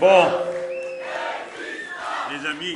Bon, les amis,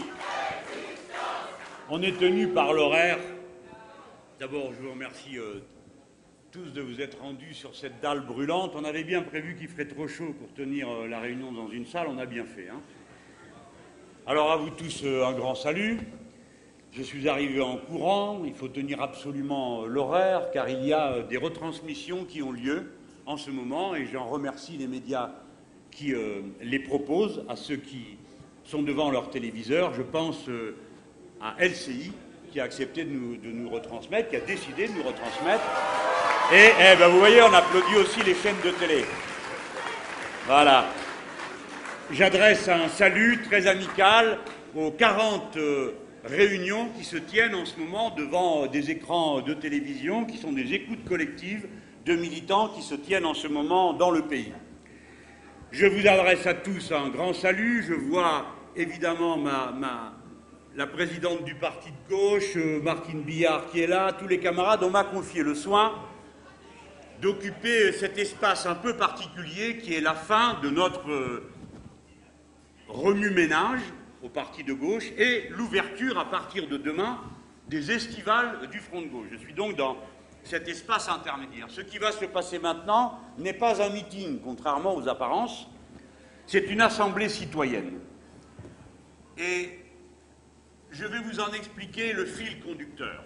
on est tenu par l'horaire. D'abord, je vous remercie tous de vous être rendus sur cette dalle brûlante. On avait bien prévu qu'il ferait trop chaud pour tenir la réunion dans une salle, on a bien fait. Hein. Alors à vous tous, un grand salut. Je suis arrivé en courant, il faut tenir absolument l'horaire, car il y a des retransmissions qui ont lieu en ce moment, et j'en remercie les médias qui les proposent, à ceux qui sont devant leur téléviseur. Je pense à LCI, qui a accepté de nous retransmettre, qui a décidé de nous retransmettre. Et vous voyez, on applaudit aussi les chaînes de télé. Voilà. J'adresse un salut très amical aux 40 réunions qui se tiennent en ce moment devant des écrans de télévision, qui sont des écoutes collectives de militants qui se tiennent en ce moment dans le pays. Je vous adresse à tous un grand salut. Je vois évidemment la présidente du parti de gauche, Martine Billard, qui est là, tous les camarades. On m'a confié le soin d'occuper cet espace un peu particulier qui est la fin de notre remue-ménage au parti de gauche et l'ouverture à partir de demain des estivales du Front de gauche. Je suis donc dans cet espace intermédiaire. Ce qui va se passer maintenant n'est pas un meeting, contrairement aux apparences, c'est une assemblée citoyenne. Et je vais vous en expliquer le fil conducteur.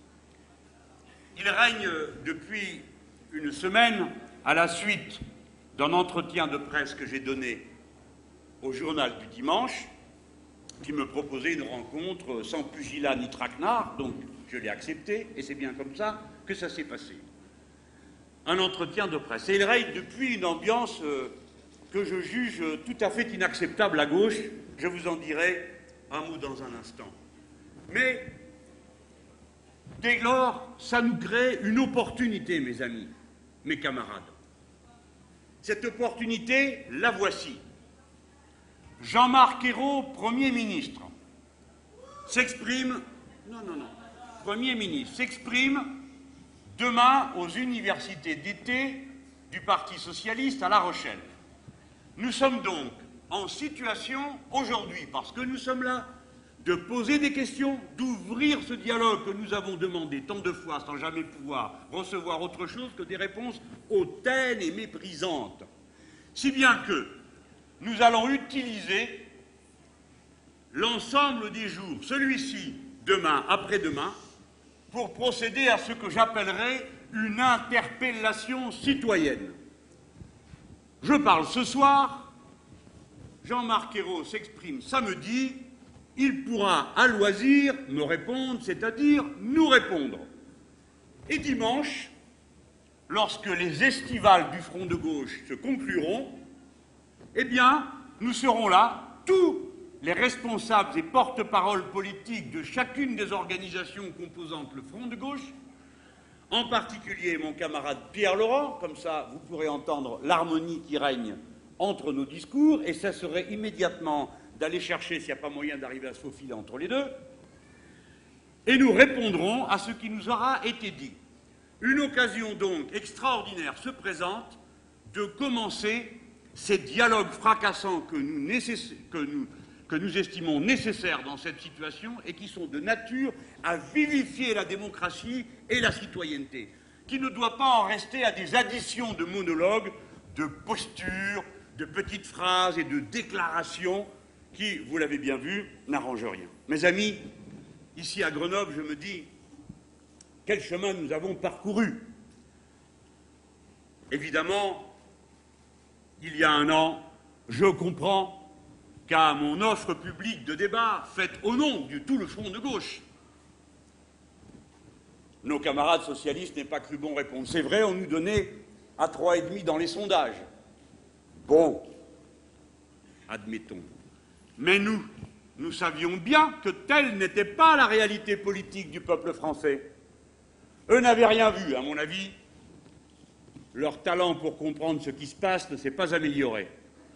Il règne depuis une semaine, à la suite d'un entretien de presse que j'ai donné au journal du dimanche, qui me proposait une rencontre sans pugilat ni traquenard, donc je l'ai accepté, et c'est bien comme ça que ça s'est passé. Un entretien de presse. Et il règne depuis une ambiance que je juge tout à fait inacceptable à gauche. Je vous en dirai un mot dans un instant. Mais, dès lors, ça nous crée une opportunité, mes amis, mes camarades. Cette opportunité, la voici. Jean-Marc Ayrault, Premier ministre, s'exprime... Premier ministre s'exprime demain aux universités d'été du Parti socialiste à La Rochelle. Nous sommes donc en situation aujourd'hui, parce que nous sommes là, de poser des questions, d'ouvrir ce dialogue que nous avons demandé tant de fois sans jamais pouvoir recevoir autre chose que des réponses hautaines et méprisantes. Si bien que nous allons utiliser l'ensemble des jours, celui-ci, demain, après-demain, pour procéder à ce que j'appellerai une interpellation citoyenne. Je parle ce soir, Jean-Marc Ayrault s'exprime samedi, il pourra à loisir me répondre, c'est-à-dire nous répondre. Et dimanche, lorsque les estivales du Front de gauche se concluront, eh bien, nous serons là, tous les responsables et porte-parole politiques de chacune des organisations composantes le Front de gauche, en particulier mon camarade Pierre Laurent, comme ça vous pourrez entendre l'harmonie qui règne entre nos discours, et ça serait immédiatement d'aller chercher, s'il n'y a pas moyen d'arriver à se faufiler entre les deux, et nous répondrons à ce qui nous aura été dit. Une occasion donc extraordinaire se présente de commencer ces dialogues fracassants que nous estimons nécessaires dans cette situation et qui sont de nature à vivifier la démocratie et la citoyenneté, qui ne doit pas en rester à des additions de monologues, de postures, de petites phrases et de déclarations qui, vous l'avez bien vu, n'arrangent rien. Mes amis, ici à Grenoble, je me dis, quel chemin nous avons parcouru. Évidemment, il y a un an, je comprends qu'à mon offre publique de débat, faite au nom de tout le Front de gauche, nos camarades socialistes n'aient pas cru bon répondre. C'est vrai, on nous donnait à 3,5 dans les sondages. Bon, admettons. Mais nous savions bien que telle n'était pas la réalité politique du peuple français. Eux n'avaient rien vu, à mon avis. Leur talent pour comprendre ce qui se passe ne s'est pas amélioré.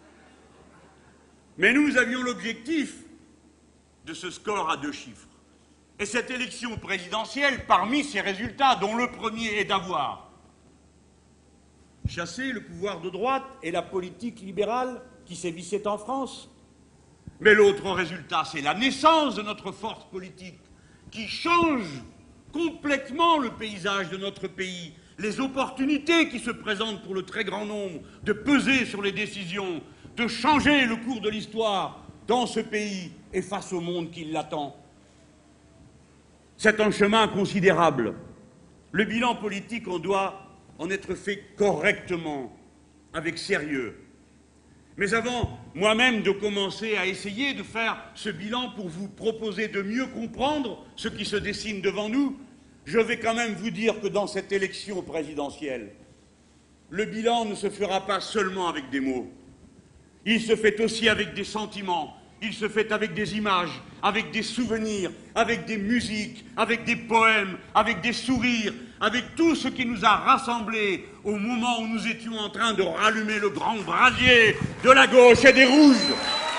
Mais nous avions l'objectif de ce score à 2 chiffres. Et cette élection présidentielle, parmi ses résultats, dont le premier est d'avoir chassé le pouvoir de droite et la politique libérale qui sévissaient en France. Mais l'autre résultat, c'est la naissance de notre force politique qui change complètement le paysage de notre pays, les opportunités qui se présentent pour le très grand nombre de peser sur les décisions, de changer le cours de l'histoire dans ce pays et face au monde qui l'attend. C'est un chemin considérable. Le bilan politique, on doit en être fait correctement, avec sérieux. Mais avant moi-même de commencer à essayer de faire ce bilan pour vous proposer de mieux comprendre ce qui se dessine devant nous, je vais quand même vous dire que dans cette élection présidentielle, le bilan ne se fera pas seulement avec des mots. Il se fait aussi avec des sentiments, il se fait avec des images, avec des souvenirs, avec des musiques, avec des poèmes, avec des sourires, avec tout ce qui nous a rassemblés au moment où nous étions en train de rallumer le grand brasier de la gauche et des rouges.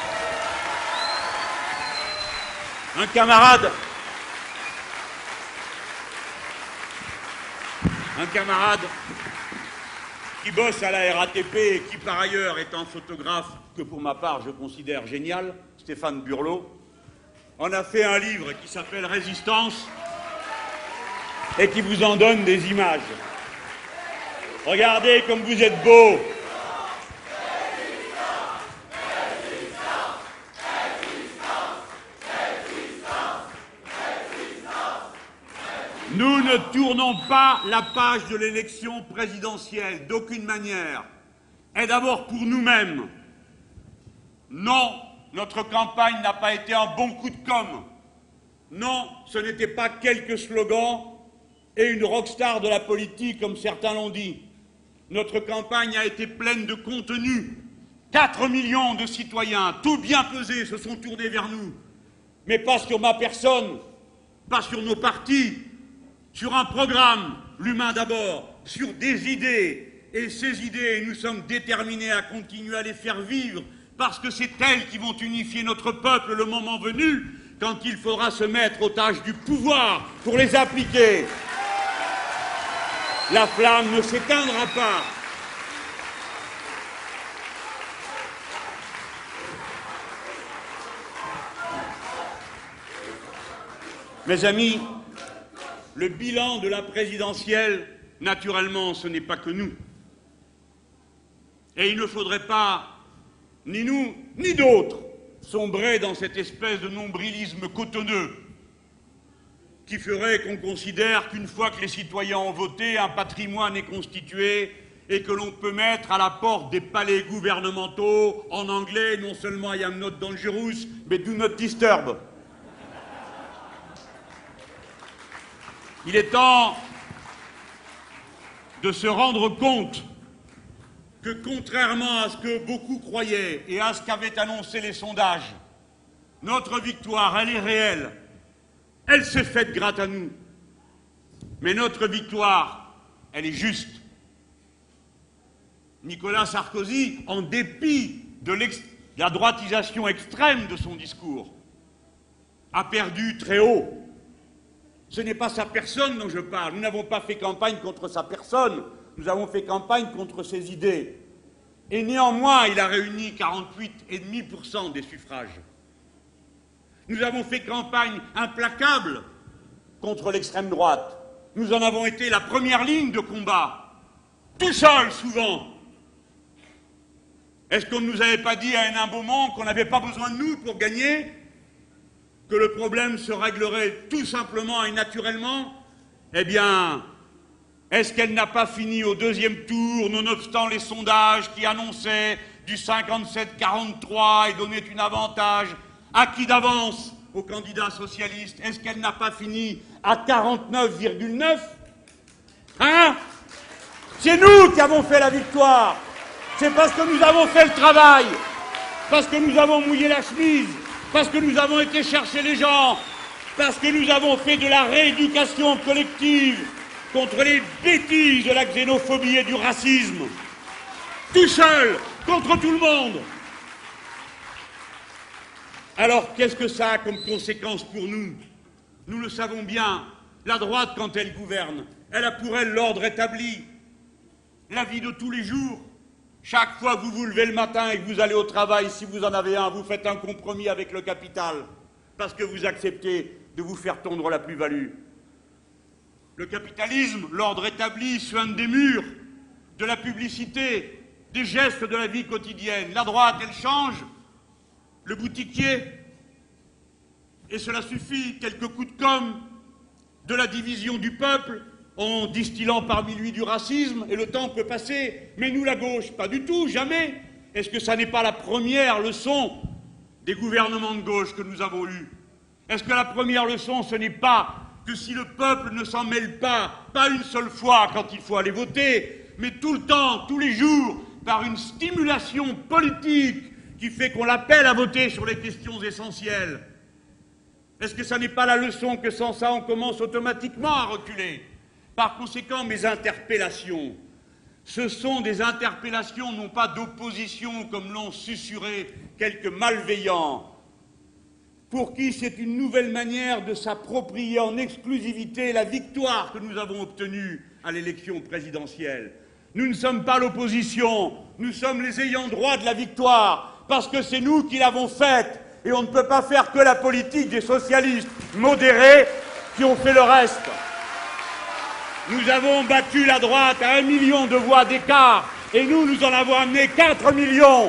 Un camarade qui bosse à la RATP et qui par ailleurs est un photographe que pour ma part je considère génial, Stéphane Burlot, en a fait un livre qui s'appelle Résistance et qui vous en donne des images. Regardez comme vous êtes beaux. Nous ne tournons pas la page de l'élection présidentielle, d'aucune manière. Et d'abord pour nous-mêmes. Non, notre campagne n'a pas été un bon coup de com'. Non, ce n'était pas quelques slogans et une rockstar de la politique, comme certains l'ont dit. Notre campagne a été pleine de contenu. 4 millions de citoyens, tout bien pesés, se sont tournés vers nous. Mais pas sur ma personne, pas sur nos partis, sur un programme, l'humain d'abord, sur des idées. Et ces idées, nous sommes déterminés à continuer à les faire vivre, parce que c'est elles qui vont unifier notre peuple le moment venu, quand il faudra se mettre aux tâches du pouvoir pour les appliquer. La flamme ne s'éteindra pas. Mes amis, le bilan de la présidentielle, naturellement, ce n'est pas que nous. Et il ne faudrait pas, ni nous, ni d'autres, sombrer dans cette espèce de nombrilisme cotonneux qui ferait qu'on considère qu'une fois que les citoyens ont voté, un patrimoine est constitué et que l'on peut mettre à la porte des palais gouvernementaux, en anglais, non seulement I am not dangerous, mais do not disturb. Il est temps de se rendre compte que, contrairement à ce que beaucoup croyaient et à ce qu'avaient annoncé les sondages, notre victoire, elle est réelle. Elle s'est faite grâce à nous. Mais notre victoire, elle est juste. Nicolas Sarkozy, en dépit de la droitisation extrême de son discours, a perdu très haut. Ce n'est pas sa personne dont je parle. Nous n'avons pas fait campagne contre sa personne. Nous avons fait campagne contre ses idées. Et néanmoins, il a réuni 48,5% des suffrages. Nous avons fait campagne implacable contre l'extrême droite. Nous en avons été la première ligne de combat, tout seul souvent. Est-ce qu'on ne nous avait pas dit à un moment qu'on n'avait pas besoin de nous pour gagner, que le problème se réglerait tout simplement et naturellement? Eh bien, est-ce qu'elle n'a pas fini au deuxième tour, nonobstant les sondages qui annonçaient du 57-43 et donnaient un avantage acquis d'avance au candidat socialiste? Est-ce qu'elle n'a pas fini à 49,9 ? Hein ? C'est nous qui avons fait la victoire. C'est parce que nous avons fait le travail, parce que nous avons mouillé la chemise, parce que nous avons été chercher les gens, parce que nous avons fait de la rééducation collective contre les bêtises de la xénophobie et du racisme. Tout seul, contre tout le monde. Alors, qu'est-ce que ça a comme conséquence pour nous? Nous le savons bien, la droite, quand elle gouverne, elle a pour elle l'ordre établi, la vie de tous les jours, Chaque fois que vous vous levez le matin et que vous allez au travail, si vous en avez un, vous faites un compromis avec le capital, parce que vous acceptez de vous faire tondre la plus-value. Le capitalisme, l'ordre établi, soigne des murs, de la publicité, des gestes de la vie quotidienne. La droite, elle change, le boutiquier, et cela suffit, quelques coups de com', de la division du peuple, en distillant parmi lui du racisme, et le temps peut passer. Mais nous, la gauche, pas du tout, jamais. Est-ce que ça n'est pas la première leçon des gouvernements de gauche que nous avons eus? Est-ce que la première leçon, ce n'est pas que si le peuple ne s'en mêle pas une seule fois quand il faut aller voter, mais tout le temps, tous les jours, par une stimulation politique qui fait qu'on l'appelle à voter sur les questions essentielles? Est-ce que ça n'est pas la leçon que sans ça, on commence automatiquement à reculer? Par conséquent, mes interpellations, ce sont des interpellations non pas d'opposition, comme l'ont susurré quelques malveillants, pour qui c'est une nouvelle manière de s'approprier en exclusivité la victoire que nous avons obtenue à l'élection présidentielle. Nous ne sommes pas l'opposition, nous sommes les ayants droit de la victoire, parce que c'est nous qui l'avons faite, et on ne peut pas faire que la politique des socialistes modérés qui ont fait le reste. Nous avons battu la droite à 1 million de voix d'écart, et nous en avons amené 4 millions.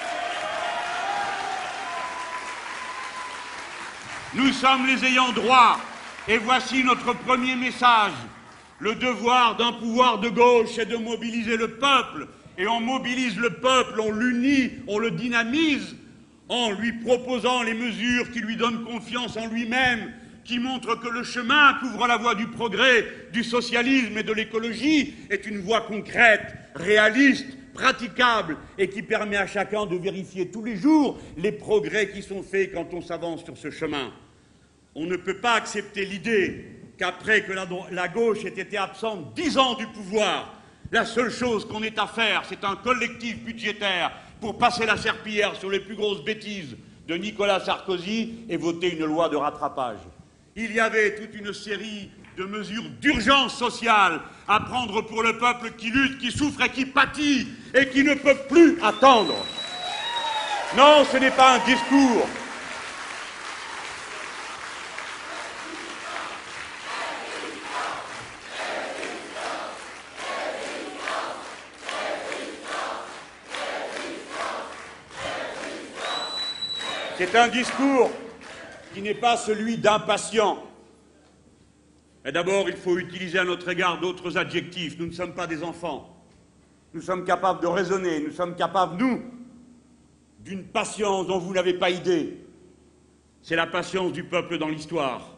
Nous sommes les ayants droit, et voici notre premier message. Le devoir d'un pouvoir de gauche est de mobiliser le peuple, et on mobilise le peuple, on l'unit, on le dynamise, en lui proposant les mesures qui lui donnent confiance en lui-même, qui montrent que le chemin qu'ouvre la voie du progrès, du socialisme et de l'écologie est une voie concrète, réaliste, praticable, et qui permet à chacun de vérifier tous les jours les progrès qui sont faits quand on s'avance sur ce chemin. On ne peut pas accepter l'idée qu'après que la gauche ait été absente 10 ans du pouvoir, la seule chose qu'on ait à faire, c'est un collectif budgétaire pour passer la serpillière sur les plus grosses bêtises de Nicolas Sarkozy et voter une loi de rattrapage. Il y avait toute une série de mesures d'urgence sociale à prendre pour le peuple qui lutte, qui souffre et qui pâtit et qui ne peut plus attendre. Non, ce n'est pas un discours. C'est un discours qui n'est pas celui d'impatients. Et d'abord, il faut utiliser à notre égard d'autres adjectifs. Nous ne sommes pas des enfants. Nous sommes capables de raisonner. Nous sommes capables, nous, d'une patience dont vous n'avez pas idée. C'est la patience du peuple dans l'histoire.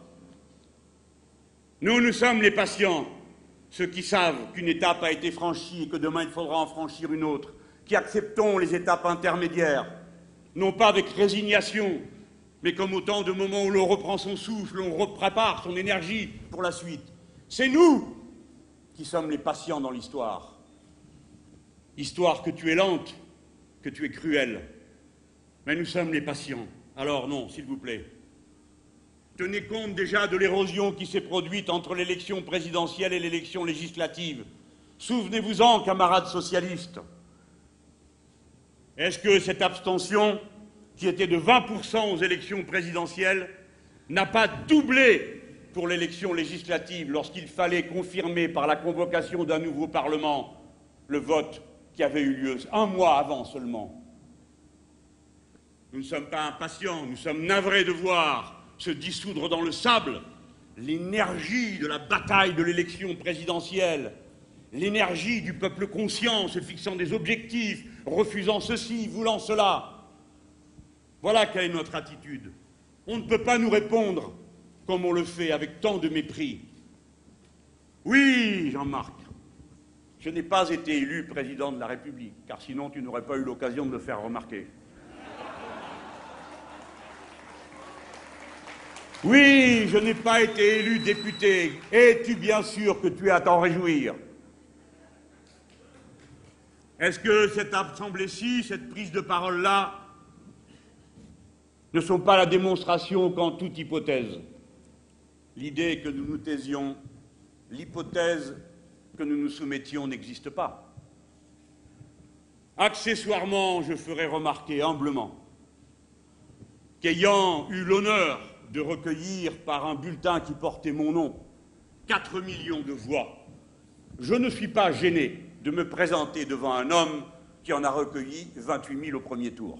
Nous sommes les patients, ceux qui savent qu'une étape a été franchie et que demain il faudra en franchir une autre, qui acceptons les étapes intermédiaires, non pas avec résignation, mais comme autant de moments où l'on reprend son souffle, on reprépare son énergie pour la suite. C'est nous qui sommes les patients dans l'histoire. Histoire que tu es lente, que tu es cruelle. Mais nous sommes les patients. Alors non, s'il vous plaît. Tenez compte déjà de l'érosion qui s'est produite entre l'élection présidentielle et l'élection législative. Souvenez-vous-en, camarades socialistes. Est-ce que cette abstention, qui était de 20% aux élections présidentielles, n'a pas doublé pour l'élection législative lorsqu'il fallait confirmer par la convocation d'un nouveau Parlement le vote qui avait eu lieu 1 mois avant seulement? Nous ne sommes pas impatients, nous sommes navrés de voir se dissoudre dans le sable l'énergie de la bataille de l'élection présidentielle, l'énergie du peuple conscient se fixant des objectifs, refusant ceci, voulant cela. Voilà quelle est notre attitude. On ne peut pas nous répondre comme on le fait avec tant de mépris. Oui, Jean-Marc, je n'ai pas été élu président de la République, car sinon tu n'aurais pas eu l'occasion de le faire remarquer. Oui, je n'ai pas été élu député. Es-tu bien sûr que tu es à t'en réjouir? Est-ce que cette assemblée-ci, cette prise de parole-là, ne sont pas la démonstration qu'en toute hypothèse, l'idée que nous nous taisions, l'hypothèse que nous nous soumettions n'existe pas? Accessoirement, je ferai remarquer humblement qu'ayant eu l'honneur de recueillir par un bulletin qui portait mon nom 4 millions de voix, je ne suis pas gêné de me présenter devant un homme qui en a recueilli 28 000 au premier tour.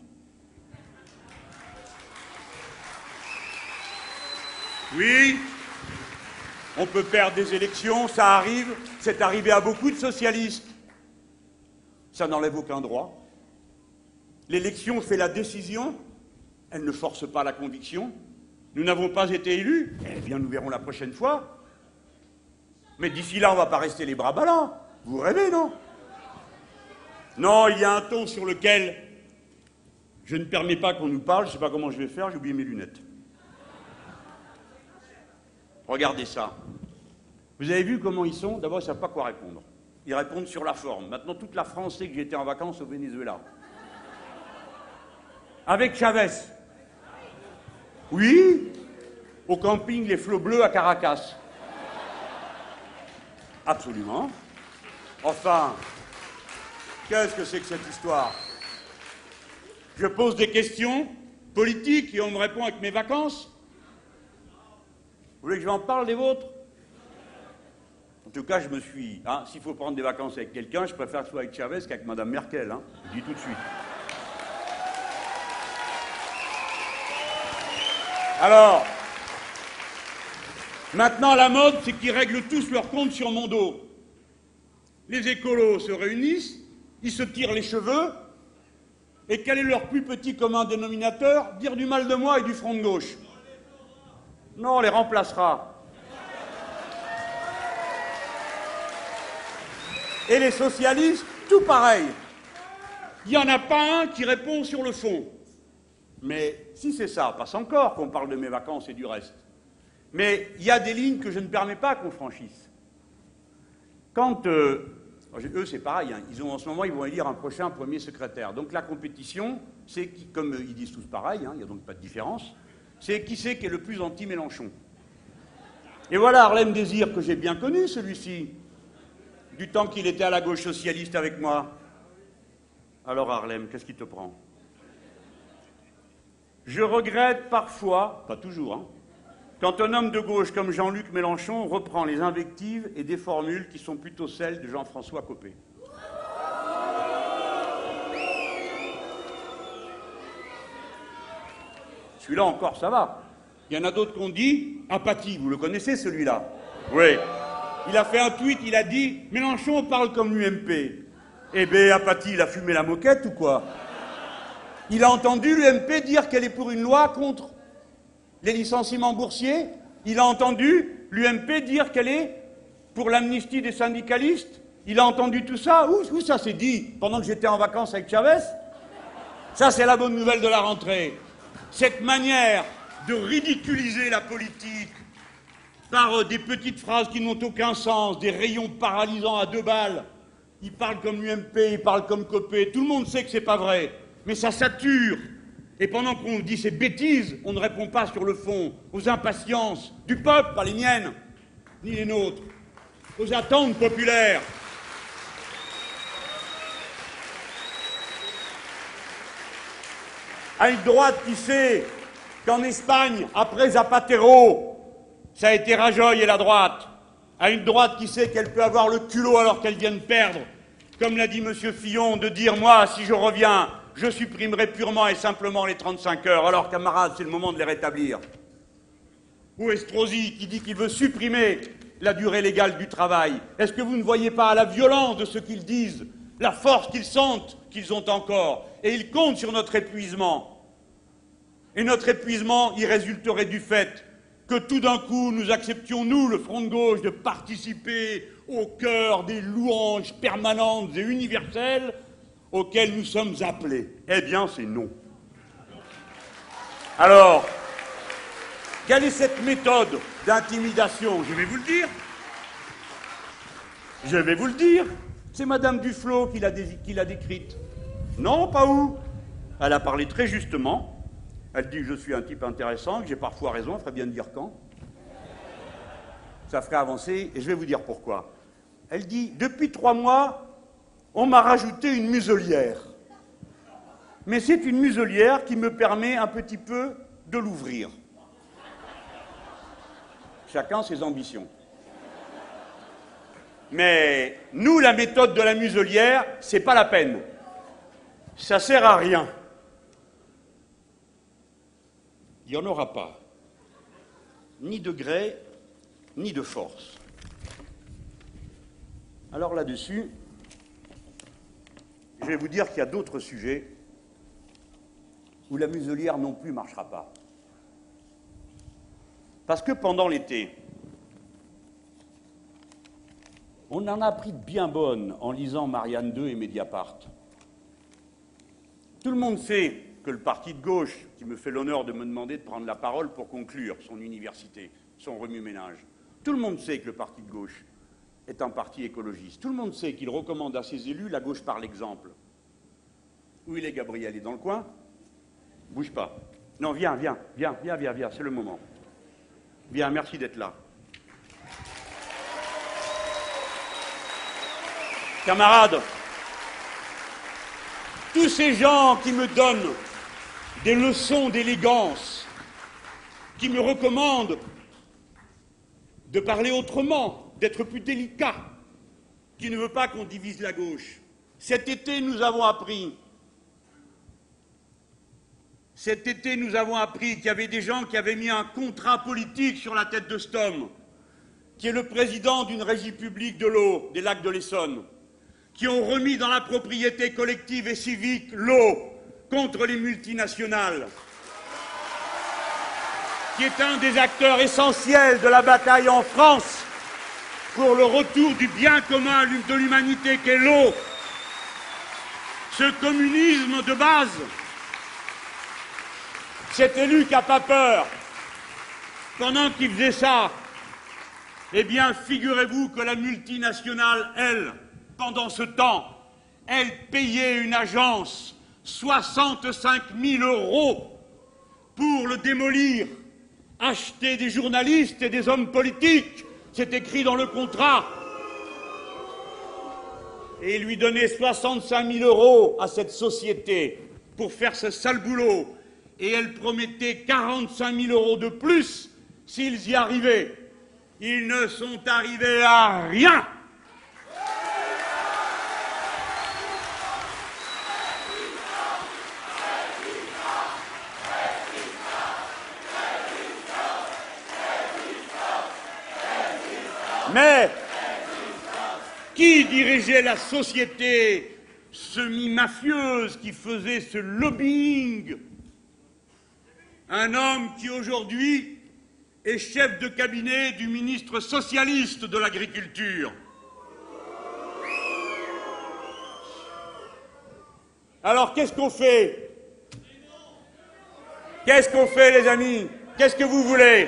Oui, on peut perdre des élections, ça arrive, c'est arrivé à beaucoup de socialistes. Ça n'enlève aucun droit. L'élection fait la décision, elle ne force pas la conviction. Nous n'avons pas été élus, eh bien nous verrons la prochaine fois. Mais d'ici là, on ne va pas rester les bras ballants. Vous rêvez, non? Non, il y a un ton sur lequel je ne permets pas qu'on nous parle, je ne sais pas comment je vais faire, j'ai oublié mes lunettes. Regardez ça. Vous avez vu comment ils sont? D'abord, ils ne savent pas quoi répondre. Ils répondent sur la forme. Maintenant, toute la France sait que j'étais en vacances au Venezuela. Avec Chavez. Oui, au camping Les Flots Bleus à Caracas. Absolument. Enfin, qu'est-ce que c'est que cette histoire? Je pose des questions politiques et on me répond avec mes vacances. Vous voulez que je m'en parle des vôtres? En tout cas, je me suis... s'il faut prendre des vacances avec quelqu'un, je préfère que ce soit avec Chavez qu'avec Mme Merkel. Je le dis tout de suite. Alors, maintenant, la mode, c'est qu'ils règlent tous leurs comptes sur mon dos. Les écolos se réunissent, ils se tirent les cheveux, et quel est leur plus petit commun dénominateur? Dire du mal de moi et du front de gauche. Non, on les remplacera. Et les socialistes, tout pareil. Il n'y en a pas un qui répond sur le fond. Mais si c'est ça, passe encore qu'on parle de mes vacances et du reste. Mais il y a des lignes que je ne permets pas qu'on franchisse. Quand... eux, c'est pareil, en ce moment, ils vont élire un prochain premier secrétaire. Donc la compétition, c'est, comme ils disent tous pareil, il n'y a donc pas de différence, c'est qui c'est qui est le plus anti-Mélenchon. Et voilà Harlem Désir, que j'ai bien connu, celui-ci, du temps qu'il était à la gauche socialiste avec moi. Alors Harlem, qu'est-ce qui te prend? Je regrette parfois, pas toujours, quand un homme de gauche comme Jean-Luc Mélenchon reprend les invectives et des formules qui sont plutôt celles de Jean-François Copé. Celui-là encore, ça va. Il y en a d'autres qu'on dit apathie. Vous le connaissez, celui-là? Oui. Il a fait un tweet, il a dit « Mélenchon parle comme l'UMP ». Eh bien, apathie, il a fumé la moquette ou quoi? Il a entendu l'UMP dire qu'elle est pour une loi contre les licenciements boursiers. Il a entendu l'UMP dire qu'elle est pour l'amnistie des syndicalistes. Il a entendu tout ça. Où ça s'est dit? Pendant que j'étais en vacances avec Chavez? Ça, c'est la bonne nouvelle de la rentrée. Cette manière de ridiculiser la politique par des petites phrases qui n'ont aucun sens, des rayons paralysants à 2 balles. Il parle comme l'UMP, il parle comme Copé. Tout le monde sait que c'est pas vrai. Mais ça sature. Et pendant qu'on dit ces bêtises, on ne répond pas sur le fond aux impatiences du peuple, pas les miennes, ni les nôtres, aux attentes populaires. À une droite qui sait qu'en Espagne, après Zapatero, ça a été Rajoy et la droite. À une droite qui sait qu'elle peut avoir le culot alors qu'elle vient de perdre, comme l'a dit M. Fillon, de dire « moi, si je reviens, je supprimerai purement et simplement les 35 heures. » Alors, camarades, c'est le moment de les rétablir. Ou Estrosi, qui dit qu'il veut supprimer la durée légale du travail. Est-ce que vous ne voyez pas à la violence de ce qu'ils disent, la force qu'ils sentent qu'ils ont encore? Et ils comptent sur notre épuisement. Et notre épuisement, il résulterait du fait que tout d'un coup, nous acceptions, nous, le Front de gauche, de participer au cœur des louanges permanentes et universelles auxquelles nous sommes appelés. Eh bien, c'est non. Alors, quelle est cette méthode d'intimidation? Je vais vous le dire. Je vais vous le dire. C'est Madame Duflot qui l'a décrite. Non, pas où. Elle a parlé très justement. Elle dit « je suis un type intéressant, que j'ai parfois raison, il ferait bien de dire quand ». Ça ferait avancer, et je vais vous dire pourquoi. Elle dit « depuis 3 mois, on m'a rajouté une muselière. Mais c'est une muselière qui me permet un petit peu de l'ouvrir. Chacun ses ambitions. Mais nous, la méthode de la muselière, c'est pas la peine. Ça sert à rien. Il n'y en aura pas. Ni de gré, ni de force. Alors là-dessus, je vais vous dire qu'il y a d'autres sujets où la muselière non plus ne marchera pas. Parce que pendant l'été, on en a pris de bien bonnes en lisant Marianne 2 et Mediapart. Tout le monde sait que le parti de gauche, qui me fait l'honneur de me demander de prendre la parole pour conclure son université, son remue-ménage, tout le monde sait que le parti de gauche est un parti écologiste. Tout le monde sait qu'il recommande à ses élus la gauche par l'exemple. Où il est, Gabriel? Il est dans le coin? Bouge pas. Non, viens, c'est le moment. Viens, merci d'être là. Camarades, tous ces gens qui me donnent des leçons d'élégance, qui me recommandent de parler autrement, d'être plus délicat, qui ne veut pas qu'on divise la gauche. Cet été, nous avons appris qu'il y avait des gens qui avaient mis un contrat politique sur la tête de cet homme, qui est le président d'une régie publique de l'eau, des lacs de l'Essonne, qui ont remis dans la propriété collective et civique l'eau contre les multinationales, qui est un des acteurs essentiels de la bataille en France pour le retour du bien commun de l'humanité qu'est l'eau. Ce communisme de base, cet élu qui n'a pas peur, pendant qu'il faisait ça, eh bien, figurez-vous que la multinationale, elle, pendant ce temps, elle payait une agence 65 000 € pour le démolir, acheter des journalistes et des hommes politiques, c'est écrit dans le contrat, et lui donner 65 000 € à cette société pour faire ce sale boulot, et elle promettait 45 000 € de plus s'ils y arrivaient. Ils ne sont arrivés à rien. Mais qui dirigeait la société semi-mafieuse qui faisait ce lobbying? Un homme qui aujourd'hui est chef de cabinet du ministre socialiste de l'Agriculture. Alors qu'est-ce qu'on fait? Qu'est-ce qu'on fait, les amis? Qu'est-ce que vous voulez?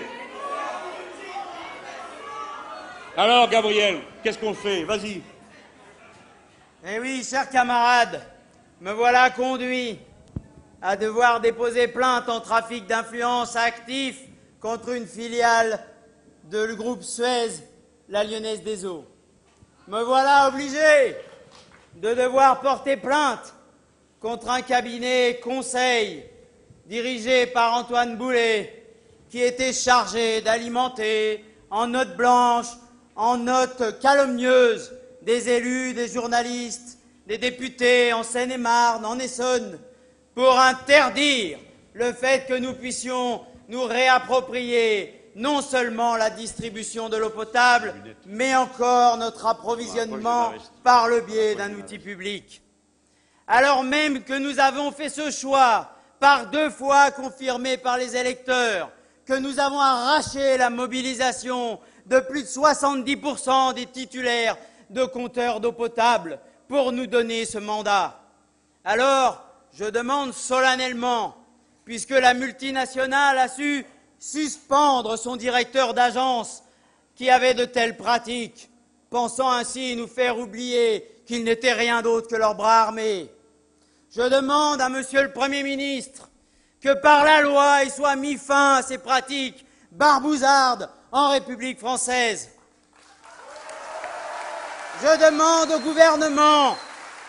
Alors, Gabriel, qu'est-ce qu'on fait? Vas-y. Eh oui, chers camarades, me voilà conduit à devoir déposer plainte en trafic d'influence actif contre une filiale du groupe Suez, la Lyonnaise des Eaux. Me voilà obligé de devoir porter plainte contre un cabinet conseil dirigé par Antoine Boulet, qui était chargé d'alimenter en notes blanches, en notes calomnieuses, des élus, des journalistes, des députés en Seine-et-Marne, en Essonne, pour interdire le fait que nous puissions nous réapproprier non seulement la distribution de l'eau potable, mais encore notre approvisionnement par le biais d'un outil public. Alors même que nous avons fait ce choix, par 2 fois confirmé par les électeurs, que nous avons arraché la mobilisation de plus de 70% des titulaires de compteurs d'eau potable pour nous donner ce mandat. Alors, je demande solennellement, puisque la multinationale a su suspendre son directeur d'agence qui avait de telles pratiques, pensant ainsi nous faire oublier qu'ils n'étaient rien d'autre que leurs bras armés. Je demande à Monsieur le Premier ministre que par la loi il soit mis fin à ces pratiques barbouzardes en République française. Je demande au gouvernement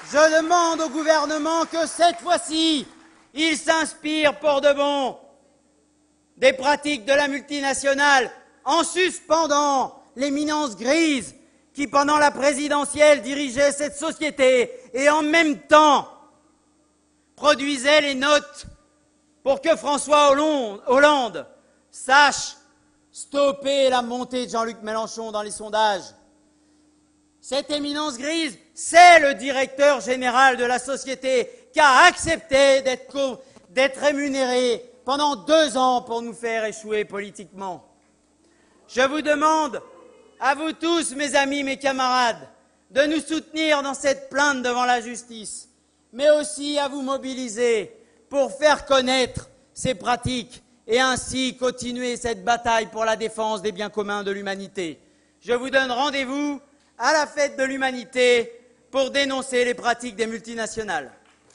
Je demande au gouvernement que cette fois-ci, il s'inspire pour de bon des pratiques de la multinationale en suspendant l'éminence grise qui, pendant la présidentielle, dirigeait cette société et en même temps produisait les notes pour que François Hollande sache stopper la montée de Jean-Luc Mélenchon dans les sondages. Cette éminence grise, c'est le directeur général de la société qui a accepté d'être rémunéré pendant 2 ans pour nous faire échouer politiquement. Je vous demande, à vous tous, mes amis, mes camarades, de nous soutenir dans cette plainte devant la justice, mais aussi à vous mobiliser pour faire connaître ces pratiques et ainsi continuer cette bataille pour la défense des biens communs de l'humanité. Je vous donne rendez-vous à la fête de l'humanité pour dénoncer les pratiques des multinationales.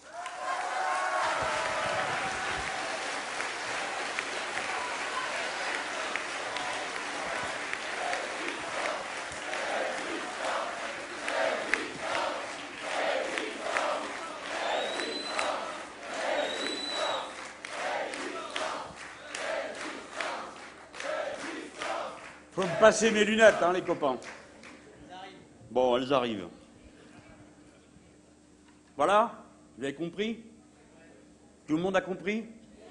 Faut me passer mes lunettes, hein, les copains. Bon, elles arrivent. Voilà, vous avez compris? Tout le monde a compris?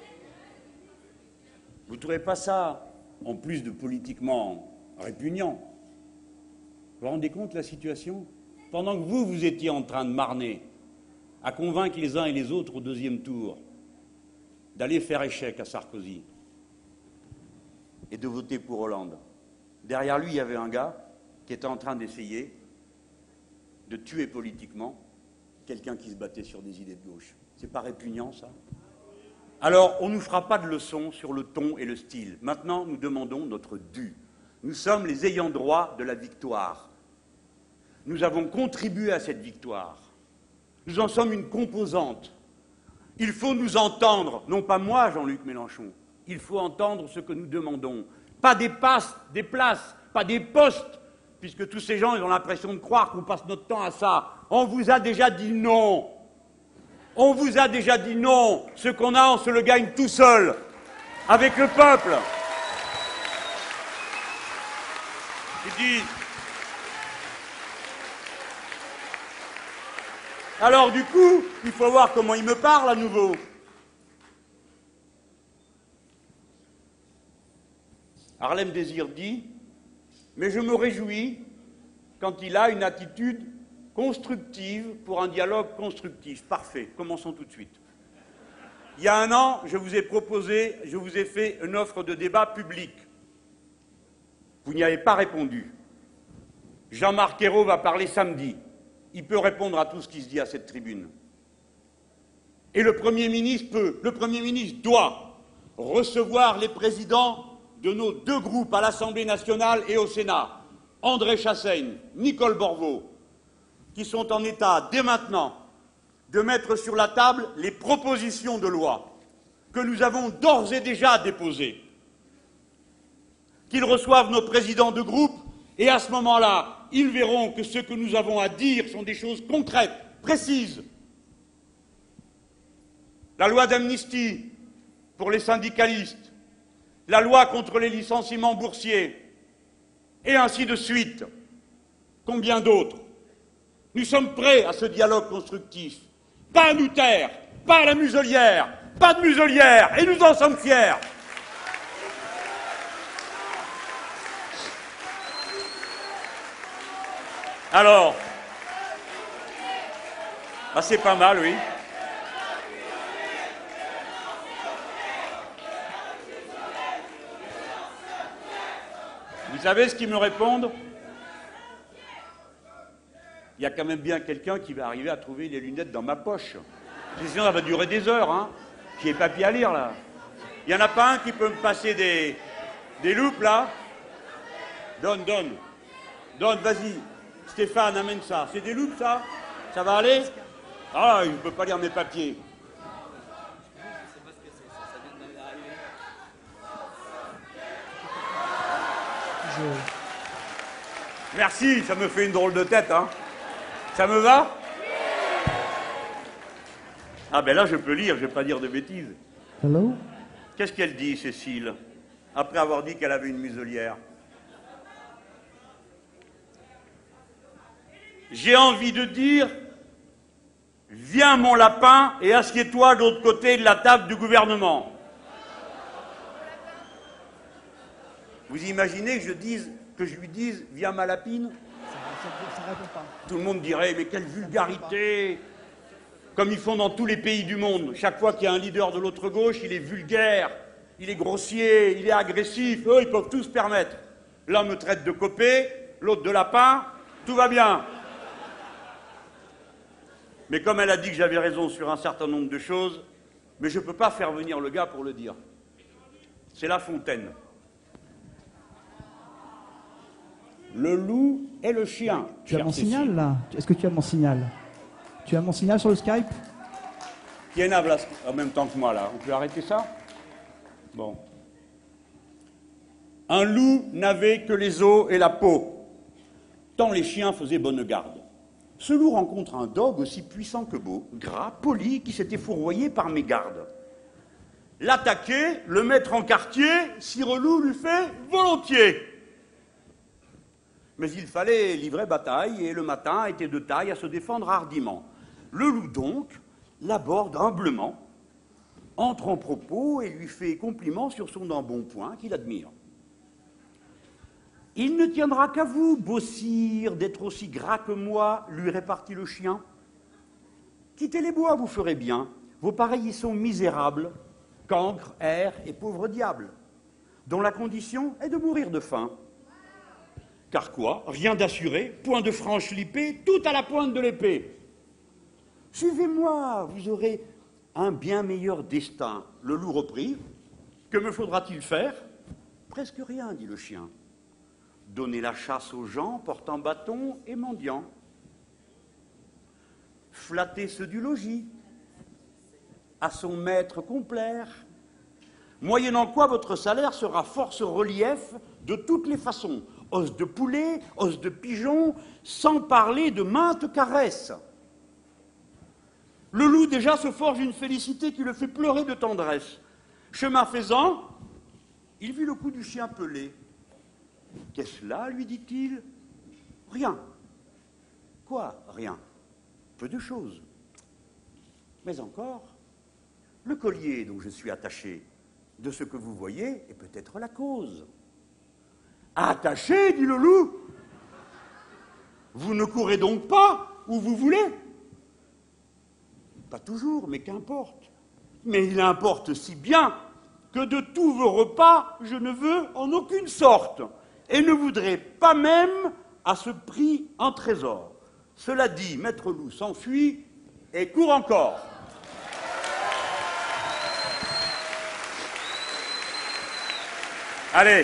Vous ne trouvez pas ça, en plus de politiquement répugnant? Vous vous rendez compte de la situation? Pendant que vous étiez en train de marner, à convaincre les uns et les autres au 2e tour d'aller faire échec à Sarkozy et de voter pour Hollande. Derrière lui, il y avait un gars qui était en train d'essayer de tuer politiquement quelqu'un qui se battait sur des idées de gauche. C'est pas répugnant, ça? Alors, on ne nous fera pas de leçons sur le ton et le style. Maintenant, nous demandons notre dû. Nous sommes les ayants droit de la victoire. Nous avons contribué à cette victoire. Nous en sommes une composante. Il faut nous entendre, non pas moi, Jean-Luc Mélenchon, il faut entendre ce que nous demandons. Pas des places, pas des postes, puisque tous ces gens, ils ont l'impression de croire qu'on passe notre temps à ça. On vous a déjà dit non. On vous a déjà dit non. Ce qu'on a, on se le gagne tout seul, avec le peuple. Je dis... Alors du coup, il faut voir comment il me parle à nouveau. Harlem Désir dit « Mais je me réjouis quand il a une attitude constructive pour un dialogue constructif. » Parfait, commençons tout de suite. Il y a 1 an, je vous ai fait une offre de débat public. Vous n'y avez pas répondu. Jean-Marc Ayrault va parler samedi. Il peut répondre à tout ce qui se dit à cette tribune. Et le Premier ministre doit recevoir les présidents de nos 2 groupes à l'Assemblée nationale et au Sénat, André Chassaigne, Nicole Borvo, qui sont en état, dès maintenant, de mettre sur la table les propositions de loi que nous avons d'ores et déjà déposées. Qu'ils reçoivent nos présidents de groupe, et à ce moment-là, ils verront que ce que nous avons à dire sont des choses concrètes, précises. La loi d'amnistie pour les syndicalistes, la loi contre les licenciements boursiers, et ainsi de suite. Combien d'autres? Nous sommes prêts à ce dialogue constructif. Pas à nous taire, pas à la muselière, pas de muselière, et nous en sommes fiers. Alors, c'est pas mal, oui. Vous savez ce qu'ils me répondent? Il y a quand même bien quelqu'un qui va arriver à trouver les lunettes dans ma poche. Sinon, ça va durer des heures, hein. J'ai papier à lire, là. Il n'y en a pas un qui peut me passer des loupes, là? Donne, vas-y. Stéphane, amène ça. C'est des loupes, ça? Ça va aller? Ah, il ne peut pas lire mes papiers. Merci, ça me fait une drôle de tête, hein. Ça me va? Ah ben là, je peux lire, je ne vais pas dire de bêtises. Hello? Qu'est-ce qu'elle dit, Cécile, après avoir dit qu'elle avait une muselière? J'ai envie de dire, viens mon lapin et assieds-toi de l'autre côté de la table du gouvernement. Vous imaginez que je lui dise, viens ma lapine? Ça répond pas. Tout le monde dirait, mais quelle vulgarité! Comme ils font dans tous les pays du monde. Chaque fois qu'il y a un leader de l'autre gauche, il est vulgaire, il est grossier, il est agressif. Eux, ils peuvent tout se permettre. L'un me traite de copé, l'autre de lapin, tout va bien. Mais comme elle a dit que j'avais raison sur un certain nombre de choses, mais je ne peux pas faire venir le gars pour le dire. C'est La Fontaine. Le loup et le chien. Tu as mon signal, là? Est-ce que tu as mon signal? Tu as mon signal sur le Skype? Qui en habla en même temps que moi, là? On peut arrêter ça? Bon. Un loup n'avait que les os et la peau, tant les chiens faisaient bonne garde. Ce loup rencontre un dogue aussi puissant que beau, gras, poli, qui s'était fourvoyé par mégarde. L'attaquer, le mettre en quartier, Sire Loup lui fait volontiers. Mais il fallait livrer bataille, et le matin était de taille à se défendre hardiment. Le loup donc l'aborde humblement, entre en propos et lui fait compliment sur son embonpoint qu'il admire. Il ne tiendra qu'à vous, beau sire, d'être aussi gras que moi, lui répartit le chien. Quittez les bois, vous ferez bien. Vos pareils y sont misérables, cancres, airs et pauvres diables, dont la condition est de mourir de faim. Car quoi? Rien d'assuré, point de franche lipée, tout à la pointe de l'épée. Suivez-moi, vous aurez un bien meilleur destin. Le loup reprit. Que me faudra-t-il faire? Presque rien, dit le chien. Donner la chasse aux gens portant bâton et mendiants. Flatter ceux du logis. À son maître complaire. Moyennant quoi votre salaire sera force relief de toutes les façons. Os de poulet, os de pigeon, sans parler de maintes caresses. Le loup déjà se forge une félicité qui le fait pleurer de tendresse. Chemin faisant, il vit le coup du chien pelé. « Qu'est-ce là ?» lui dit-il. « Rien. »« Quoi, rien ? Peu de choses. Mais encore, le collier dont je suis attaché, de ce que vous voyez, est peut-être la cause. »« Attaché ?» dit le loup. « Vous ne courez donc pas où vous voulez ? » Pas toujours, mais qu'importe. Mais il importe si bien que de tous vos repas, je ne veux en aucune sorte, et ne voudrais pas même à ce prix un trésor. Cela dit, Maître Loup s'enfuit et court encore. Allez.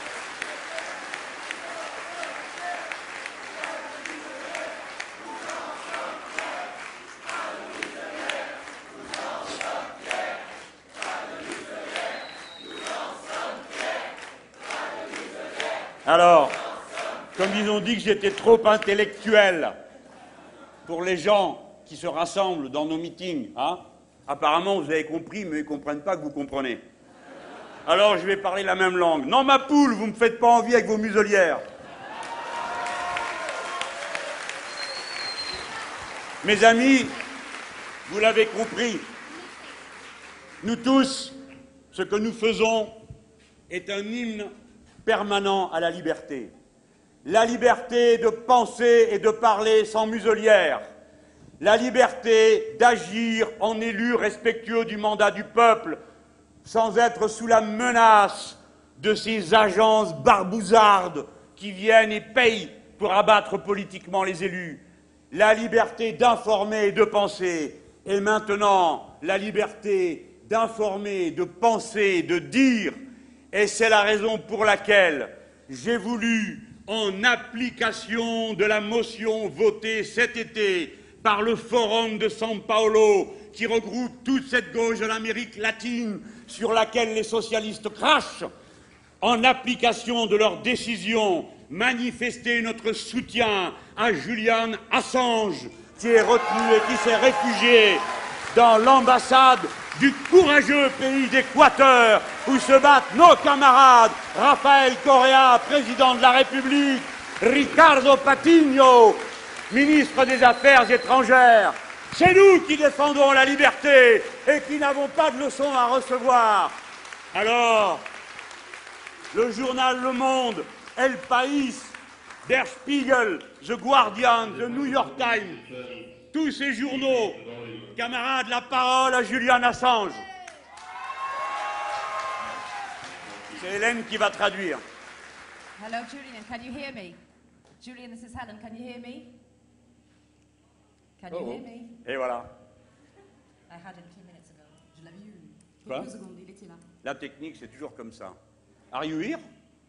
Alors, comme ils ont dit que j'étais trop intellectuel pour les gens qui se rassemblent dans nos meetings, hein, apparemment vous avez compris, mais ils ne comprennent pas que vous comprenez. Alors je vais parler la même langue. Non, ma poule, vous ne me faites pas envie avec vos muselières. Mes amis, vous l'avez compris, nous tous, ce que nous faisons est un hymne permanent à la liberté. La liberté de penser et de parler sans muselière. La liberté d'agir en élu respectueux du mandat du peuple, sans être sous la menace de ces agences barbouzardes qui viennent et payent pour abattre politiquement les élus. La liberté d'informer et de penser. Et maintenant, la liberté d'informer, de penser, de dire. Et c'est la raison pour laquelle j'ai voulu, en application de la motion votée cet été par le Forum de São Paulo, qui regroupe toute cette gauche de l'Amérique latine sur laquelle les socialistes crachent, en application de leur décision, manifester notre soutien à Julian Assange, qui est retenu et qui s'est réfugié dans l'ambassade du courageux pays d'Équateur où se battent nos camarades Rafael Correa, président de la République, Ricardo Patiño, ministre des Affaires étrangères. C'est nous qui défendons la liberté et qui n'avons pas de leçons à recevoir. Alors, le journal Le Monde, El País, Der Spiegel, The Guardian, The New York Times, tous ces journaux, camarades, la parole à Julian Assange. C'est Hélène qui va traduire. Hello, Julian, can you hear me? Julian, this is Helen, can you hear me? Can you hear me? Et voilà. I had it a few minutes ago. Je l'avais eu. Quoi? 2 secondes, il était là. La technique, c'est toujours comme ça. Are you here?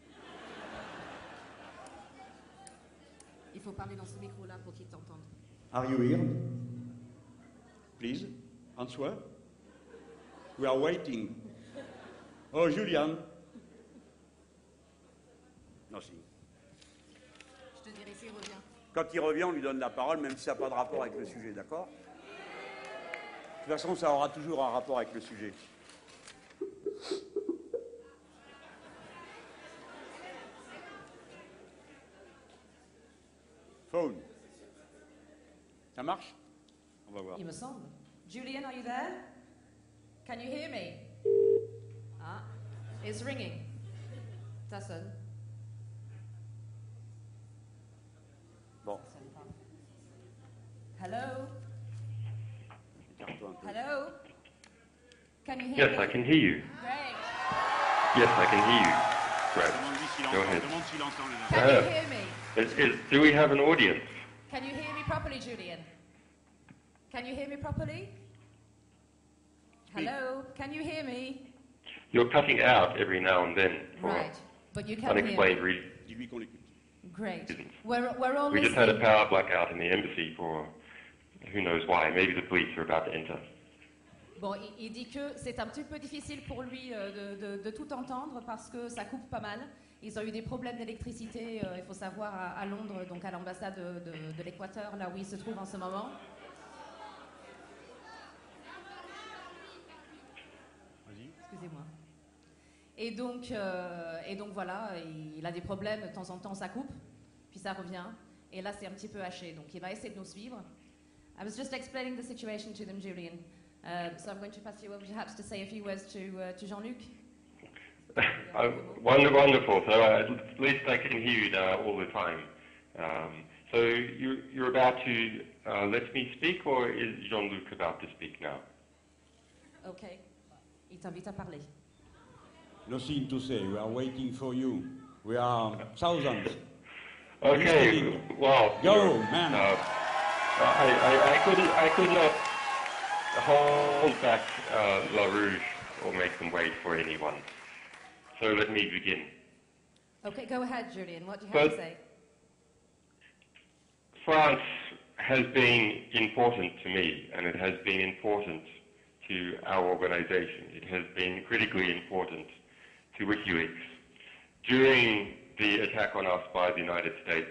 Il faut parler dans ce micro-là pour qu'ils t'entendent. Are you here? Please, answer. We are waiting. Oh, Julian. Non, si. Je te dirai s'il revient. Quand il revient, on lui donne la parole, même si ça n'a pas de rapport avec le sujet, d'accord? De toute façon, ça aura toujours un rapport avec le sujet. Phone. Ça marche? On va voir. Il me semble. Julian, are you there? Can you hear me? Ah, it's ringing. Ça sonne. Bon. Ça sonne pas. Hello? Écarte-toi un peu. Hello? Can you hear Yes, me? I can hear you. Great. Yes, I can hear you. Great. Demande-lui s'il Go entend. ahead. Demande s'il entend les Can infos. you hear me? Do we have an audience? Can you hear me properly, Julian? Can you hear me properly? Hello? Can you hear me? You're cutting out every now and then for Right, but you can hear unexplained me. reasons. Dis-lui qu'on l'écoute. Great. Reasons. We're all We just had a listening. power blackout in the embassy for who knows why. Maybe the police are about to enter. Bon, il dit que c'est un petit peu difficile pour lui de tout entendre parce que ça coupe pas mal. Ils ont eu des problèmes d'électricité, il faut savoir, à Londres, donc à l'ambassade de l'Équateur, là où il se trouve en ce moment. Vas-y. Excusez-moi. Et donc voilà, il a des problèmes, de temps en temps ça coupe, puis ça revient. Et là c'est un petit peu haché, donc il va essayer de nous suivre. I was just explaining the situation to them, Julian. So I'm going to pass you over perhaps to say a few words to Jean-Luc. Wonderful. So at least I can hear you now all the time. So you're about to let me speak, or is Jean-Luc about to speak now? Ok. Il t'invite à parler. Nothing to say. We are waiting for you. We are thousands. Okay. Well, Go, man. I could not hold back La Rouge or make them wait for anyone. So let me begin. Okay, go ahead, Julian. What do you have to But- say? France has been important to me, and it has been important to our organization. It has been critically important to WikiLeaks. During the attack on us by the United States,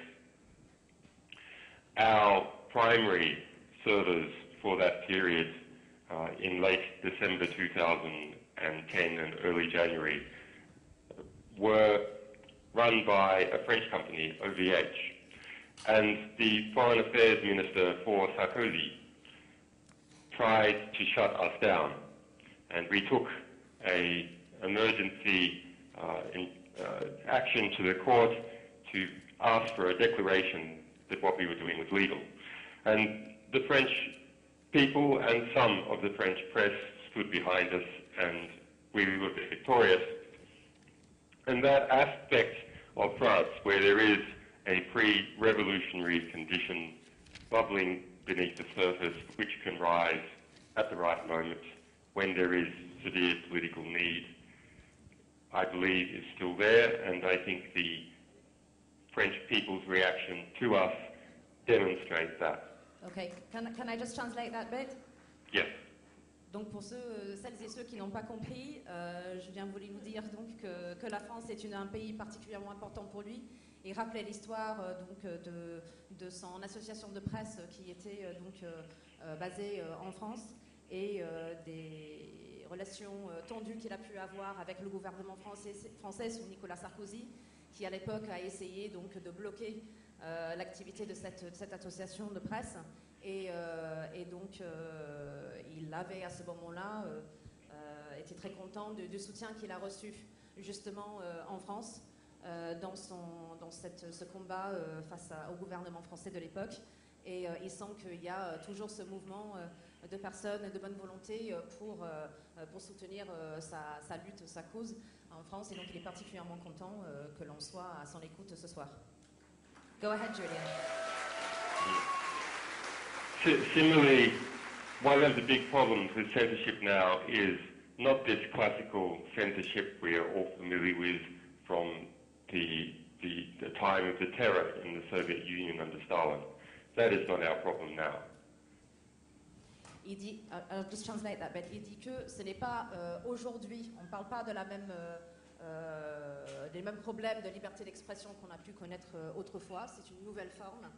our primary servers for that period in late December 2010 and early January were run by a French company, OVH. And the Foreign Affairs Minister for Sarkozy tried to shut us down. And we took an emergency action to the court to ask for a declaration that what we were doing was legal. And the French people and some of the French press stood behind us, and we were victorious. And that aspect of France, where there is a pre-revolutionary condition bubbling beneath the surface, which can rise at the right moment when there is severe political need, I believe is still there, and I think the French people's reaction to us demonstrates that. Okay, can I just translate that bit? Yes. Donc pour celles et ceux qui n'ont pas compris, je viens vous dire donc que la France est un pays particulièrement important pour lui et rappeler l'histoire de son association de presse qui était donc basée en France et des relations tendues qu'il a pu avoir avec le gouvernement français sous Nicolas Sarkozy, qui à l'époque a essayé donc de bloquer l'activité de cette association de presse. Et donc il avait à ce moment-là été très content du soutien qu'il a reçu justement en France dans ce combat face au gouvernement français de l'époque. Et il semble qu'il y a toujours ce mouvement de personnes de bonne volonté pour soutenir sa lutte, sa cause en France. Et donc il est particulièrement content que l'on soit à son écoute ce soir. Go ahead, Julian. Similarly, one of the big problems with censorship now is not this classical censorship we are all familiar with from the time of the terror in the Soviet Union under Stalin. That is not our problem now. Il dit, I'll just translate that bit. Il dit que ce n'est pas aujourd'hui, on ne parle pas de des mêmes problèmes de liberté d'expression qu'on a pu connaître autrefois. C'est une nouvelle forme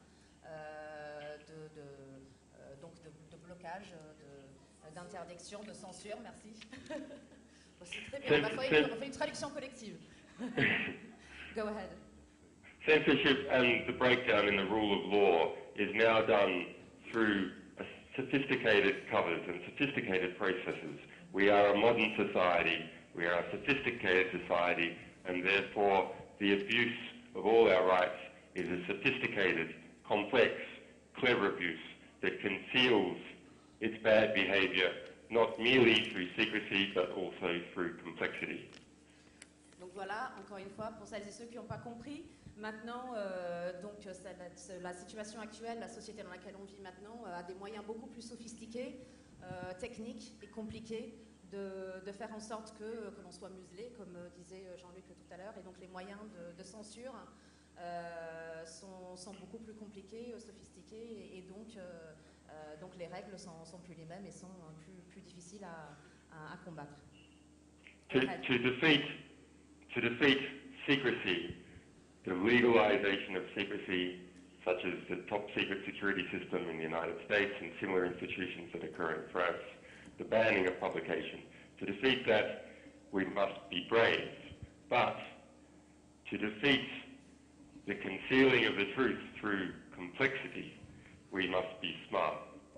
de blocage, d'interdiction, de censure. Merci. C'est très bien. On fait une traduction collective. Go ahead. Censorship and the breakdown in the rule of law is now done through sophisticated covers and sophisticated processes. We are a modern society, we are a sophisticated society, and therefore the abuse of all our rights is a sophisticated, complex, clever abuse that conceals its bad behavior, not merely through secrecy, but also through complexity. Donc voilà, encore une fois, pour celles et ceux qui n'ont pas compris, maintenant, la situation actuelle, la société dans laquelle on vit maintenant, a des moyens beaucoup plus sophistiqués, techniques et compliqués de faire en sorte que l'on soit muselé, comme disait Jean-Luc tout à l'heure. Et donc les moyens de censure sont beaucoup plus compliqués, sophistiqués, et donc les règles sont plus les mêmes et sont plus difficiles à combattre. To defeat secrecy, the legalization of secrecy, such as the top secret security system in the United States and similar institutions that occur in France, the banning of publication. To defeat that, we must be brave. But to defeat the concealing of the truth through complexity, we must be smart.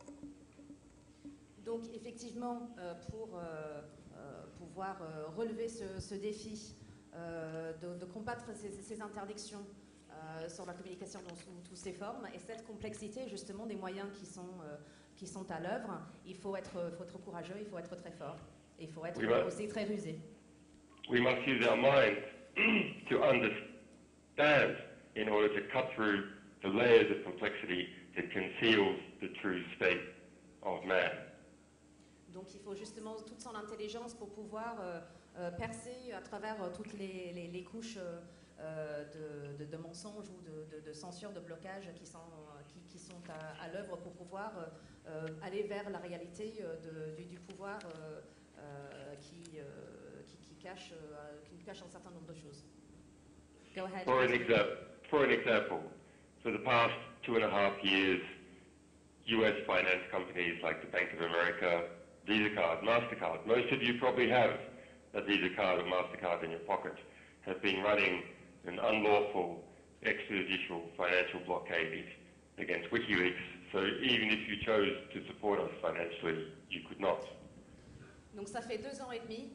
Donc effectivement, pour pouvoir relever ce défi, de combattre ces interdictions sur la communication dans toutes ses formes, et cette complexité justement des moyens qui sont à l'œuvre, il faut être courageux, il faut être très fort, et il faut être aussi très rusé. We must use our mind to understand in order to cut through the layers of complexity that conceals the true state of man. Donc il faut justement toute son intelligence pour pouvoir percer à travers toutes les couches de mensonges ou de censure, de blocage qui sont à l'œuvre pour pouvoir aller vers la réalité du pouvoir qui cache un certain nombre de choses. Go ahead. For an example, for the past 2.5 years, US finance companies like the Bank of America, Visa card, MasterCard, most of you probably have a Visa card or MasterCard in your pocket, have been running an unlawful extrajudicial financial blockade against WikiLeaks. So even if you chose to support us financially, you could not. Donc ça fait 2 ans et demi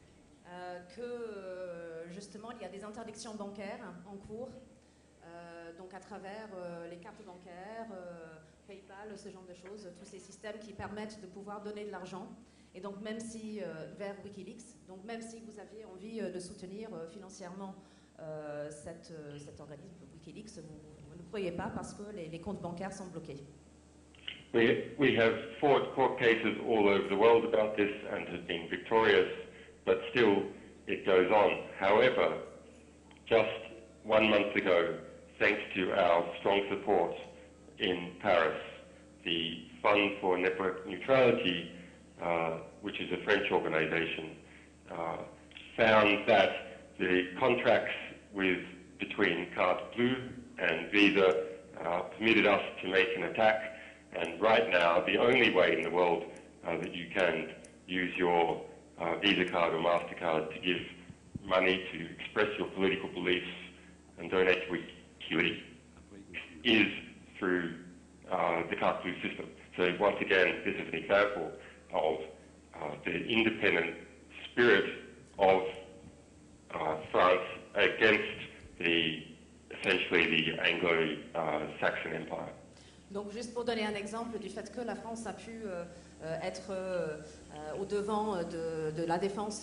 que justement il y a des interdictions bancaires en cours, donc à travers les cartes bancaires, PayPal, ce genre de choses, tous ces systèmes qui permettent de pouvoir donner de l'argent. Et donc même si, vers Wikileaks, donc même si vous aviez envie de soutenir financièrement cet organisme Wikileaks, vous ne pourriez pas parce que les comptes bancaires sont bloqués. We have fought court cases all over the world about this and have been victorious, but still it goes on. However, just 1 month ago, thanks to our strong support in Paris, the Fund for Network Neutrality, which is a French organization, found that the contracts between Carte Bleue and Visa permitted us to make an attack, and right now the only way in the world that you can use your Visa card or MasterCard to give money to express your political beliefs and donate to WikiLeaks is through the carte bleue system. So once again, this is an example of the independent spirit of France against essentially the Anglo-Saxon Empire. Donc juste pour donner un exemple du fait que la France a pu être au devant de la défense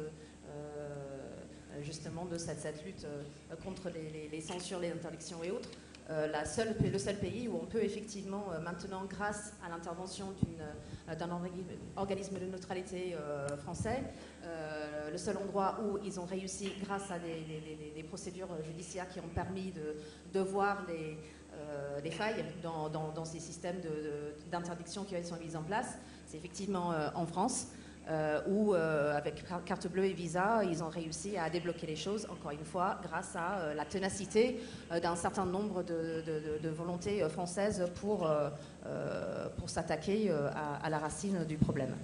justement de cette lutte contre les censures, les interdictions et autres, le seul pays où on peut effectivement maintenant, grâce à l'intervention d'un organisme de neutralité français, le seul endroit où ils ont réussi, grâce à des procédures judiciaires qui ont permis de voir les failles dans ces systèmes d'interdiction qui sont mis en place, c'est effectivement en France. Où, avec carte bleue et visa, ils ont réussi à débloquer les choses, encore une fois, grâce à la ténacité d'un certain nombre de volontés françaises pour s'attaquer à la racine du problème.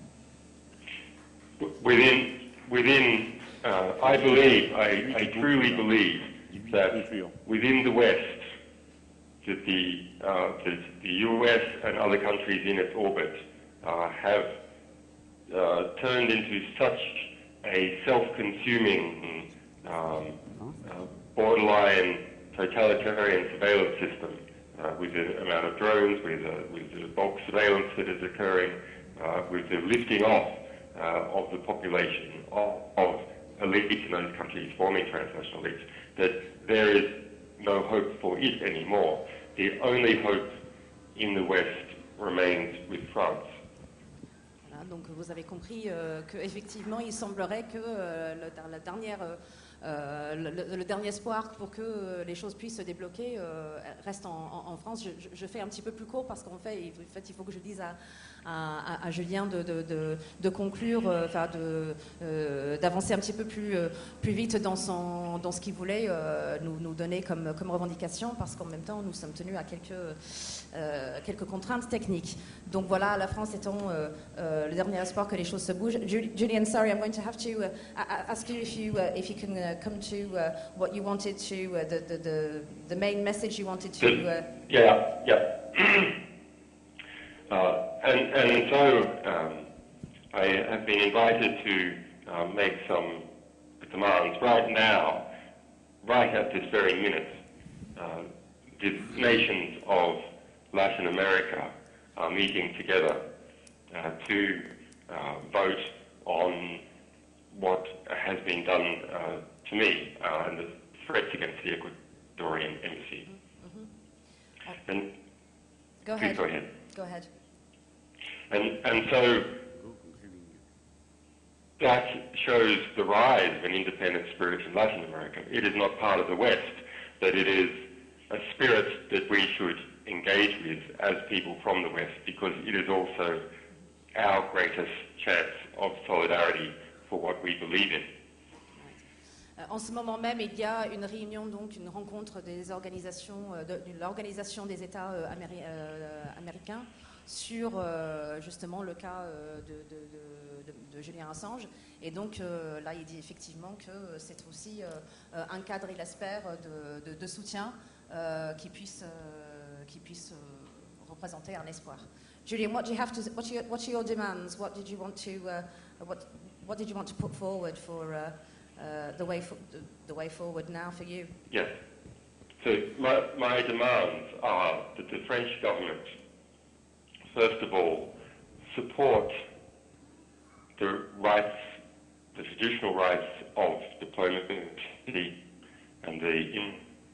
I truly believe that within the West, that the US and other countries in its orbit have turned into such a self-consuming, borderline totalitarian surveillance system with the amount of drones, with the bulk surveillance that is occurring, with the lifting off of the population of elites in those countries, forming transnational elites, that there is no hope for it anymore. The only hope in the West remains with France. Donc vous avez compris qu'effectivement, il semblerait que le dernier espoir pour que les choses puissent se débloquer reste en France. Je fais un petit peu plus court parce qu'en fait, il faut que je dise à Julien de conclure, d'avancer un petit peu plus vite dans ce qu'il voulait nous donner comme revendication, parce qu'en même temps, nous sommes tenus à quelques contraintes techniques. Donc voilà, la France étant le dernier espoir que les choses se bougent. Julian, sorry, I'm going to have to ask you if you can come to what you wanted to, the main message you wanted to... Yeah. And so I have been invited to make some demands right now, right at this very minute. The nations of Latin America are meeting together to vote on what has been done to me and the threats against the Ecuadorian embassy. Mm-hmm. And go ahead. Please go ahead. Go ahead. And so that shows the rise of an independent spirit in Latin America. It is not part of the West, but it is a spirit that we should engage with as people from the West, because it is also our greatest chance of solidarity for what we believe in. En ce moment même, il y a une réunion, donc une rencontre des organisations, de l'organisation des États américains sur justement le cas de Julian Assange. Et donc là, il dit effectivement que c'est aussi un cadre, il espère, de soutien qui puisse représenter un espoir. Julian, what are your demands? What did you want to put forward for the way forward now for you? Yes. So my demands are that the French government, first of all, support the rights, the traditional rights of diplomacy and the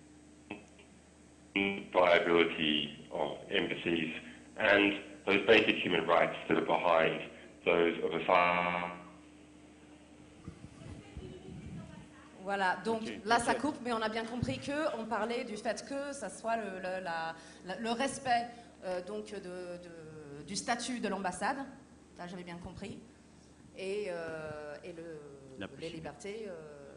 inviolability of embassies and those basic human rights that are behind those of asylum. Voilà, donc là ça coupe, mais on a bien compris qu'on parlait du fait que ça soit le respect donc du statut de l'ambassade, là j'avais bien compris, et les libertés.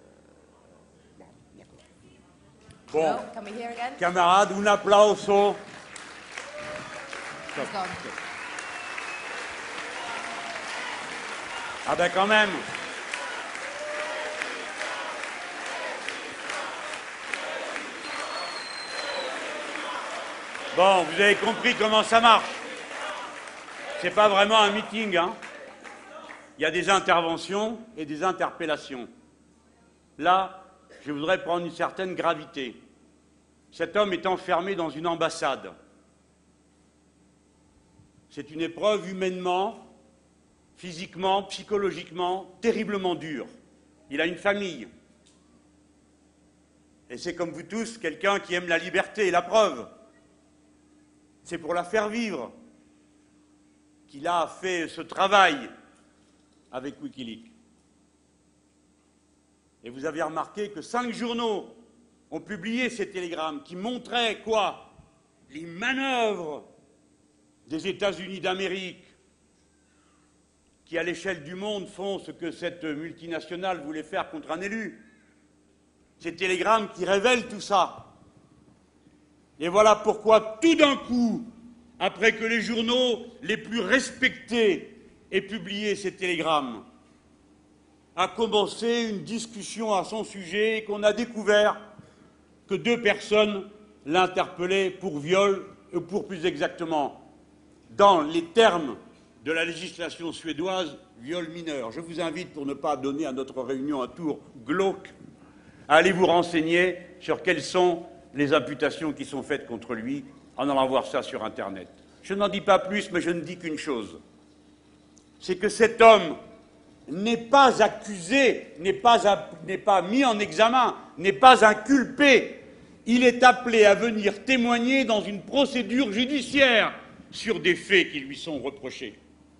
Bon, Hello, can we hear again? camarades, un applauso. He's gone. Ah ben quand même. Bon, vous avez compris comment ça marche. C'est pas vraiment un meeting, hein. Il y a des interventions et des interpellations. Là, je voudrais prendre une certaine gravité. Cet homme est enfermé dans une ambassade. C'est une épreuve humainement, physiquement, psychologiquement, terriblement dure. Il a une famille. Et c'est comme vous tous, quelqu'un qui aime la liberté. Et la preuve, c'est pour la faire vivre qu'il a fait ce travail avec Wikileaks. Et vous avez remarqué que 5 journaux ont publié ces télégrammes qui montraient quoi? Les manœuvres des États-Unis d'Amérique, qui à l'échelle du monde font ce que cette multinationale voulait faire contre un élu. Ces télégrammes qui révèlent tout ça. Et voilà pourquoi tout d'un coup, après que les journaux les plus respectés aient publié ces télégrammes, a commencé une discussion à son sujet et qu'on a découvert que 2 personnes l'interpellaient pour viol, ou pour plus exactement, dans les termes de la législation suédoise, viol mineur. Je vous invite, pour ne pas donner à notre réunion un tour glauque, à aller vous renseigner sur quelles sont les imputations qui sont faites contre lui, en allant voir ça sur Internet. Je n'en dis pas plus, mais je ne dis qu'une chose. C'est que cet homme n'est pas accusé, n'est pas mis en examen, n'est pas inculpé. Il est appelé à venir témoigner dans une procédure judiciaire sur des faits qui lui sont reprochés.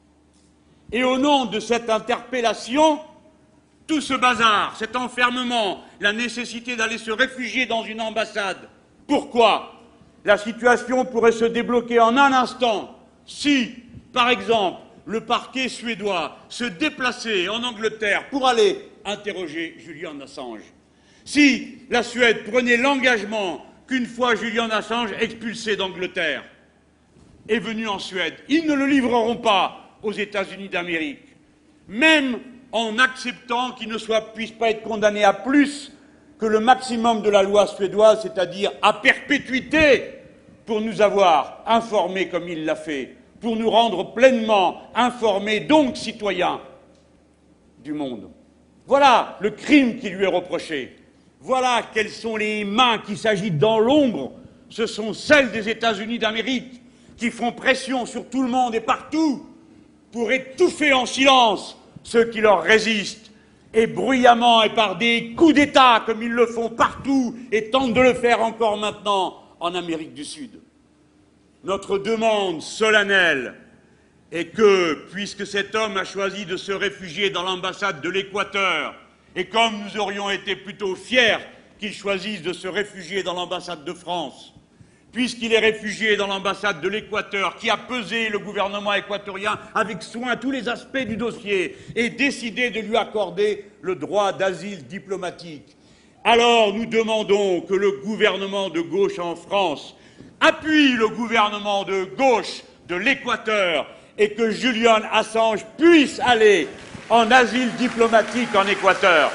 Et au nom de cette interpellation, tout ce bazar, cet enfermement, la nécessité d'aller se réfugier dans une ambassade. Pourquoi? La situation pourrait se débloquer en un instant si, par exemple, le parquet suédois se déplaçait en Angleterre pour aller interroger Julian Assange. Si la Suède prenait l'engagement qu'une fois Julian Assange expulsé d'Angleterre est venu en Suède, ils ne le livreront pas aux États-Unis d'Amérique, même en acceptant qu'il ne puisse pas être condamné à plus que le maximum de la loi suédoise, c'est-à-dire à perpétuité, pour nous avoir informés comme il l'a fait, pour nous rendre pleinement informés, donc citoyens du monde. Voilà le crime qui lui est reproché. Voilà quelles sont les mains qui s'agitent dans l'ombre. Ce sont celles des États-Unis d'Amérique qui font pression sur tout le monde et partout pour étouffer en silence ceux qui leur résistent, et bruyamment et par des coups d'État, comme ils le font partout et tentent de le faire encore maintenant en Amérique du Sud. Notre demande solennelle est que, puisque cet homme a choisi de se réfugier dans l'ambassade de l'Équateur, et comme nous aurions été plutôt fiers qu'il choisisse de se réfugier dans l'ambassade de France, puisqu'il est réfugié dans l'ambassade de l'Équateur, qui a pesé le gouvernement équatorien avec soin tous les aspects du dossier et décidé de lui accorder le droit d'asile diplomatique. Alors nous demandons que le gouvernement de gauche en France appuie le gouvernement de gauche de l'Équateur et que Julian Assange puisse aller en asile diplomatique en Équateur.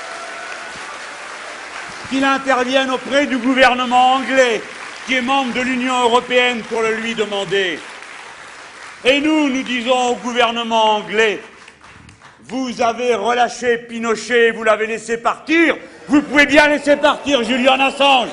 Qu'il intervienne auprès du gouvernement anglais, qui est membre de l'Union européenne, pour le lui demander. Et nous disons au gouvernement anglais, vous avez relâché Pinochet, vous l'avez laissé partir, vous pouvez bien laisser partir Julian Assange.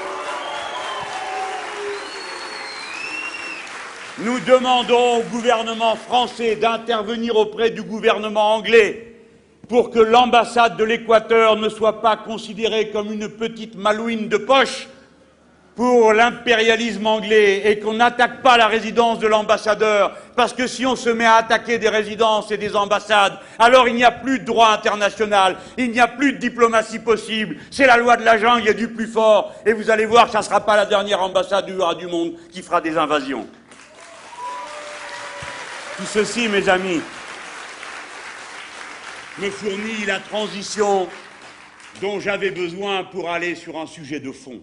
Nous demandons au gouvernement français d'intervenir auprès du gouvernement anglais pour que l'ambassade de l'Équateur ne soit pas considérée comme une petite malouine de poche pour l'impérialisme anglais et qu'on n'attaque pas la résidence de l'ambassadeur, parce que si on se met à attaquer des résidences et des ambassades, alors il n'y a plus de droit international, il n'y a plus de diplomatie possible, c'est la loi de la jungle et du plus fort, et vous allez voir que ça ne sera pas la dernière ambassade du monde qui fera des invasions. Tout ceci, mes amis, me fournit la transition dont j'avais besoin pour aller sur un sujet de fond.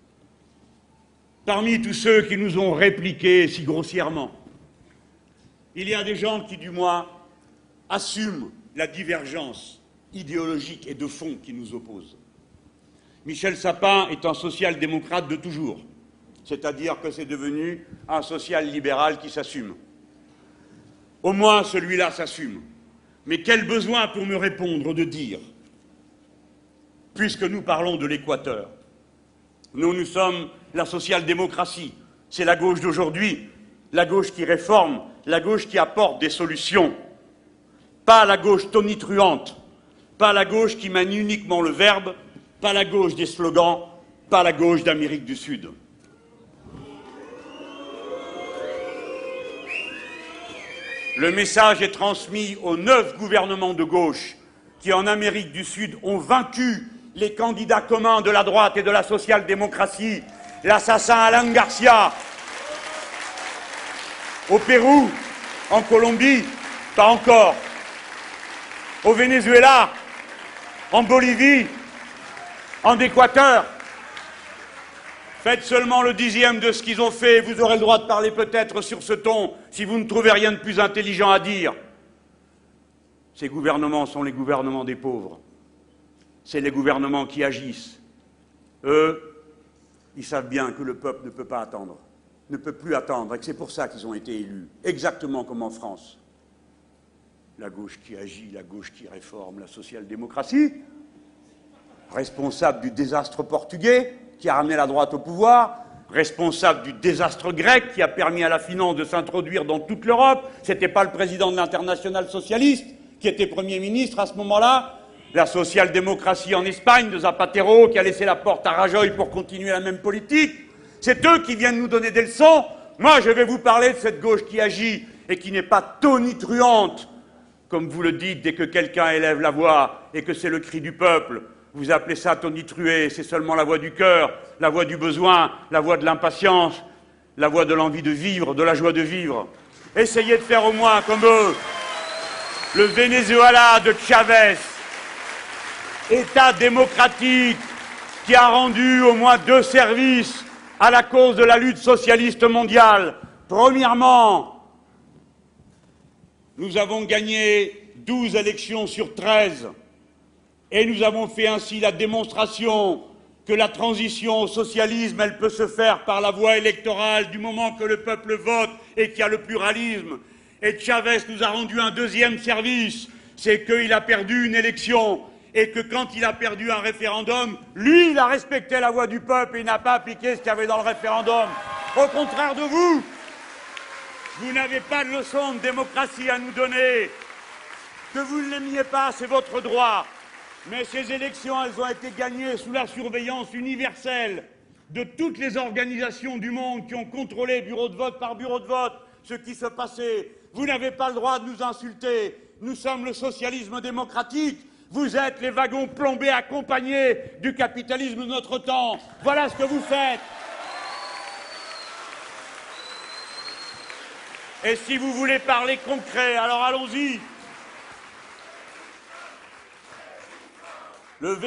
Parmi tous ceux qui nous ont répliqué si grossièrement, il y a des gens qui, du moins, assume la divergence idéologique et de fond qui nous oppose. Michel Sapin est un social-démocrate de toujours, c'est-à-dire que c'est devenu un social-libéral qui s'assume. Au moins celui-là s'assume. Mais quel besoin pour me répondre de dire, puisque nous parlons de l'Équateur, nous sommes la social-démocratie, c'est la gauche d'aujourd'hui, la gauche qui réforme, la gauche qui apporte des solutions, pas la gauche tonitruante, pas la gauche qui manie uniquement le verbe, pas la gauche des slogans, pas la gauche d'Amérique du Sud. Le message est transmis aux 9 gouvernements de gauche qui, en Amérique du Sud, ont vaincu les candidats communs de la droite et de la social-démocratie, l'assassin Alan Garcia. Au Pérou, en Colombie, pas encore. Au Venezuela, en Bolivie, en Équateur. Faites seulement le 10e de ce qu'ils ont fait, vous aurez le droit de parler peut-être sur ce ton, si vous ne trouvez rien de plus intelligent à dire. Ces gouvernements sont les gouvernements des pauvres. C'est les gouvernements qui agissent. Eux, ils savent bien que le peuple ne peut pas attendre, ne peut plus attendre, et que c'est pour ça qu'ils ont été élus, exactement comme en France. La gauche qui agit, la gauche qui réforme, la social-démocratie, responsable du désastre portugais, qui a ramené la droite au pouvoir, responsable du désastre grec, qui a permis à la finance de s'introduire dans toute l'Europe. Ce n'était pas le président de l'Internationale socialiste qui était Premier ministre à ce moment-là. La social-démocratie en Espagne, de Zapatero, qui a laissé la porte à Rajoy pour continuer la même politique. C'est eux qui viennent nous donner des leçons. Moi, je vais vous parler de cette gauche qui agit et qui n'est pas tonitruante, comme vous le dites dès que quelqu'un élève la voix et que c'est le cri du peuple. Vous appelez ça tonitruer, c'est seulement la voix du cœur, la voix du besoin, la voix de l'impatience, la voix de l'envie de vivre, de la joie de vivre. Essayez de faire au moins comme eux. Le Venezuela de Chavez, État démocratique qui a rendu au moins 2 services à la cause de la lutte socialiste mondiale. Premièrement, nous avons gagné 12 élections sur 13. Et nous avons fait ainsi la démonstration que la transition au socialisme, elle peut se faire par la voie électorale du moment que le peuple vote et qu'il y a le pluralisme. Et Chavez nous a rendu un 2e service, c'est qu'il a perdu une élection et que quand il a perdu un référendum, lui, il a respecté la voix du peuple et il n'a pas appliqué ce qu'il y avait dans le référendum. Au contraire de vous, vous n'avez pas de leçon de démocratie à nous donner. Que vous ne l'aimiez pas, c'est votre droit. Mais ces élections, elles ont été gagnées sous la surveillance universelle de toutes les organisations du monde qui ont contrôlé bureau de vote par bureau de vote ce qui se passait. Vous n'avez pas le droit de nous insulter. Nous sommes le socialisme démocratique. Vous êtes les wagons plombés accompagnés du capitalisme de notre temps. Voilà ce que vous faites. Et si vous voulez parler concret, alors allons-y. Le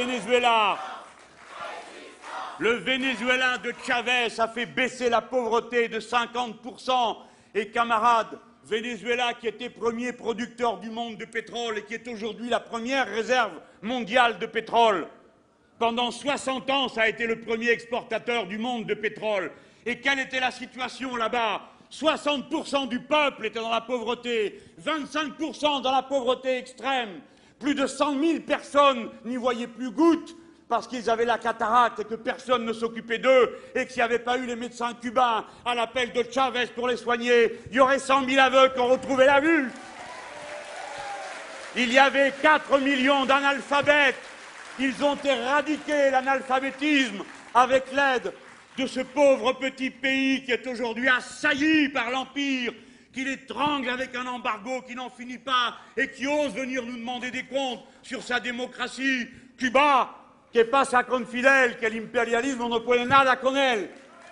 Venezuela de Chavez a fait baisser la pauvreté de 50%. Et camarades, Venezuela qui était premier producteur du monde de pétrole et qui est aujourd'hui la première réserve mondiale de pétrole. Pendant 60 ans, ça a été le premier exportateur du monde de pétrole. Et quelle était la situation là-bas ? 60% du peuple était dans la pauvreté, 25% dans la pauvreté extrême. Plus de 100 000 personnes n'y voyaient plus goutte parce qu'ils avaient la cataracte et que personne ne s'occupait d'eux et que s'il n'y avait pas eu les médecins cubains à l'appel de Chavez pour les soigner, il y aurait 100 000 aveugles qui ont retrouvé la vue. Il y avait 4 millions d'analphabètes. Ils ont éradiqué l'analphabétisme avec l'aide de ce pauvre petit pays qui est aujourd'hui assailli par l'Empire, qui l'étrangle avec un embargo qui n'en finit pas et qui ose venir nous demander des comptes sur sa démocratie. Cuba, que pasa con Fidel, que el imperialismo no puede nada con él.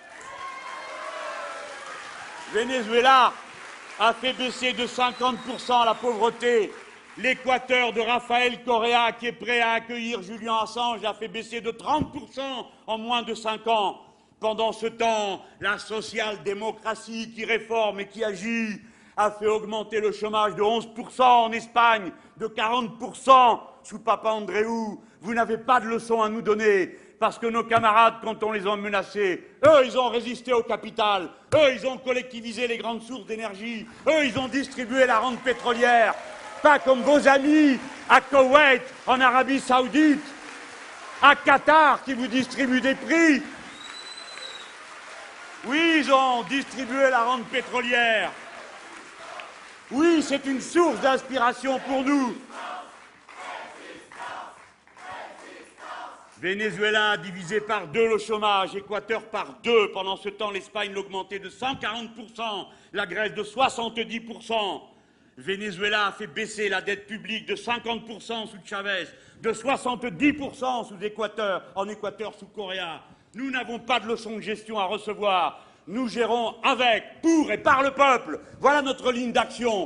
Venezuela a fait baisser de 50% la pauvreté. L'Équateur de Rafael Correa, qui est prêt à accueillir Julian Assange, a fait baisser de 30% en moins de 5 ans. Pendant ce temps, la social-démocratie qui réforme et qui agit a fait augmenter le chômage de 11% en Espagne, de 40% sous Papandréou. Vous n'avez pas de leçon à nous donner, parce que nos camarades, quand on les a menacés, eux, ils ont résisté au capital, eux, ils ont collectivisé les grandes sources d'énergie, eux, ils ont distribué la rente pétrolière, pas comme vos amis à Koweït, en Arabie Saoudite, à Qatar, qui vous distribuent des prix. Oui, ils ont distribué la rente pétrolière. Oui, c'est une source d'inspiration pour nous. Venezuela divisé par 2 le chômage, Équateur par 2. Pendant ce temps, l'Espagne l'augmentait de 140%, la Grèce de 70%. Venezuela a fait baisser la dette publique de 50% sous Chavez, de 70% sous Équateur, en Équateur sous Correa. Nous n'avons pas de leçon de gestion à recevoir. Nous gérons avec, pour et par le peuple. Voilà notre ligne d'action.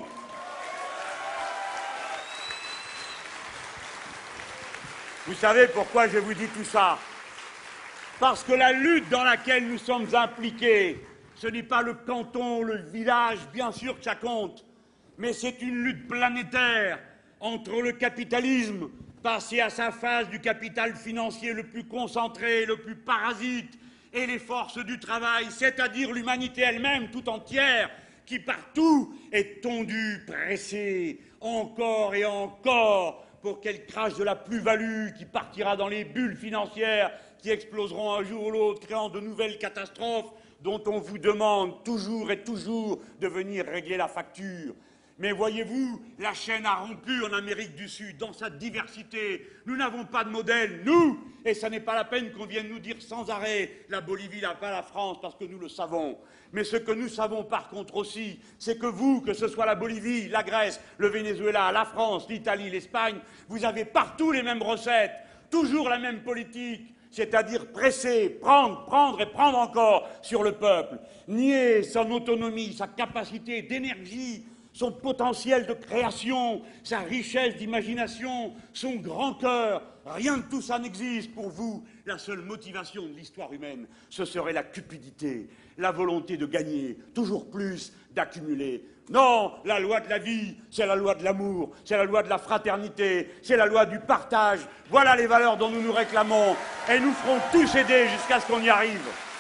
Vous savez pourquoi je vous dis tout ça? Parce que la lutte dans laquelle nous sommes impliqués, ce n'est pas le canton, le village, bien sûr que ça compte, mais c'est une lutte planétaire entre le capitalisme, passé à sa phase du capital financier le plus concentré, le plus parasite, et les forces du travail, c'est-à-dire l'humanité elle-même tout entière, qui partout est tondue, pressée, encore et encore, pour qu'elle crache de la plus-value qui partira dans les bulles financières qui exploseront un jour ou l'autre, créant de nouvelles catastrophes dont on vous demande toujours et toujours de venir régler la facture. Mais voyez-vous, la chaîne a rompu en Amérique du Sud, dans sa diversité. Nous n'avons pas de modèle, nous, et ça n'est pas la peine qu'on vienne nous dire sans arrêt la Bolivie n'a pas la France, parce que nous le savons. Mais ce que nous savons par contre aussi, c'est que vous, que ce soit la Bolivie, la Grèce, le Venezuela, la France, l'Italie, l'Espagne, vous avez partout les mêmes recettes, toujours la même politique, c'est-à-dire presser, prendre et prendre encore sur le peuple, nier son autonomie, sa capacité d'énergie, son potentiel de création, sa richesse d'imagination, son grand cœur. Rien de tout ça n'existe pour vous. La seule motivation de l'histoire humaine, ce serait la cupidité, la volonté de gagner, toujours plus, d'accumuler. Non, la loi de la vie, c'est la loi de l'amour, c'est la loi de la fraternité, c'est la loi du partage. Voilà les valeurs dont nous nous réclamons, et nous ferons tous aider jusqu'à ce qu'on y arrive.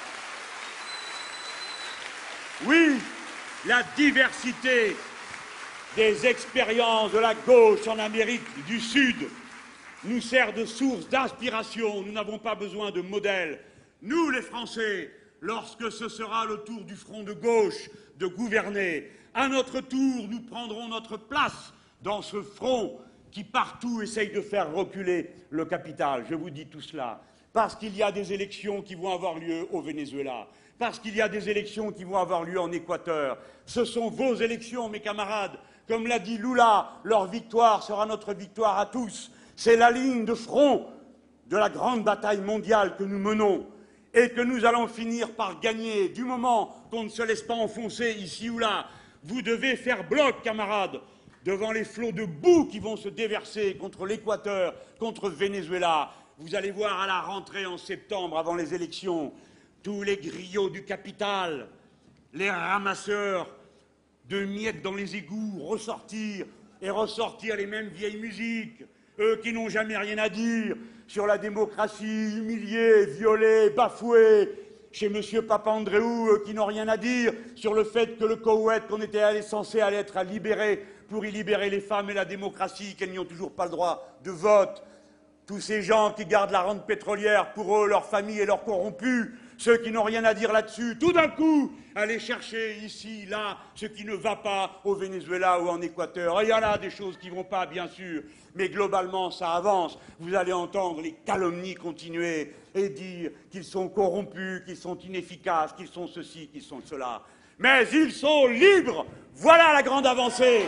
Oui, la diversité des expériences de la gauche en Amérique du Sud nous sert de source d'inspiration. Nous n'avons pas besoin de modèles. Nous, les Français, lorsque ce sera le tour du front de gauche de gouverner, à notre tour, nous prendrons notre place dans ce front qui partout essaye de faire reculer le capital. Je vous dis tout cela parce qu'il y a des élections qui vont avoir lieu au Venezuela, parce qu'il y a des élections qui vont avoir lieu en Équateur. Ce sont vos élections, mes camarades. Comme l'a dit Lula, leur victoire sera notre victoire à tous. C'est la ligne de front de la grande bataille mondiale que nous menons et que nous allons finir par gagner du moment qu'on ne se laisse pas enfoncer ici ou là. Vous devez faire bloc, camarades, devant les flots de boue qui vont se déverser contre l'Équateur, contre Venezuela. Vous allez voir à la rentrée en septembre, avant les élections, tous les griots du capital, les ramasseurs de miettes dans les égouts, ressortir les mêmes vieilles musiques, eux qui n'ont jamais rien à dire sur la démocratie, humiliée, violée, bafouée, chez M. Papandréou, eux qui n'ont rien à dire sur le fait que le Koweït qu'on était censé aller être à libérer pour y libérer les femmes et la démocratie, qu'elles n'y ont toujours pas le droit de vote. Tous ces gens qui gardent la rente pétrolière pour eux, leurs familles et leurs corrompus, ceux qui n'ont rien à dire là-dessus, tout d'un coup, aller chercher ici, là, ce qui ne va pas au Venezuela ou en Équateur. Et il y en a des choses qui ne vont pas, bien sûr, mais globalement, ça avance. Vous allez entendre les calomnies continuer et dire qu'ils sont corrompus, qu'ils sont inefficaces, qu'ils sont ceci, qu'ils sont cela. Mais ils sont libres. Voilà la grande avancée.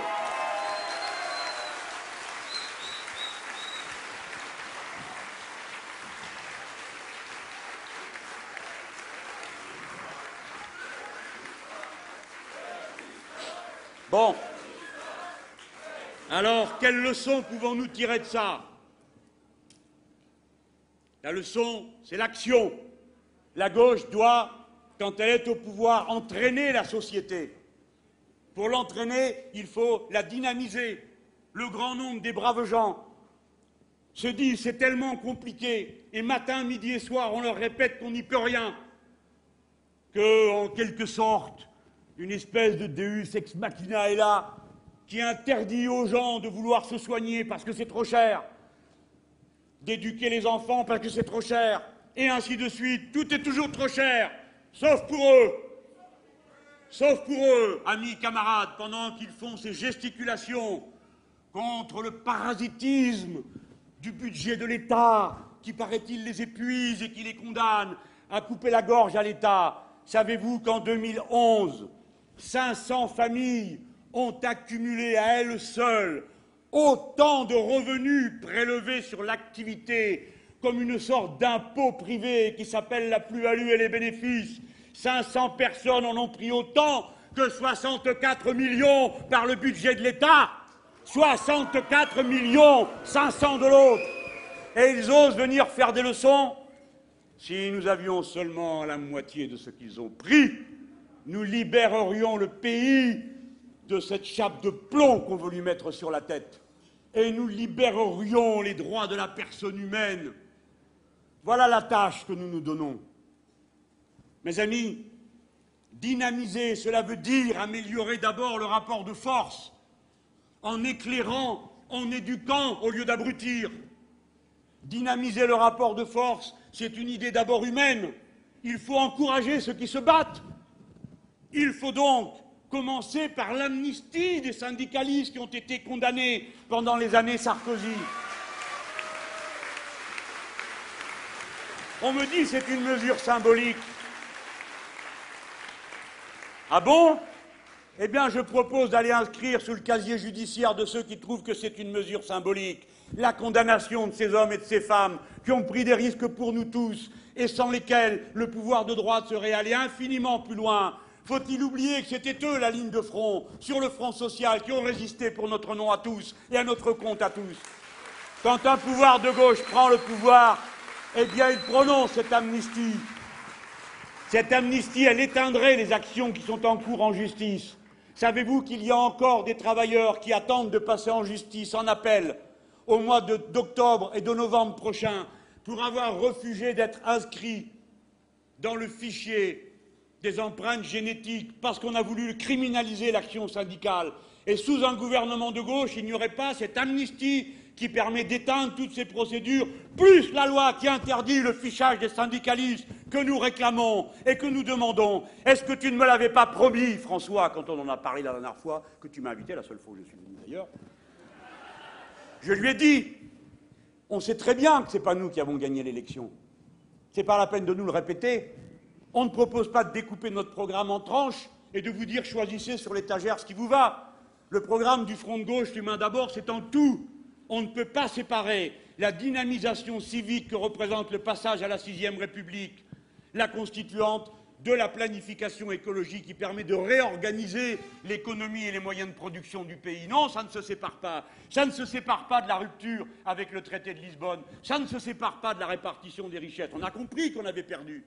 Bon. Alors, quelle leçon pouvons-nous tirer de ça? La leçon, c'est l'action. La gauche doit, quand elle est au pouvoir, entraîner la société. Pour l'entraîner, il faut la dynamiser. Le grand nombre des braves gens se disent c'est tellement compliqué, et matin, midi et soir, on leur répète qu'on n'y peut rien, que, en quelque sorte, une espèce de Deus ex machina est là, qui interdit aux gens de vouloir se soigner parce que c'est trop cher, d'éduquer les enfants parce que c'est trop cher, et ainsi de suite. Tout est toujours trop cher, sauf pour eux. Sauf pour eux, amis, camarades, pendant qu'ils font ces gesticulations contre le parasitisme du budget de l'État, qui, paraît-il, les épuise et qui les condamne à couper la gorge à l'État. Savez-vous qu'en 2011, 500 familles ont accumulé à elles seules autant de revenus prélevés sur l'activité comme une sorte d'impôt privé qui s'appelle la plus-value et les bénéfices. 500 personnes en ont pris autant que 64 millions par le budget de l'État. 64 millions 500 de l'autre. Et ils osent venir faire des leçons. Si nous avions seulement la moitié de ce qu'ils ont pris, nous libérerions le pays de cette chape de plomb qu'on veut lui mettre sur la tête. Et nous libérerions les droits de la personne humaine. Voilà la tâche que nous nous donnons. Mes amis, dynamiser, cela veut dire améliorer d'abord le rapport de force, en éclairant, en éduquant au lieu d'abrutir. Dynamiser le rapport de force, c'est une idée d'abord humaine. Il faut encourager ceux qui se battent. Il faut donc commencer par l'amnistie des syndicalistes qui ont été condamnés pendant les années Sarkozy. On me dit que c'est une mesure symbolique. Ah bon? Eh bien, je propose d'aller inscrire sur le casier judiciaire de ceux qui trouvent que c'est une mesure symbolique la condamnation de ces hommes et de ces femmes qui ont pris des risques pour nous tous et sans lesquels le pouvoir de droite serait allé infiniment plus loin. Faut-il oublier que c'était eux la ligne de front, sur le front social, qui ont résisté pour notre nom à tous et à notre compte à tous? Quand un pouvoir de gauche prend le pouvoir, eh bien, il prononce cette amnistie. Cette amnistie, elle éteindrait les actions qui sont en cours en justice. Savez-vous qu'il y a encore des travailleurs qui attendent de passer en justice, en appel, au mois d'octobre et de novembre prochains, pour avoir refusé d'être inscrits dans le fichier des empreintes génétiques parce qu'on a voulu criminaliser l'action syndicale. Et sous un gouvernement de gauche, il n'y aurait pas cette amnistie qui permet d'éteindre toutes ces procédures, plus la loi qui interdit le fichage des syndicalistes que nous réclamons et que nous demandons. Est-ce que tu ne me l'avais pas promis, François, quand on en a parlé la dernière fois, que tu m'as invité, la seule fois où je suis venu d'ailleurs? Je lui ai dit, on sait très bien que ce n'est pas nous qui avons gagné l'élection. Ce n'est pas la peine de nous le répéter. On ne propose pas de découper notre programme en tranches et de vous dire choisissez sur l'étagère ce qui vous va. Le programme du Front de gauche, l'humain d'abord, c'est en tout. On ne peut pas séparer la dynamisation civique que représente le passage à la 6e République, la constituante, de la planification écologique qui permet de réorganiser l'économie et les moyens de production du pays. Non, ça ne se sépare pas. Ça ne se sépare pas de la rupture avec le traité de Lisbonne. Ça ne se sépare pas de la répartition des richesses. On a compris qu'on avait perdu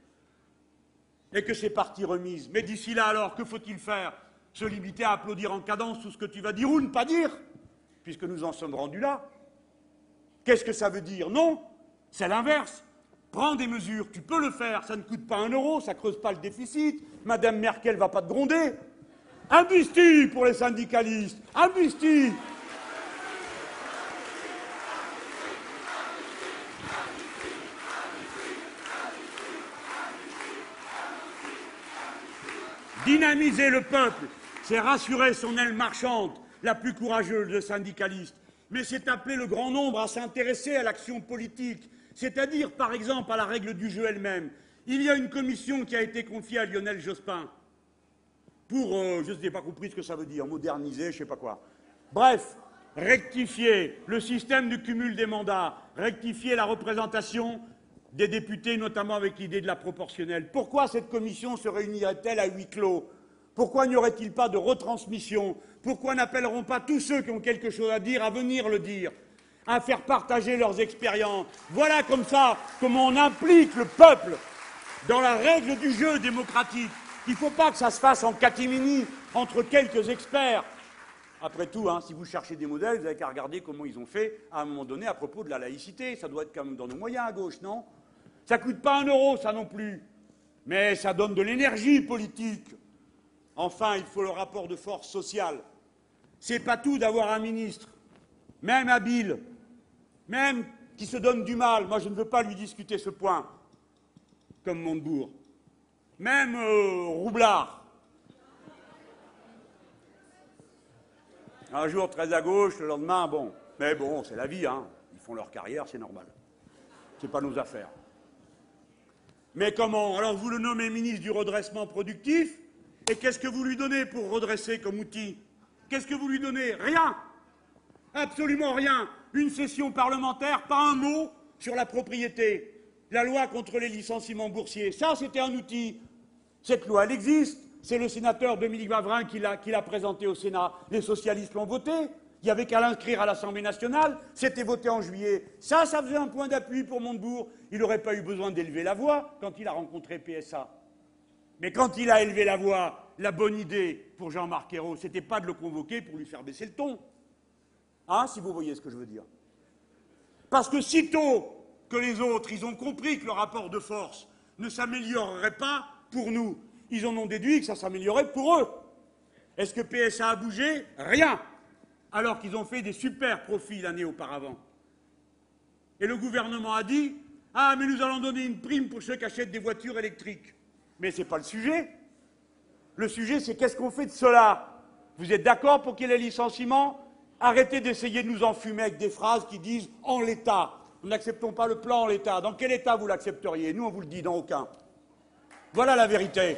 et que c'est partie remise. Mais d'ici là, alors, que faut-il faire? Se limiter à applaudir en cadence tout ce que tu vas dire ou ne pas dire, puisque nous en sommes rendus là. Qu'est-ce que ça veut dire? Non, c'est l'inverse. Prends des mesures, tu peux le faire, ça ne coûte pas 1 euro, ça ne creuse pas le déficit, Madame Merkel ne va pas te gronder. Amnistie pour les syndicalistes, amnistie. Dynamiser le peuple, c'est rassurer son aile marchande, la plus courageuse de syndicalistes, mais c'est appeler le grand nombre à s'intéresser à l'action politique, c'est-à-dire, par exemple, à la règle du jeu elle-même. Il y a une commission qui a été confiée à Lionel Jospin pour, je n'ai pas compris ce que ça veut dire, moderniser, je ne sais pas quoi. Bref, rectifier le système du cumul des mandats, rectifier la représentation des députés, notamment avec l'idée de la proportionnelle. Pourquoi cette commission se réunirait-elle à huis clos? Pourquoi n'y aurait-il pas de retransmission? Pourquoi n'appelleront pas tous ceux qui ont quelque chose à dire à venir le dire, à faire partager leurs expériences? Voilà comme ça comment on implique le peuple dans la règle du jeu démocratique. Il ne faut pas que ça se fasse en catimini, entre quelques experts. Après tout, hein, si vous cherchez des modèles, vous n'avez qu'à regarder comment ils ont fait à un moment donné à propos de la laïcité. Ça doit être quand même dans nos moyens à gauche, non? Ça ne coûte pas 1 euro, ça non plus. Mais ça donne de l'énergie politique. Enfin, il faut le rapport de force sociale. C'est pas tout d'avoir un ministre, même habile, même qui se donne du mal. Moi, je ne veux pas lui discuter ce point, comme Montebourg. Même Roublard. Un jour très à gauche, le lendemain, bon. Mais bon, c'est la vie, hein. Ils font leur carrière, c'est normal. C'est pas nos affaires. Mais comment? Alors vous le nommez ministre du redressement productif, et qu'est-ce que vous lui donnez pour redresser comme outil? Qu'est-ce que vous lui donnez? Rien. Absolument rien. Une session parlementaire, pas un mot sur la propriété. La loi contre les licenciements boursiers, ça c'était un outil. Cette loi, elle existe. C'est le sénateur Dominique Vavrin qui l'a présentée au Sénat. Les socialistes l'ont voté. Il n'y avait qu'à l'inscrire à l'Assemblée nationale. C'était voté en juillet. Ça faisait un point d'appui pour Montebourg. Il n'aurait pas eu besoin d'élever la voix quand il a rencontré PSA. Mais quand il a élevé la voix, la bonne idée pour Jean-Marc Ayrault, ce n'était pas de le convoquer pour lui faire baisser le ton. Hein, si vous voyez ce que je veux dire. Parce que sitôt que les autres, ils ont compris que le rapport de force ne s'améliorerait pas pour nous, ils en ont déduit que ça s'améliorerait pour eux. Est-ce que PSA a bougé? Rien. Alors qu'ils ont fait des super profits l'année auparavant. Et le gouvernement a dit « Ah, mais nous allons donner une prime pour ceux qui achètent des voitures électriques. » Mais ce n'est pas le sujet. Le sujet, c'est qu'est-ce qu'on fait de cela? Vous êtes d'accord pour qu'il y ait les licenciements? Arrêtez d'essayer de nous enfumer avec des phrases qui disent « en l'état ». Nous n'acceptons pas le plan en l'état. Dans quel état vous l'accepteriez? Nous, on vous le dit, dans aucun. Voilà la vérité.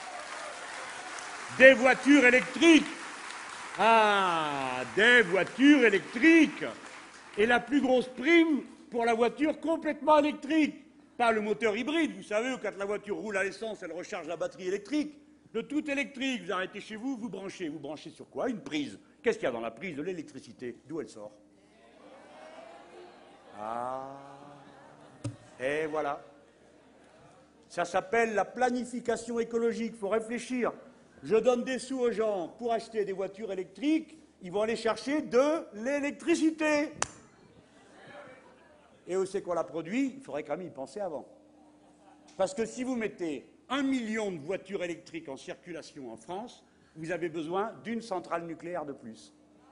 Des voitures électriques. Ah, des voitures électriques. Et la plus grosse prime pour la voiture complètement électrique. Pas le moteur hybride, vous savez, quand la voiture roule à l'essence, elle recharge la batterie électrique. Le tout électrique, vous arrêtez chez vous, vous branchez. Vous branchez sur quoi? Une prise. Qu'est-ce qu'il y a dans la prise? De l'électricité. D'où elle sort? Ah. Et voilà. Ça s'appelle la planification écologique. Il faut réfléchir. Je donne des sous aux gens pour acheter des voitures électriques, ils vont aller chercher de l'électricité. Et où c'est qu'on la produit? Il faudrait quand même y penser avant. Parce que si vous mettez 1 million de voitures électriques en circulation en France, vous avez besoin d'une centrale nucléaire de plus.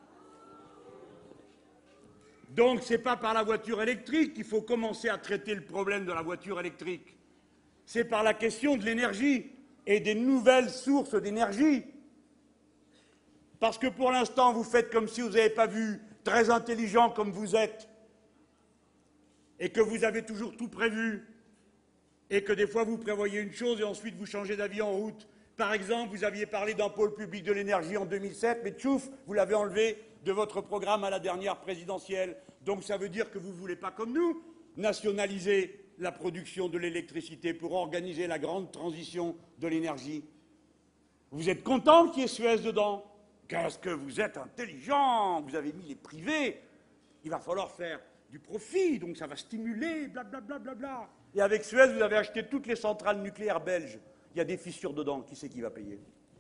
Donc ce n'est pas par la voiture électrique qu'il faut commencer à traiter le problème de la voiture électrique. C'est par la question de l'énergie et des nouvelles sources d'énergie. Parce que pour l'instant, vous faites comme si vous n'avez pas vu, très intelligent comme vous êtes, et que vous avez toujours tout prévu, et que des fois vous prévoyez une chose et ensuite vous changez d'avis en route. Par exemple, vous aviez parlé d'un pôle public de l'énergie en 2007, mais tchouf, vous l'avez enlevé de votre programme à la dernière présidentielle. Donc ça veut dire que vous ne voulez pas, comme nous, nationaliser la production de l'électricité pour organiser la grande transition de l'énergie. Vous êtes content qu'il y ait Suez dedans? Qu'est-ce que vous êtes intelligent? Vous avez mis les privés. Il va falloir faire du profit, donc ça va stimuler, blablabla. Bla, bla, bla. Et avec Suez, vous avez acheté toutes les centrales nucléaires belges. Il y a des fissures dedans. Qui c'est qui va payer?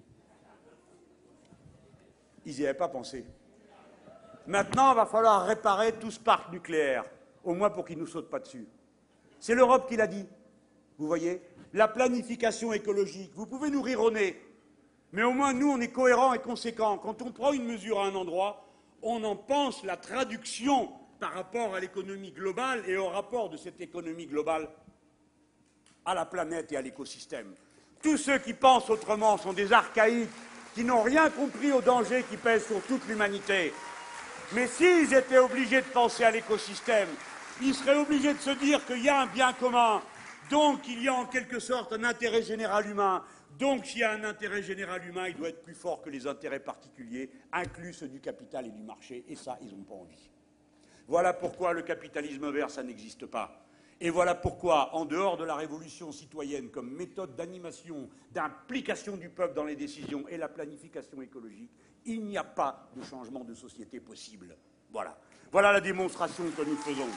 Ils n'y avaient pas pensé. Maintenant, il va falloir réparer tout ce parc nucléaire, au moins pour qu'il ne nous saute pas dessus. C'est l'Europe qui l'a dit. Vous voyez? La planification écologique. Vous pouvez nous rire au nez, mais au moins, nous, on est cohérents et conséquents. Quand on prend une mesure à un endroit, on en pense la traduction par rapport à l'économie globale et au rapport de cette économie globale à la planète et à l'écosystème. Tous ceux qui pensent autrement sont des archaïques qui n'ont rien compris aux dangers qui pèsent sur toute l'humanité. Mais s'ils étaient obligés de penser à l'écosystème, ils seraient obligés de se dire qu'il y a un bien commun, donc il y a en quelque sorte un intérêt général humain. Donc s'il y a un intérêt général humain, il doit être plus fort que les intérêts particuliers, inclus ceux du capital et du marché, et ça, ils n'ont pas envie. Voilà pourquoi le capitalisme vert, ça n'existe pas. Et voilà pourquoi, en dehors de la révolution citoyenne comme méthode d'animation, d'implication du peuple dans les décisions et la planification écologique, il n'y a pas de changement de société possible. Voilà. Voilà la démonstration que nous faisons.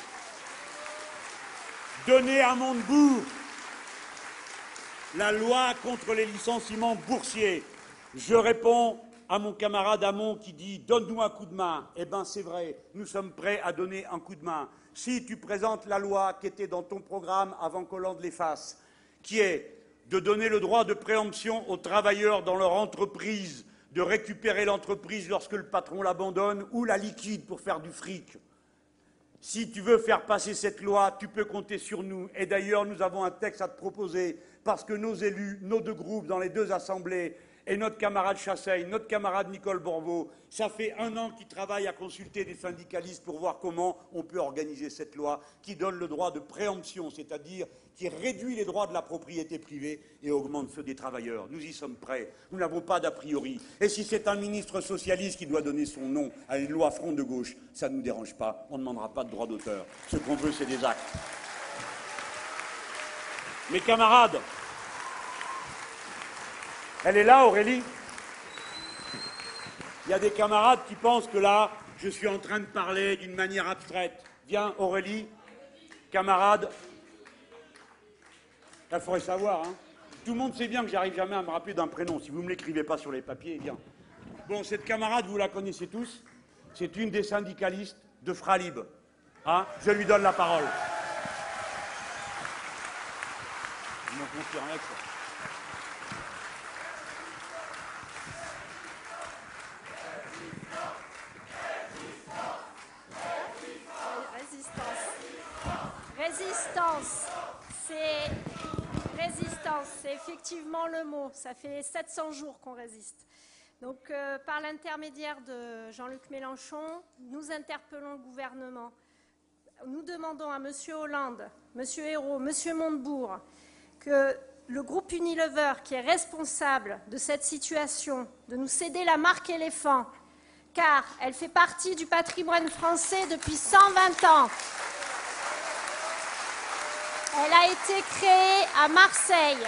Donner à Montebourg la loi contre les licenciements boursiers, Je réponds à mon camarade Hamon qui dit « Donne-nous un coup de main ». Eh bien, c'est vrai, nous sommes prêts à donner un coup de main. Si tu présentes la loi qui était dans ton programme avant qu'Hollande l'efface, qui est de donner le droit de préemption aux travailleurs dans leur entreprise, de récupérer l'entreprise lorsque le patron l'abandonne ou la liquide pour faire du fric. Si tu veux faire passer cette loi, tu peux compter sur nous. Et d'ailleurs, nous avons un texte à te proposer parce que nos élus, nos deux groupes dans les deux assemblées, et notre camarade Chassaigne, notre camarade Nicole Borvo, ça fait 1 an qu'ils travaillent à consulter des syndicalistes pour voir comment on peut organiser cette loi qui donne le droit de préemption, c'est-à-dire qui réduit les droits de la propriété privée et augmente ceux des travailleurs. Nous y sommes prêts, nous n'avons pas d'a priori. Et si c'est un ministre socialiste qui doit donner son nom à une loi front de gauche, ça ne nous dérange pas, on ne demandera pas de droit d'auteur. Ce qu'on veut, c'est des actes. Mes camarades, elle est là, Aurélie. Il y a des camarades qui pensent que là, je suis en train de parler d'une manière abstraite. Viens, Aurélie, camarade. Il faudrait savoir, hein. Tout le monde sait bien que j'arrive jamais à me rappeler d'un prénom. Si vous ne me l'écrivez pas sur les papiers, viens. Bon, cette camarade, vous la connaissez tous. C'est une des syndicalistes de Fralib. Hein, je lui donne la parole. Ils m'ont confié un ex. Résistance, c'est effectivement le mot. Ça fait 700 jours qu'on résiste. Donc, par l'intermédiaire de Jean-Luc Mélenchon, nous interpellons le gouvernement. Nous demandons à M. Hollande, M. Ayrault, M. Montebourg, que le groupe Unilever, qui est responsable de cette situation, de nous céder la marque éléphant, car elle fait partie du patrimoine français depuis 120 ans. Elle a été créée à Marseille.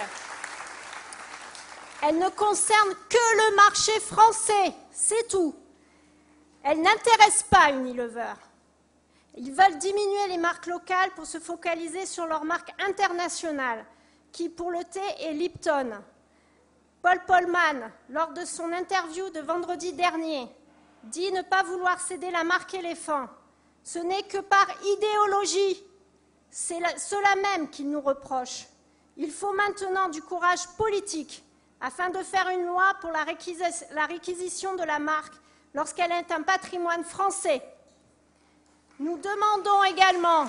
Elle ne concerne que le marché français, c'est tout. Elle n'intéresse pas Unilever. Ils veulent diminuer les marques locales pour se focaliser sur leurs marques internationales, qui pour le thé est Lipton. Paul Polman, lors de son interview de vendredi dernier, dit ne pas vouloir céder la marque éléphant. Ce n'est que par idéologie. C'est cela même qu'il nous reproche. Il faut maintenant du courage politique afin de faire une loi pour la réquisition de la marque lorsqu'elle est un patrimoine français. Nous demandons également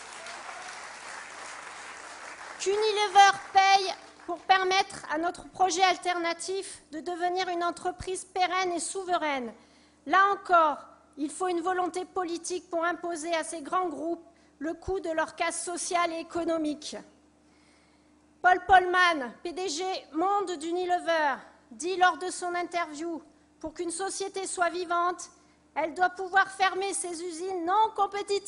qu'Unilever paye pour permettre à notre projet alternatif de devenir une entreprise pérenne et souveraine. Là encore, il faut une volonté politique pour imposer à ces grands groupes le coût de leur casse sociale et économique. Paul Polman, PDG Monde d'Unilever, dit lors de son interview « Pour qu'une société soit vivante, elle doit pouvoir fermer ses usines non compétitives. »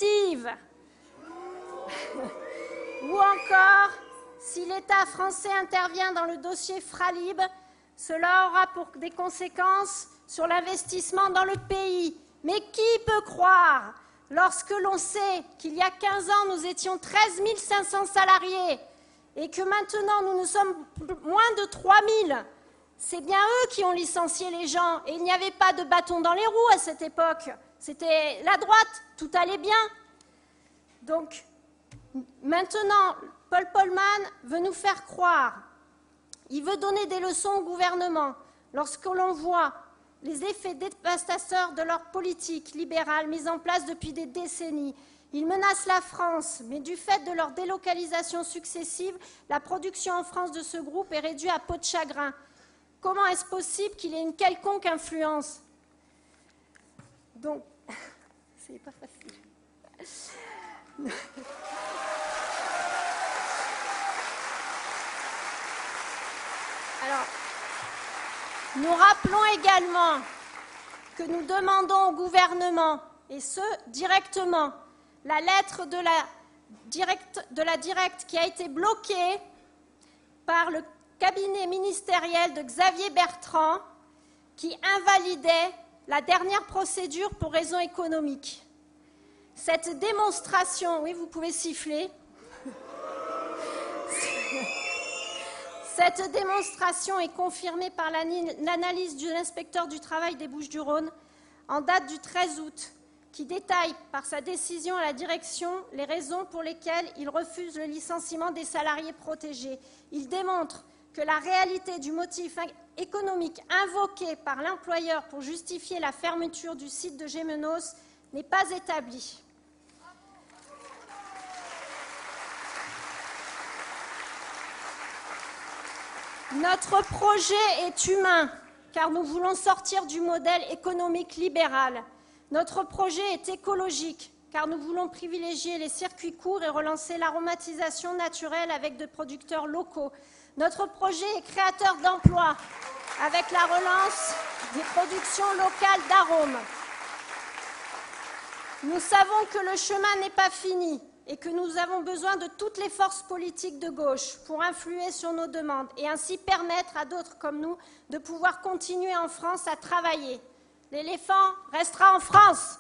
Ou encore, si l'État français intervient dans le dossier Fralib, cela aura pour des conséquences sur l'investissement dans le pays. Mais qui peut croire, lorsque l'on sait qu'il y a 15 ans, nous étions 13 500 salariés et que maintenant, nous sommes moins de 3 000, c'est bien eux qui ont licencié les gens. Et il n'y avait pas de bâton dans les roues à cette époque. C'était la droite, tout allait bien. Donc, maintenant, Paul Polman veut nous faire croire, il veut donner des leçons au gouvernement lorsque l'on voit les effets dévastateurs de leur politique libérale mise en place depuis des décennies. Ils menacent la France, mais du fait de leur délocalisation successive, la production en France de ce groupe est réduite à peau de chagrin. Comment est-ce possible qu'il ait une quelconque influence? Donc, c'est pas facile. Alors, nous rappelons également que nous demandons au gouvernement, et ce, directement, la lettre de la directe qui a été bloquée par le cabinet ministériel de Xavier Bertrand, qui invalidait la dernière procédure pour raisons économiques. Cette démonstration, oui, vous pouvez siffler, Cette démonstration est confirmée par l'analyse de l'inspecteur du travail des Bouches-du-Rhône en date du 13 août, qui détaille par sa décision à la direction les raisons pour lesquelles il refuse le licenciement des salariés protégés. Il démontre que la réalité du motif économique invoqué par l'employeur pour justifier la fermeture du site de Gémenos n'est pas établie. Notre projet est humain, car nous voulons sortir du modèle économique libéral. Notre projet est écologique, car nous voulons privilégier les circuits courts et relancer l'aromatisation naturelle avec des producteurs locaux. Notre projet est créateur d'emplois, avec la relance des productions locales d'arômes. Nous savons que le chemin n'est pas fini et que nous avons besoin de toutes les forces politiques de gauche pour influer sur nos demandes et ainsi permettre à d'autres comme nous de pouvoir continuer en France à travailler. L'éléphant restera en France.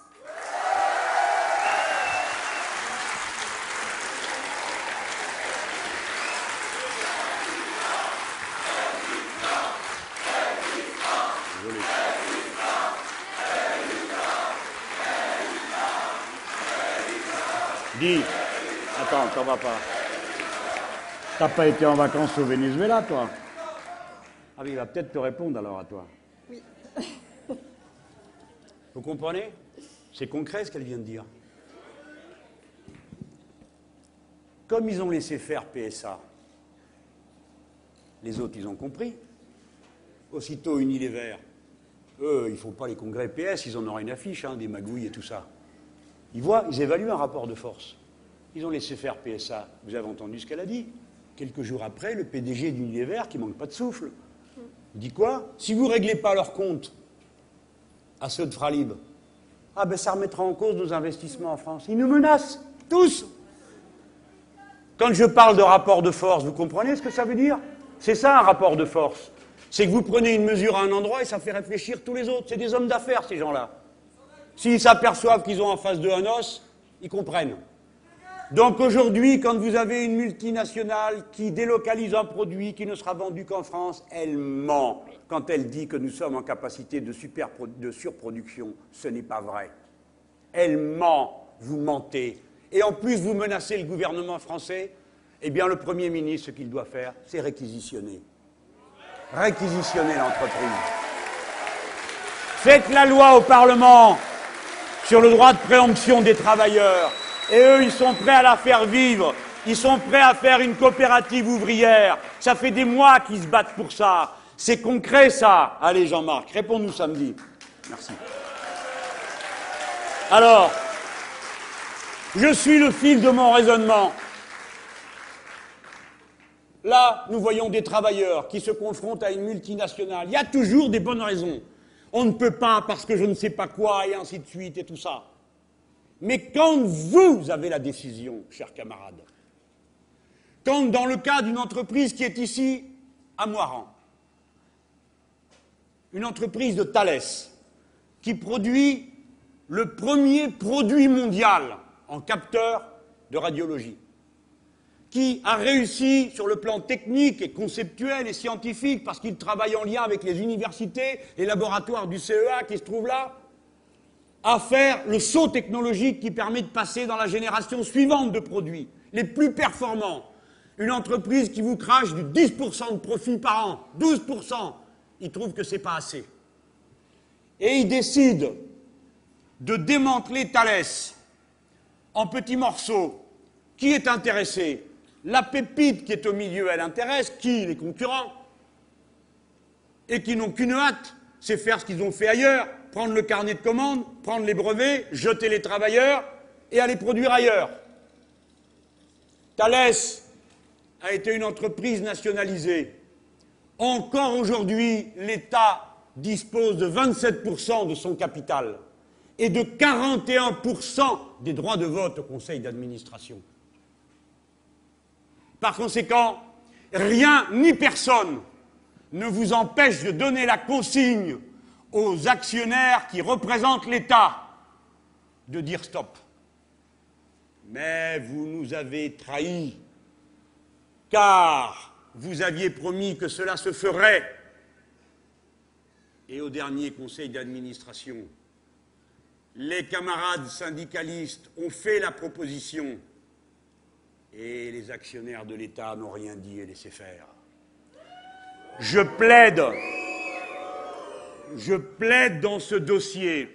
Dis, attends, t'en vas pas. T'as pas été en vacances au Venezuela, toi? Ah oui, il va peut-être te répondre alors à toi. Oui. Vous comprenez? C'est concret ce qu'elle vient de dire. Comme ils ont laissé faire PSA, les autres, ils ont compris. Aussitôt Unilever, eux, ils ne font pas les congrès PS, ils en auraient une affiche, hein, des magouilles et tout ça. Ils voient, ils évaluent un rapport de force. Ils ont laissé faire PSA. Vous avez entendu ce qu'elle a dit? Quelques jours après, le PDG d'Unilever, qui ne manque pas de souffle, dit quoi? Si vous ne réglez pas leurs comptes à ceux de Fralib, ah ben ça remettra en cause nos investissements en France. Ils nous menacent, tous. Quand je parle de rapport de force, vous comprenez ce que ça veut dire? C'est ça un rapport de force. C'est que vous prenez une mesure à un endroit et ça fait réfléchir tous les autres. C'est des hommes d'affaires, ces gens-là. S'ils s'aperçoivent qu'ils ont en face d'eux un os, ils comprennent. Donc aujourd'hui, quand vous avez une multinationale qui délocalise un produit qui ne sera vendu qu'en France, elle ment quand elle dit que nous sommes en capacité de surproduction. Ce n'est pas vrai. Elle ment, vous mentez. Et en plus, vous menacez le gouvernement français. Eh bien, le Premier ministre, ce qu'il doit faire, c'est réquisitionner. Réquisitionner l'entreprise. Faites la loi au Parlement sur le droit de préemption des travailleurs. Et eux, ils sont prêts à la faire vivre. Ils sont prêts à faire une coopérative ouvrière. Ça fait des mois qu'ils se battent pour ça. C'est concret, ça. Allez, Jean-Marc, réponds-nous samedi. Merci. Alors, je suis le fil de mon raisonnement. Là, nous voyons des travailleurs qui se confrontent à une multinationale. Il y a toujours des bonnes raisons. On ne peut pas parce que je ne sais pas quoi, et ainsi de suite, et tout ça. Mais quand vous avez la décision, chers camarades, quand dans le cas d'une entreprise qui est ici, à Moiran, une entreprise de Thales, qui produit le premier produit mondial en capteur de radiologie, qui a réussi sur le plan technique et conceptuel et scientifique, parce qu'il travaille en lien avec les universités et laboratoires du CEA qui se trouvent là, à faire le saut technologique qui permet de passer dans la génération suivante de produits, les plus performants. Une entreprise qui vous crache du 10% de profit par an, 12%, ils trouvent que ce n'est pas assez. Et ils décident de démanteler Thales en petits morceaux. Qui est intéressé? La pépite qui est au milieu, elle intéresse qui? Les concurrents. Et qui n'ont qu'une hâte, c'est faire ce qu'ils ont fait ailleurs, prendre le carnet de commandes, prendre les brevets, jeter les travailleurs et aller produire ailleurs. Thales a été une entreprise nationalisée. Encore aujourd'hui, l'État dispose de 27% de son capital et de 41% des droits de vote au conseil d'administration. Par conséquent, rien ni personne ne vous empêche de donner la consigne aux actionnaires qui représentent l'État de dire stop. Mais vous nous avez trahis, car vous aviez promis que cela se ferait. Et au dernier conseil d'administration, les camarades syndicalistes ont fait la proposition et les actionnaires de l'État n'ont rien dit et laissé faire. Je plaide dans ce dossier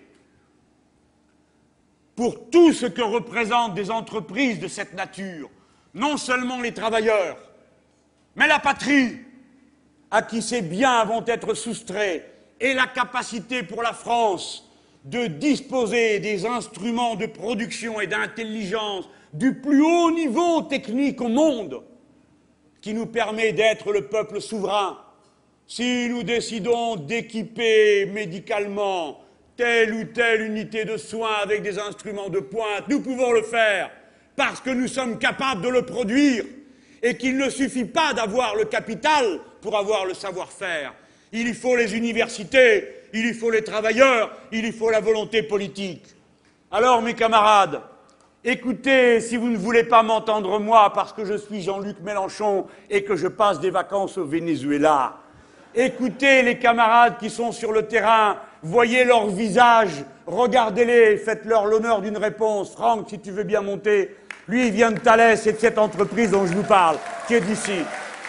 pour tout ce que représentent des entreprises de cette nature, non seulement les travailleurs, mais la patrie, à qui ces biens vont être soustraits, et la capacité pour la France de disposer des instruments de production et d'intelligence du plus haut niveau technique au monde, qui nous permet d'être le peuple souverain. Si nous décidons d'équiper médicalement telle ou telle unité de soins avec des instruments de pointe, nous pouvons le faire parce que nous sommes capables de le produire et qu'il ne suffit pas d'avoir le capital pour avoir le savoir-faire. Il y faut les universités, il y faut les travailleurs, il y faut la volonté politique. Alors, mes camarades, écoutez, si vous ne voulez pas m'entendre moi parce que je suis Jean-Luc Mélenchon et que je passe des vacances au Venezuela, écoutez les camarades qui sont sur le terrain, voyez leurs visages, regardez-les, faites-leur l'honneur d'une réponse. Franck, si tu veux bien monter, lui il vient de Thales et de cette entreprise dont je vous parle, qui est d'ici.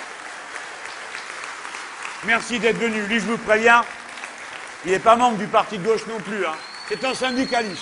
Merci d'être venu. Lui, je vous préviens, il n'est pas membre du parti de gauche non plus, hein. C'est un syndicaliste.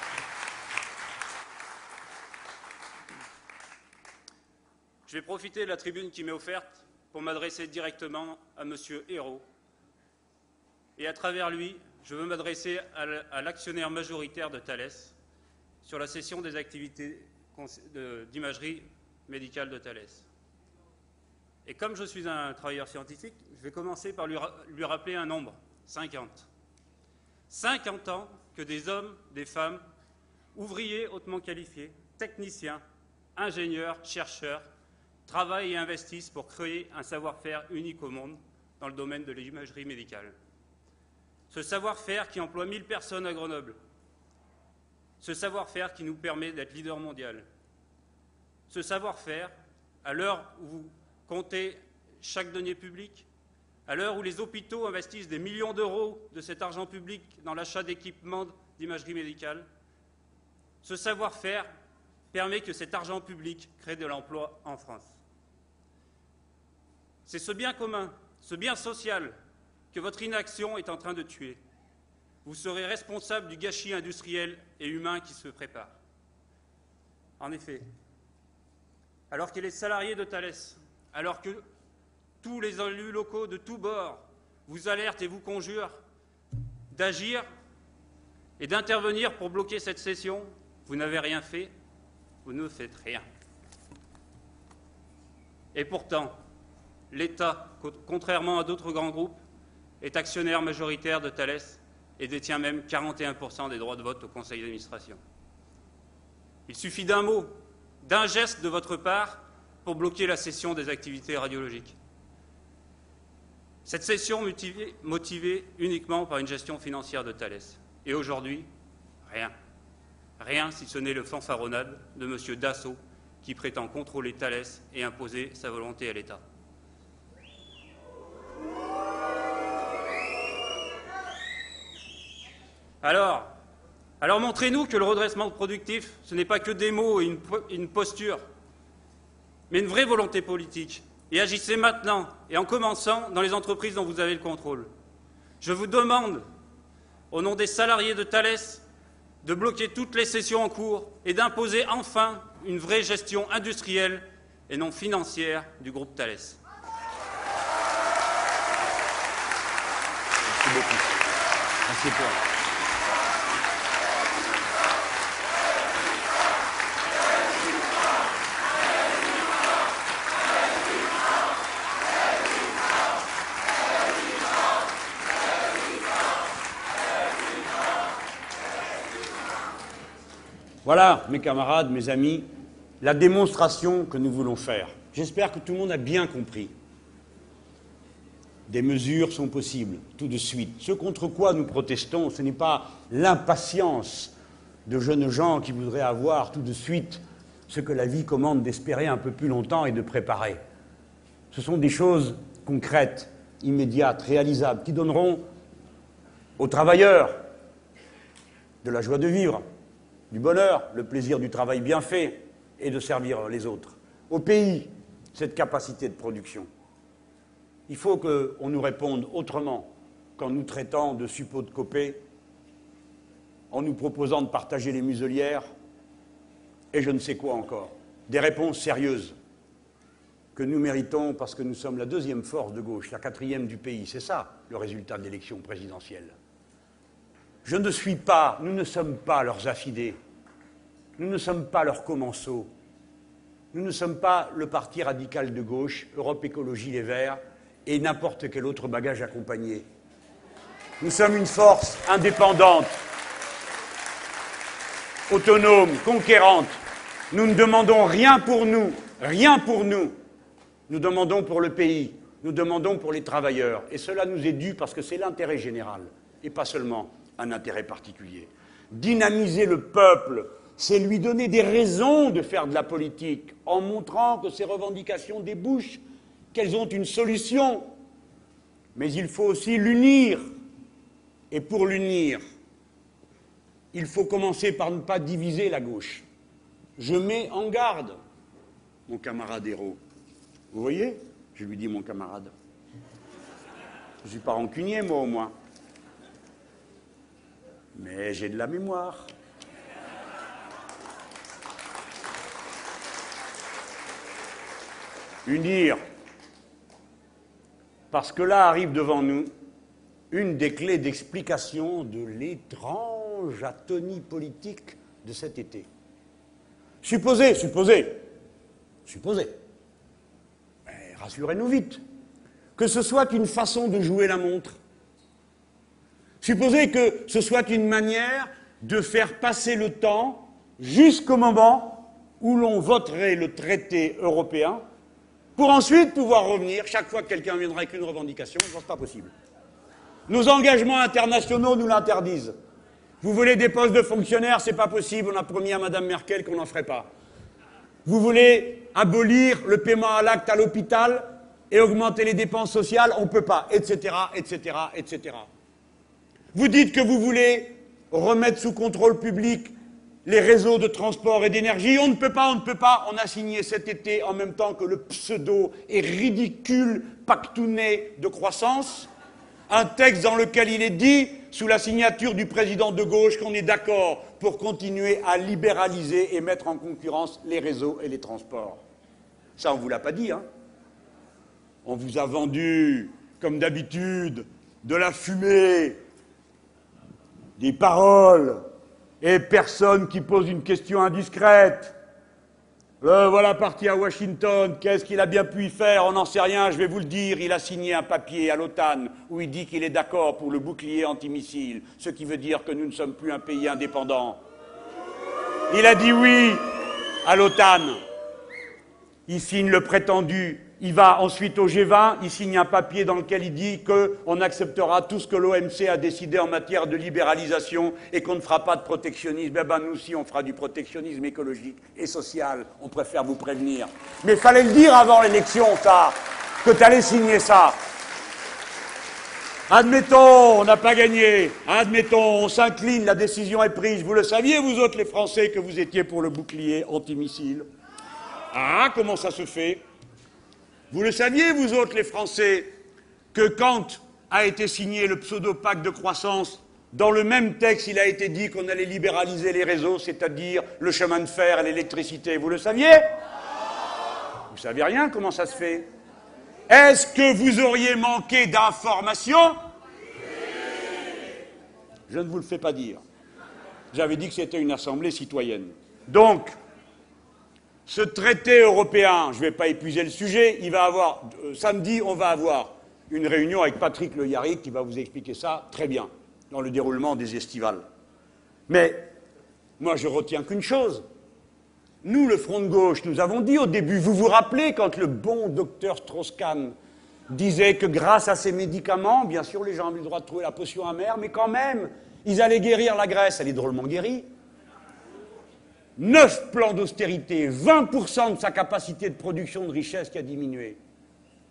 Je vais profiter de la tribune qui m'est offerte pour m'adresser directement à M. Ayrault. Et à travers lui, je veux m'adresser à l'actionnaire majoritaire de Thales sur la cession des activités d'imagerie médicale de Thales. Et comme je suis un travailleur scientifique, je vais commencer par lui rappeler un nombre, 50. 50 ans que des hommes, des femmes, ouvriers hautement qualifiés, techniciens, ingénieurs, chercheurs, travaillent et investissent pour créer un savoir-faire unique au monde dans le domaine de l'imagerie médicale. Ce savoir-faire qui emploie 1000 personnes à Grenoble. Ce savoir-faire qui nous permet d'être leader mondial. Ce savoir-faire, à l'heure où vous comptez chaque denier public, à l'heure où les hôpitaux investissent des millions d'euros de cet argent public dans l'achat d'équipements d'imagerie médicale, ce savoir-faire permet que cet argent public crée de l'emploi en France. C'est ce bien commun, ce bien social, que votre inaction est en train de tuer. Vous serez responsable du gâchis industriel et humain qui se prépare. En effet, alors que les salariés de Thales, alors que tous les élus locaux de tous bords vous alertent et vous conjurent d'agir et d'intervenir pour bloquer cette cession, vous n'avez rien fait, vous ne faites rien. Et pourtant, l'État, contrairement à d'autres grands groupes, est actionnaire majoritaire de Thales et détient même 41% des droits de vote au conseil d'administration. Il suffit d'un mot, d'un geste de votre part pour bloquer la cession des activités radiologiques. Cette cession motivée uniquement par une gestion financière de Thales. Et aujourd'hui, rien. Rien si ce n'est le fanfaronnade de M. Dassault qui prétend contrôler Thales et imposer sa volonté à l'État. Alors montrez-nous que le redressement productif, ce n'est pas que des mots et une posture, mais une vraie volonté politique. Et agissez maintenant, et en commençant dans les entreprises dont vous avez le contrôle. Je vous demande, au nom des salariés de Thales, de bloquer toutes les cessions en cours et d'imposer enfin une vraie gestion industrielle et non financière du groupe Thales. Merci beaucoup. Merci Paul. Voilà, mes camarades, mes amis, la démonstration que nous voulons faire. J'espère que tout le monde a bien compris. Des mesures sont possibles, tout de suite. Ce contre quoi nous protestons, ce n'est pas l'impatience de jeunes gens qui voudraient avoir tout de suite ce que la vie commande d'espérer un peu plus longtemps et de préparer. Ce sont des choses concrètes, immédiates, réalisables, qui donneront aux travailleurs de la joie de vivre, du bonheur, le plaisir du travail bien fait et de servir les autres. Au pays, cette capacité de production. Il faut qu'on nous réponde autrement qu'en nous traitant de suppôts de copé, en nous proposant de partager les muselières et je ne sais quoi encore. Des réponses sérieuses que nous méritons parce que nous sommes la deuxième force de gauche, la quatrième du pays. C'est ça, le résultat de l'élection présidentielle. Nous ne sommes pas leurs affidés. Nous ne sommes pas leurs commensaux. Nous ne sommes pas le parti radical de gauche, Europe Écologie Les Verts, et n'importe quel autre bagage accompagné. Nous sommes une force indépendante, autonome, conquérante. Nous ne demandons rien pour nous, rien pour nous. Nous demandons pour le pays, nous demandons pour les travailleurs. Et cela nous est dû parce que c'est l'intérêt général, et pas seulement un intérêt particulier. Dynamiser le peuple, c'est lui donner des raisons de faire de la politique, en montrant que ses revendications débouchent, qu'elles ont une solution. Mais il faut aussi l'unir. Et pour l'unir, il faut commencer par ne pas diviser la gauche. Je mets en garde mon camarade Hérault. Vous voyez? Je lui dis mon camarade. Je ne suis pas rancunier, moi, au moins. Mais j'ai de la mémoire. Unir. Parce que là arrive devant nous une des clés d'explication de l'étrange atonie politique de cet été. Supposez, mais rassurez-nous vite, que ce soit une façon de jouer la montre. Supposez que ce soit une manière de faire passer le temps jusqu'au moment où l'on voterait le traité européen pour ensuite pouvoir revenir chaque fois que quelqu'un viendra avec une revendication. Ce n'est pas possible. Nos engagements internationaux nous l'interdisent. Vous voulez des postes de fonctionnaires, c'est pas possible, on a promis à Mme Merkel qu'on n'en ferait pas. Vous voulez abolir le paiement à l'acte à l'hôpital et augmenter les dépenses sociales, on ne peut pas, etc., etc., etc. Vous dites que vous voulez remettre sous contrôle public les réseaux de transport et d'énergie, on ne peut pas, on a signé cet été en même temps que le pseudo et ridicule pactounet de croissance, un texte dans lequel il est dit, sous la signature du président de gauche, qu'on est d'accord pour continuer à libéraliser et mettre en concurrence les réseaux et les transports. Ça, on ne vous l'a pas dit, hein. On vous a vendu, comme d'habitude, de la fumée, des paroles, et personne qui pose une question indiscrète. Voilà parti à Washington, qu'est-ce qu'il a bien pu y faire? On n'en sait rien, je vais vous le dire. Il a signé un papier à l'OTAN où il dit qu'il est d'accord pour le bouclier antimissile, ce qui veut dire que nous ne sommes plus un pays indépendant. Il a dit oui à l'OTAN. Il signe le prétendu. Il va ensuite au G20, il signe un papier dans lequel il dit qu'on acceptera tout ce que l'OMC a décidé en matière de libéralisation et qu'on ne fera pas de protectionnisme. Eh bien, nous aussi, on fera du protectionnisme écologique et social. On préfère vous prévenir. Mais il fallait le dire avant l'élection, ça, que tu allais signer ça. Admettons, on n'a pas gagné. Admettons, on s'incline, la décision est prise. Vous le saviez, vous autres, les Français, que vous étiez pour le bouclier antimissile? Ah, comment ça se fait? Vous le saviez, vous autres, les Français, que quand a été signé le pseudo-pacte de croissance, dans le même texte, il a été dit qu'on allait libéraliser les réseaux, c'est-à-dire le chemin de fer et l'électricité. Vous le saviez? Vous ne savez rien, comment ça se fait? Est-ce que vous auriez manqué d'informations? Je ne vous le fais pas dire. J'avais dit que c'était une assemblée citoyenne. Donc, ce traité européen, je ne vais pas épuiser le sujet, il va avoir, samedi, on va avoir une réunion avec Patrick Le Yarrick qui va vous expliquer ça très bien, dans le déroulement des estivales. Mais, moi, je retiens qu'une chose. Nous, le Front de gauche, nous avons dit au début, vous vous rappelez quand le bon docteur Strauss-Kahn disait que grâce à ces médicaments, bien sûr, les gens avaient le droit de trouver la potion amère, mais quand même, ils allaient guérir la Grèce. Elle est drôlement guérie. 9 plans d'austérité, 20% de sa capacité de production de richesse qui a diminué.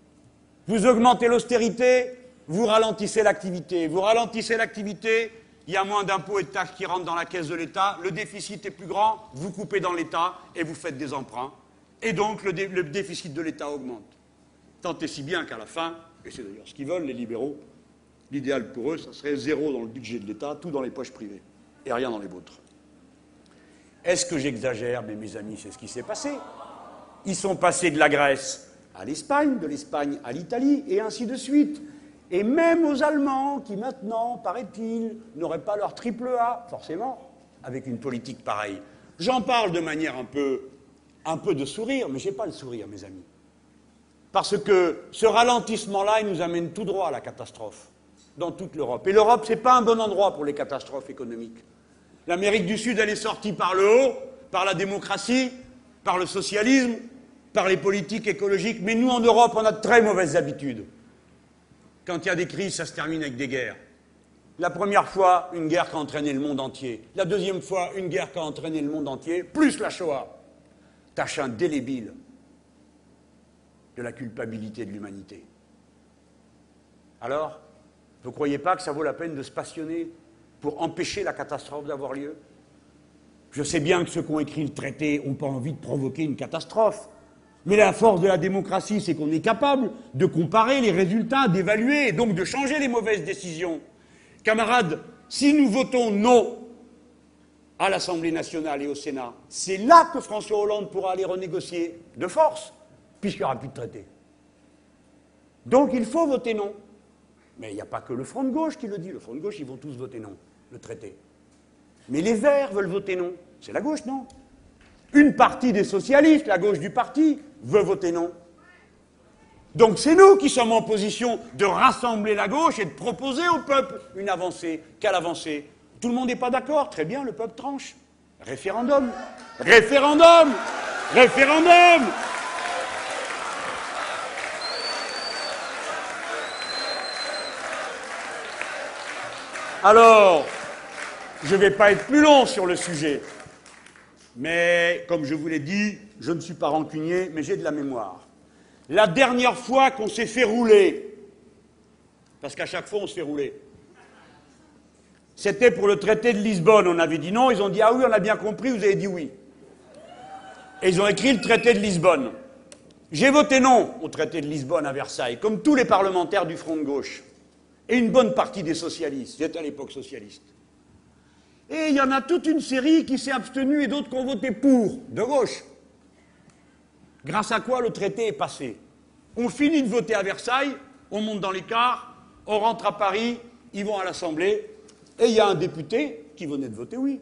Vous augmentez l'austérité, vous ralentissez l'activité. Vous ralentissez l'activité, il y a moins d'impôts et de taxes qui rentrent dans la caisse de l'État, le déficit est plus grand, vous coupez dans l'État et vous faites des emprunts. Et donc le déficit de l'État augmente. Tant et si bien qu'à la fin, et c'est d'ailleurs ce qu'ils veulent les libéraux, l'idéal pour eux, ça serait zéro dans le budget de l'État, tout dans les poches privées, et rien dans les vôtres. Est-ce que j'exagère? Mais mes amis, c'est ce qui s'est passé. Ils sont passés de la Grèce à l'Espagne, de l'Espagne à l'Italie, et ainsi de suite. Et même aux Allemands, qui maintenant, paraît-il, n'auraient pas leur triple A, forcément, avec une politique pareille. J'en parle de manière un peu de sourire, mais je n'ai pas le sourire, mes amis. Parce que ce ralentissement-là, il nous amène tout droit à la catastrophe, dans toute l'Europe. Et l'Europe, ce n'est pas un bon endroit pour les catastrophes économiques. L'Amérique du Sud, elle est sortie par le haut, par la démocratie, par le socialisme, par les politiques écologiques. Mais nous, en Europe, on a de très mauvaises habitudes. Quand il y a des crises, ça se termine avec des guerres. La première fois, une guerre qui a entraîné le monde entier. La deuxième fois, une guerre qui a entraîné le monde entier, plus la Shoah. Tâche indélébile de la culpabilité de l'humanité. Alors, vous ne croyez pas que ça vaut la peine de se passionner pour empêcher la catastrophe d'avoir lieu? Je sais bien que ceux qui ont écrit le traité n'ont pas envie de provoquer une catastrophe. Mais la force de la démocratie, c'est qu'on est capable de comparer les résultats, d'évaluer et donc de changer les mauvaises décisions. Camarades, si nous votons non à l'Assemblée nationale et au Sénat, c'est là que François Hollande pourra aller renégocier de force, puisqu'il n'y aura plus de traité. Donc il faut voter non. Mais il n'y a pas que le Front de gauche qui le dit. Le Front de gauche, ils vont tous voter non, le traité. Mais les Verts veulent voter non. C'est la gauche, non? Une partie des socialistes, la gauche du parti, veut voter non. Donc c'est nous qui sommes en position de rassembler la gauche et de proposer au peuple une avancée. Quelle avancée? Tout le monde n'est pas d'accord? Très bien, le peuple tranche. Référendum. Référendum. Référendum. Alors, je ne vais pas être plus long sur le sujet, mais comme je vous l'ai dit, je ne suis pas rancunier, mais j'ai de la mémoire. La dernière fois qu'on s'est fait rouler, parce qu'à chaque fois on se fait rouler, c'était pour le traité de Lisbonne. On avait dit non, ils ont dit ah oui, on a bien compris, vous avez dit oui. Et ils ont écrit le traité de Lisbonne. J'ai voté non au traité de Lisbonne à Versailles, comme tous les parlementaires du Front de gauche. Et une bonne partie des socialistes. J'étais à l'époque socialiste. Et il y en a toute une série qui s'est abstenue et d'autres qui ont voté pour, de gauche. Grâce à quoi le traité est passé. On finit de voter à Versailles, on monte dans les cars, on rentre à Paris, ils vont à l'Assemblée, et il y a un député qui venait de voter oui,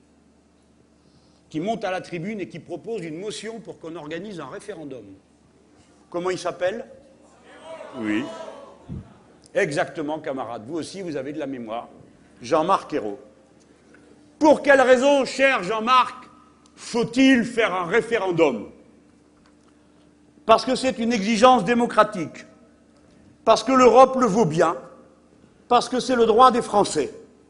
qui monte à la tribune et qui propose une motion pour qu'on organise un référendum. Comment il s'appelle? Oui. Exactement, camarades. Vous aussi, vous avez de la mémoire. Jean-Marc Ayrault. Pour quelle raison, cher Jean-Marc, faut-il faire un référendum? Parce que c'est une exigence démocratique. Parce que l'Europe le vaut bien. Parce que c'est le droit des Français.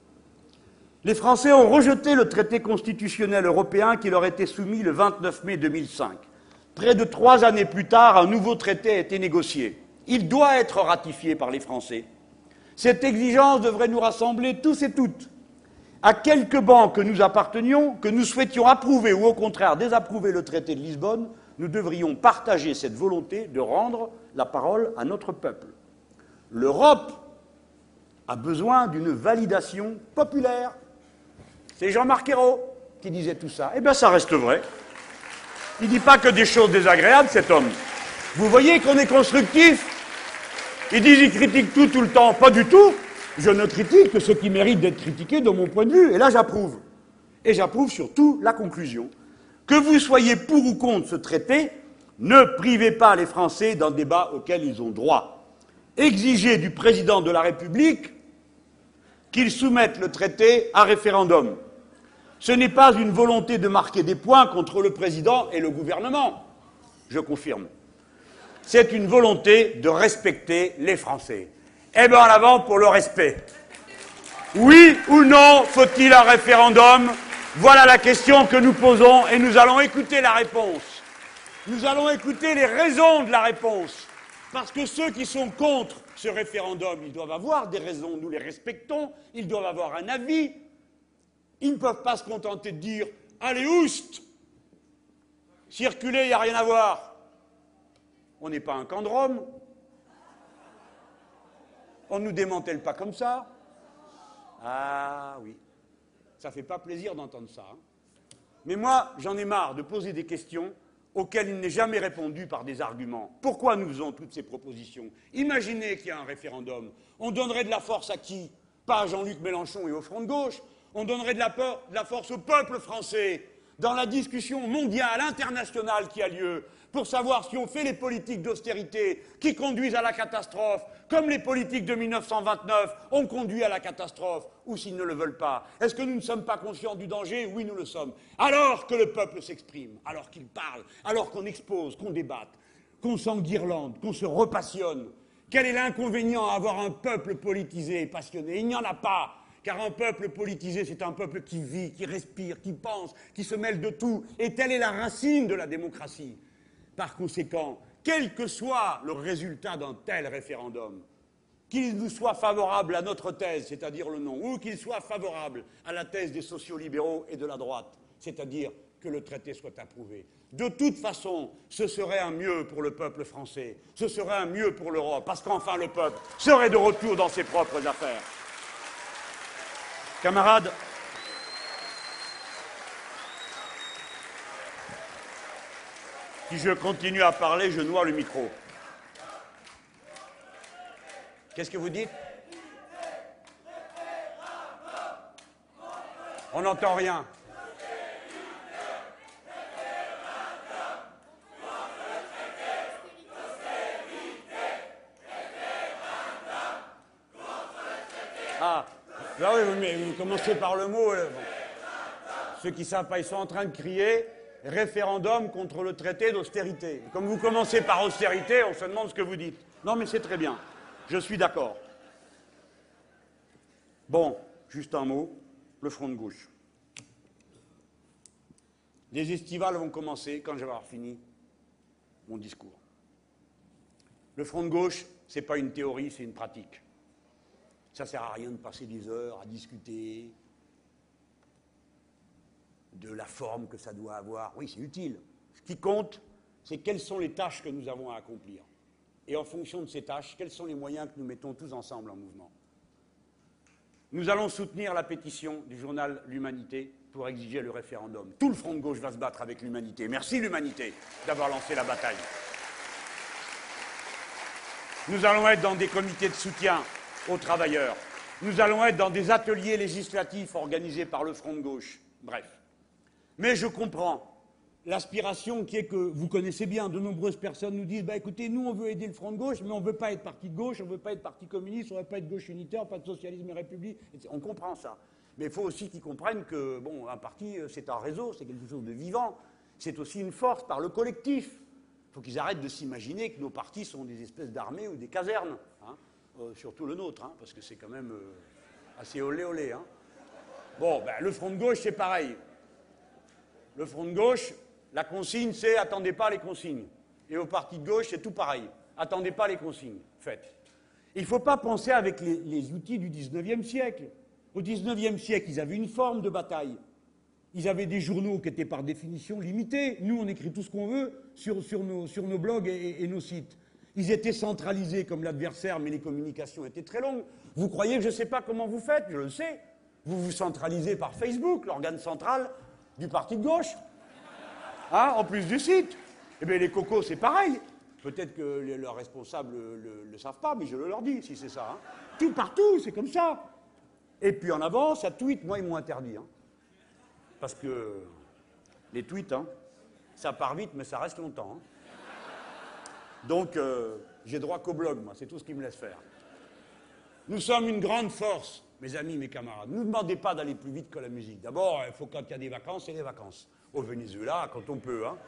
Les Français ont rejeté le traité constitutionnel européen qui leur était soumis le 29 mai 2005. Près de 3 années plus tard, un nouveau traité a été négocié. Il doit être ratifié par les Français. Cette exigence devrait nous rassembler tous et toutes. À quelque banc que nous appartenions, que nous souhaitions approuver ou au contraire désapprouver le traité de Lisbonne, nous devrions partager cette volonté de rendre la parole à notre peuple. L'Europe a besoin d'une validation populaire. C'est Jean-Marc Ayrault qui disait tout ça. Eh bien, ça reste vrai. Il ne dit pas que des choses désagréables, cet homme. Vous voyez qu'on est constructif? Ils disent qu'ils critiquent tout le temps. Pas du tout. Je ne critique que ce qui mérite d'être critiqué de mon point de vue. Et là, j'approuve. Et j'approuve surtout la conclusion. Que vous soyez pour ou contre ce traité, ne privez pas les Français d'un débat auquel ils ont droit. Exigez du président de la République qu'il soumette le traité à référendum. Ce n'est pas une volonté de marquer des points contre le président et le gouvernement. Je confirme. C'est une volonté de respecter les Français. Eh bien, en avant pour le respect. Oui ou non, faut-il un référendum? Voilà la question que nous posons et nous allons écouter la réponse. Nous allons écouter les raisons de la réponse. Parce que ceux qui sont contre ce référendum, ils doivent avoir des raisons, nous les respectons, ils doivent avoir un avis. Ils ne peuvent pas se contenter de dire « Allez, oust ! Circuler, il n'y a rien à voir !» On n'est pas un camp de Rome. On ne nous démantèle pas comme ça. Ah oui, ça ne fait pas plaisir d'entendre ça. Hein. Mais moi, j'en ai marre de poser des questions auxquelles il n'est jamais répondu par des arguments. Pourquoi nous faisons toutes ces propositions? Imaginez qu'il y a un référendum. On donnerait de la force à qui? Pas à Jean-Luc Mélenchon et au Front de gauche. On donnerait de la force au peuple français dans la discussion mondiale, internationale qui a lieu, pour savoir si on fait les politiques d'austérité qui conduisent à la catastrophe, comme les politiques de 1929 ont conduit à la catastrophe, ou s'ils ne le veulent pas. Est-ce que nous ne sommes pas conscients du danger? Oui, nous le sommes. Alors que le peuple s'exprime, alors qu'il parle, alors qu'on expose, qu'on débatte, qu'on s'enguirlande, qu'on se repassionne, quel est l'inconvénient à avoir un peuple politisé et passionné? Il n'y en a pas. Car un peuple politisé, c'est un peuple qui vit, qui respire, qui pense, qui se mêle de tout. Et telle est la racine de la démocratie. Par conséquent, quel que soit le résultat d'un tel référendum, qu'il nous soit favorable à notre thèse, c'est-à-dire le non, ou qu'il soit favorable à la thèse des sociolibéraux et de la droite, c'est-à-dire que le traité soit approuvé. De toute façon, ce serait un mieux pour le peuple français, ce serait un mieux pour l'Europe, parce qu'enfin le peuple serait de retour dans ses propres affaires. Camarades, si je continue à parler, je noie le micro. Qu'est-ce que vous dites? On n'entend rien. Ah, là oui, mais vous commencez par le mot. Bon. Ceux qui ne savent pas, ils sont en train de crier référendum contre le traité d'austérité. Comme vous commencez par austérité, on se demande ce que vous dites. Non, mais c'est très bien. Je suis d'accord. Bon, juste un mot, le Front de gauche. Les estivales vont commencer quand je vais avoir fini mon discours. Le Front de gauche, ce n'est pas une théorie, c'est une pratique. Ça ne sert à rien de passer des heures à discuter de la forme que ça doit avoir. Oui, c'est utile. Ce qui compte, c'est quelles sont les tâches que nous avons à accomplir. Et en fonction de ces tâches, quels sont les moyens que nous mettons tous ensemble en mouvement. Nous allons soutenir la pétition du journal L'Humanité pour exiger le référendum. Tout le Front de gauche va se battre avec l'Humanité. Merci l'Humanité d'avoir lancé la bataille. Nous allons être dans des comités de soutien aux travailleurs. Nous allons être dans des ateliers législatifs organisés par le Front de gauche. Bref. Mais je comprends l'aspiration qui est que, vous connaissez bien, de nombreuses personnes nous disent « écoutez, nous on veut aider le Front de gauche, mais on ne veut pas être parti de gauche, on ne veut pas être parti communiste, on ne veut pas être gauche unitaire, pas de socialisme et république. » On comprend ça. Mais il faut aussi qu'ils comprennent que, bon, un parti, c'est un réseau, c'est quelque chose de vivant. C'est aussi une force par le collectif. Il faut qu'ils arrêtent de s'imaginer que nos partis sont des espèces d'armées ou des casernes. Hein. Surtout le nôtre, hein, parce que c'est quand même assez olé-olé. Hein. Bon, le Front de gauche, c'est pareil. Le Front de gauche, la consigne, c'est « attendez pas les consignes ». Et au parti de gauche, c'est tout pareil. « Attendez pas les consignes ». Faites. Il ne faut pas penser avec les outils du XIXe siècle. Au XIXe siècle, ils avaient une forme de bataille. Ils avaient des journaux qui étaient par définition limités. Nous, on écrit tout ce qu'on veut sur nos blogs et nos sites. Ils étaient centralisés comme l'adversaire, mais les communications étaient très longues. Vous croyez que je ne sais pas comment vous faites? Je le sais. Vous vous centralisez par Facebook, l'organe central du parti de gauche. Hein, en plus du site. Eh bien, les cocos, c'est pareil. Peut-être que leurs responsables ne le savent pas, mais je le leur dis, si c'est ça. Hein. Tout partout, c'est comme ça. Et puis en avant, ça tweet. Moi, ils m'ont interdit. Hein. Parce que les tweets, hein, ça part vite, mais ça reste longtemps. Hein. Donc, j'ai droit qu'au blog, moi. C'est tout ce qu'ils me laissent faire. Nous sommes une grande force, mes amis, mes camarades. Ne nous demandez pas d'aller plus vite que la musique. D'abord, il faut quand il y a des vacances, c'est les vacances. Au Venezuela, quand on peut. Hein.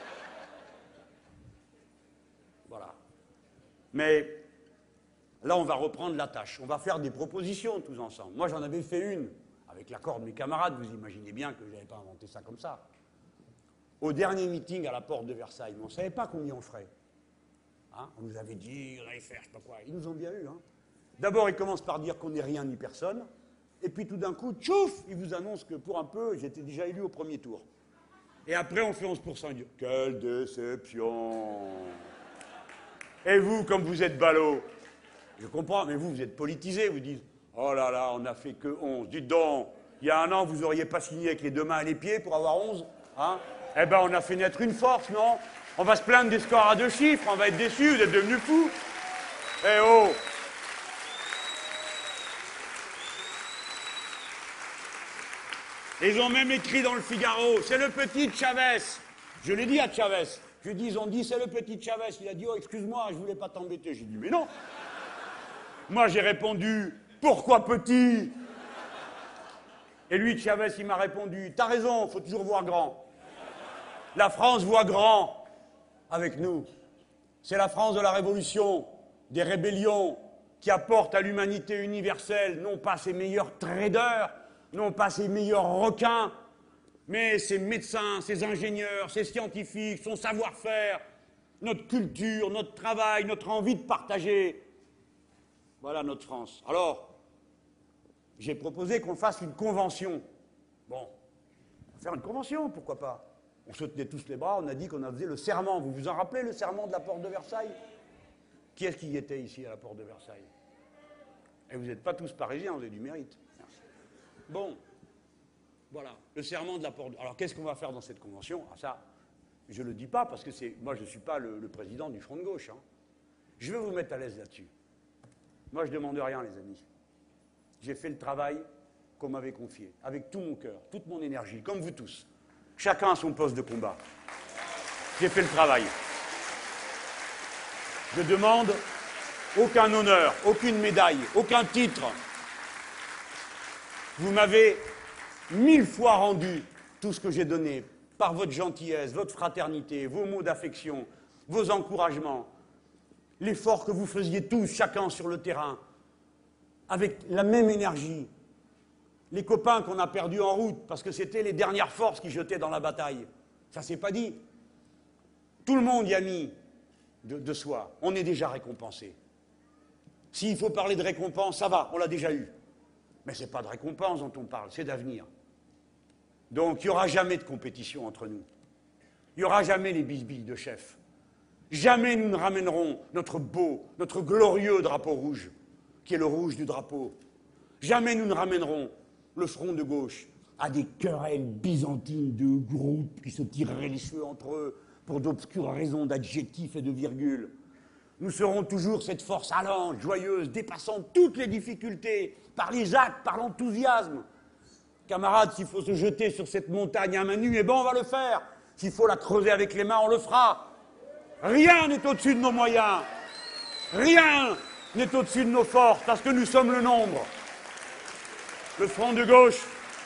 Voilà. Mais là, on va reprendre la tâche. On va faire des propositions tous ensemble. Moi, j'en avais fait une, avec l'accord de mes camarades. Vous imaginez bien que je n'avais pas inventé ça comme ça. Au dernier meeting à la porte de Versailles, on ne savait pas combien on ferait. Hein, on nous avait dit, on allait faire, je sais pas quoi. Ils nous ont bien eu. Hein. D'abord, ils commencent par dire qu'on n'est rien ni personne. Et puis tout d'un coup, tchouf, ils vous annoncent que pour un peu, j'étais déjà élu au premier tour. Et après, on fait 11%. Ils disent, quelle déception. Et vous, comme vous êtes ballot, je comprends, mais vous êtes politisé, vous dites, oh là là, on n'a fait que 11. Dites donc, il y a un an, vous n'auriez pas signé avec les deux mains et les pieds pour avoir 11, hein? Eh ben, on a fait naître une force, non? On va se plaindre des scores à 2 chiffres, on va être déçus, vous êtes devenus fous. Eh oh! Ils ont même écrit dans le Figaro, c'est le petit Chavez. Je l'ai dit à Chavez. Je lui dis, ils ont dit, c'est le petit Chavez. Il a dit, oh, excuse-moi, je voulais pas t'embêter. J'ai dit, mais non. Moi, j'ai répondu, pourquoi petit? Et lui, Chavez, il m'a répondu, t'as raison, faut toujours voir grand. La France voit grand avec nous. C'est la France de la Révolution, des rébellions, qui apporte à l'humanité universelle, non pas ses meilleurs traders, non pas ses meilleurs requins, mais ses médecins, ses ingénieurs, ses scientifiques, son savoir-faire, notre culture, notre travail, notre envie de partager. Voilà notre France. Alors, j'ai proposé qu'on fasse une convention. Bon, on va faire une convention, pourquoi pas? On se tenait tous les bras, on a dit qu'on a fait le serment. Vous vous en rappelez, le serment de la porte de Versailles? Qui est-ce qui y était ici à la porte de Versailles? Et vous n'êtes pas tous parisiens, vous avez du mérite. Merci. Bon, voilà, le serment de la porte. Alors, qu'est-ce qu'on va faire dans cette convention? Ah, ça, je ne le dis pas parce que moi, je ne suis pas le président du Front de gauche. Hein. Je vais vous mettre à l'aise là-dessus. Moi, je ne demande rien, les amis. J'ai fait le travail qu'on m'avait confié, avec tout mon cœur, toute mon énergie, comme vous tous. Chacun à son poste de combat. J'ai fait le travail. Je demande aucun honneur, aucune médaille, aucun titre. Vous m'avez 1000 fois rendu tout ce que j'ai donné, par votre gentillesse, votre fraternité, vos mots d'affection, vos encouragements, l'effort que vous faisiez tous, chacun sur le terrain, avec la même énergie. Les copains qu'on a perdus en route, parce que c'était les dernières forces qui jetaient dans la bataille. Ça s'est pas dit. Tout le monde y a mis de soi. On est déjà récompensé. S'il faut parler de récompense, ça va, on l'a déjà eu. Mais ce n'est pas de récompense dont on parle, c'est d'avenir. Donc il n'y aura jamais de compétition entre nous. Il n'y aura jamais les bisbilles de chef. Jamais nous ne ramènerons notre beau, notre glorieux drapeau rouge, qui est le rouge du drapeau. Jamais nous ne ramènerons le front de gauche à des querelles byzantines de groupes qui se tireraient les cheveux entre eux pour d'obscures raisons d'adjectifs et de virgules. Nous serons toujours cette force allante, joyeuse, dépassant toutes les difficultés, par les actes, par l'enthousiasme. Camarades, s'il faut se jeter sur cette montagne à main nue, eh ben on va le faire. S'il faut la creuser avec les mains, on le fera. Rien n'est au-dessus de nos moyens. Rien n'est au-dessus de nos forces, parce que nous sommes le nombre. Le front de gauche,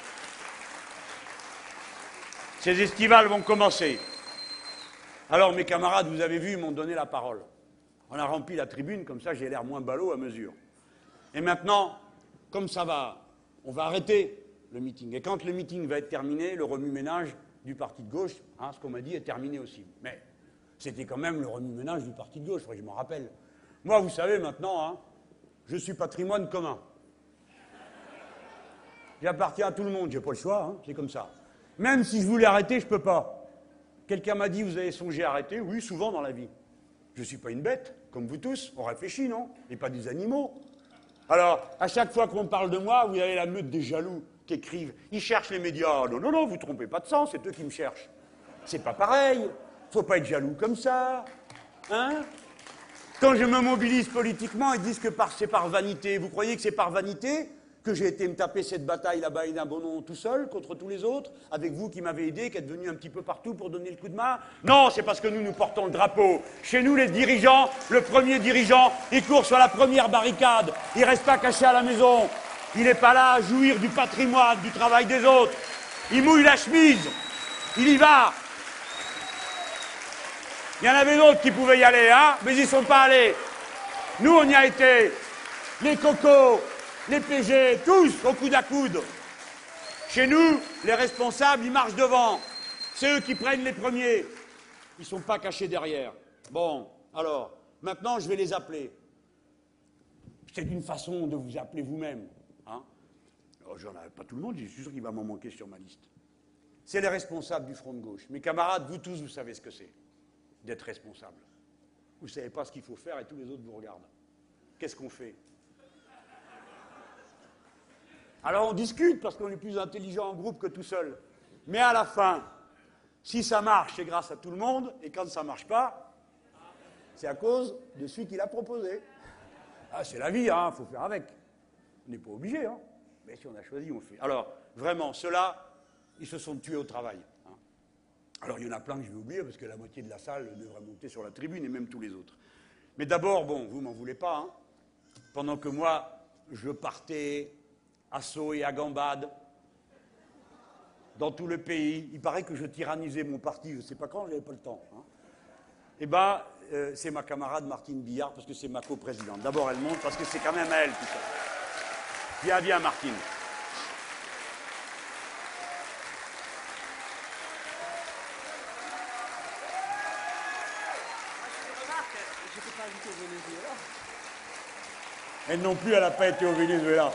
ces estivales vont commencer. Alors, mes camarades, vous avez vu, ils m'ont donné la parole. On a rempli la tribune, comme ça j'ai l'air moins ballot à mesure. Et maintenant, comme ça va, on va arrêter le meeting. Et quand le meeting va être terminé, le remue-ménage du parti de gauche, hein, ce qu'on m'a dit, est terminé aussi. Mais c'était quand même le remue-ménage du parti de gauche, je m'en rappelle. Moi, vous savez, maintenant, hein, je suis patrimoine commun. J'appartiens à tout le monde, j'ai pas le choix, hein, c'est comme ça. Même si je voulais arrêter, je peux pas. Quelqu'un m'a dit, vous avez songé à arrêter? Oui, souvent dans la vie. Je suis pas une bête, comme vous tous, on réfléchit, non? Et pas des animaux. Alors, à chaque fois qu'on parle de moi, vous avez la meute des jaloux qui écrivent, ils cherchent les médias. Non, non, non, vous trompez pas de sens, c'est eux qui me cherchent. C'est pas pareil, faut pas être jaloux comme ça, hein? Quand je me mobilise politiquement, ils disent que c'est par vanité. Vous croyez que c'est par vanité que j'ai été me taper cette bataille là-bas et d'un bon nom tout seul contre tous les autres, avec vous qui m'avez aidé, qui êtes venu un petit peu partout pour donner le coup de main? Non, c'est parce que nous portons le drapeau. Chez nous, les dirigeants, le premier dirigeant, il court sur la première barricade. Il reste pas caché à la maison. Il n'est pas là à jouir du patrimoine, du travail des autres. Il mouille la chemise. Il y va. Il y en avait d'autres qui pouvaient y aller, hein, mais ils ne sont pas allés. Nous, on y a été. Les cocos, les PG, tous au coude à coude. Chez nous, les responsables, ils marchent devant. C'est eux qui prennent les premiers. Ils ne sont pas cachés derrière. Bon, alors, Maintenant, je vais les appeler. C'est une façon de vous appeler vous-même. Hein. J'en ai pas tout le monde, je suis sûr qu'il va m'en manquer sur ma liste. C'est les responsables du front de gauche. Mes camarades, vous tous, vous savez ce que c'est d'être responsable. Vous ne savez pas ce qu'il faut faire et tous les autres vous regardent. Qu'est-ce qu'on fait? Alors on discute parce qu'on est plus intelligent en groupe que tout seul. Mais à la fin, si ça marche, c'est grâce à tout le monde, et quand ça ne marche pas, c'est à cause de celui qui l'a proposé. Ah, c'est la vie, il faut faire avec. On n'est pas obligé, mais si on a choisi, on fait. Alors, vraiment, ceux-là, ils se sont tués au travail. Alors, il y en a plein que je vais oublier, parce que la moitié de la salle devrait monter sur la tribune, et même tous les autres. Mais d'abord, bon, vous m'en voulez pas, pendant que moi, je partais à saut et à gambade, dans tout le pays, il paraît que je tyrannisais mon parti, je ne sais pas quand, je n'avais pas le temps. Eh bien, c'est ma camarade Martine Billard, parce que c'est ma coprésidente. D'abord, elle monte, parce que c'est quand même à elle tout ça. Viens, viens, Martine. Elle non plus, elle n'a pas été au Venezuela.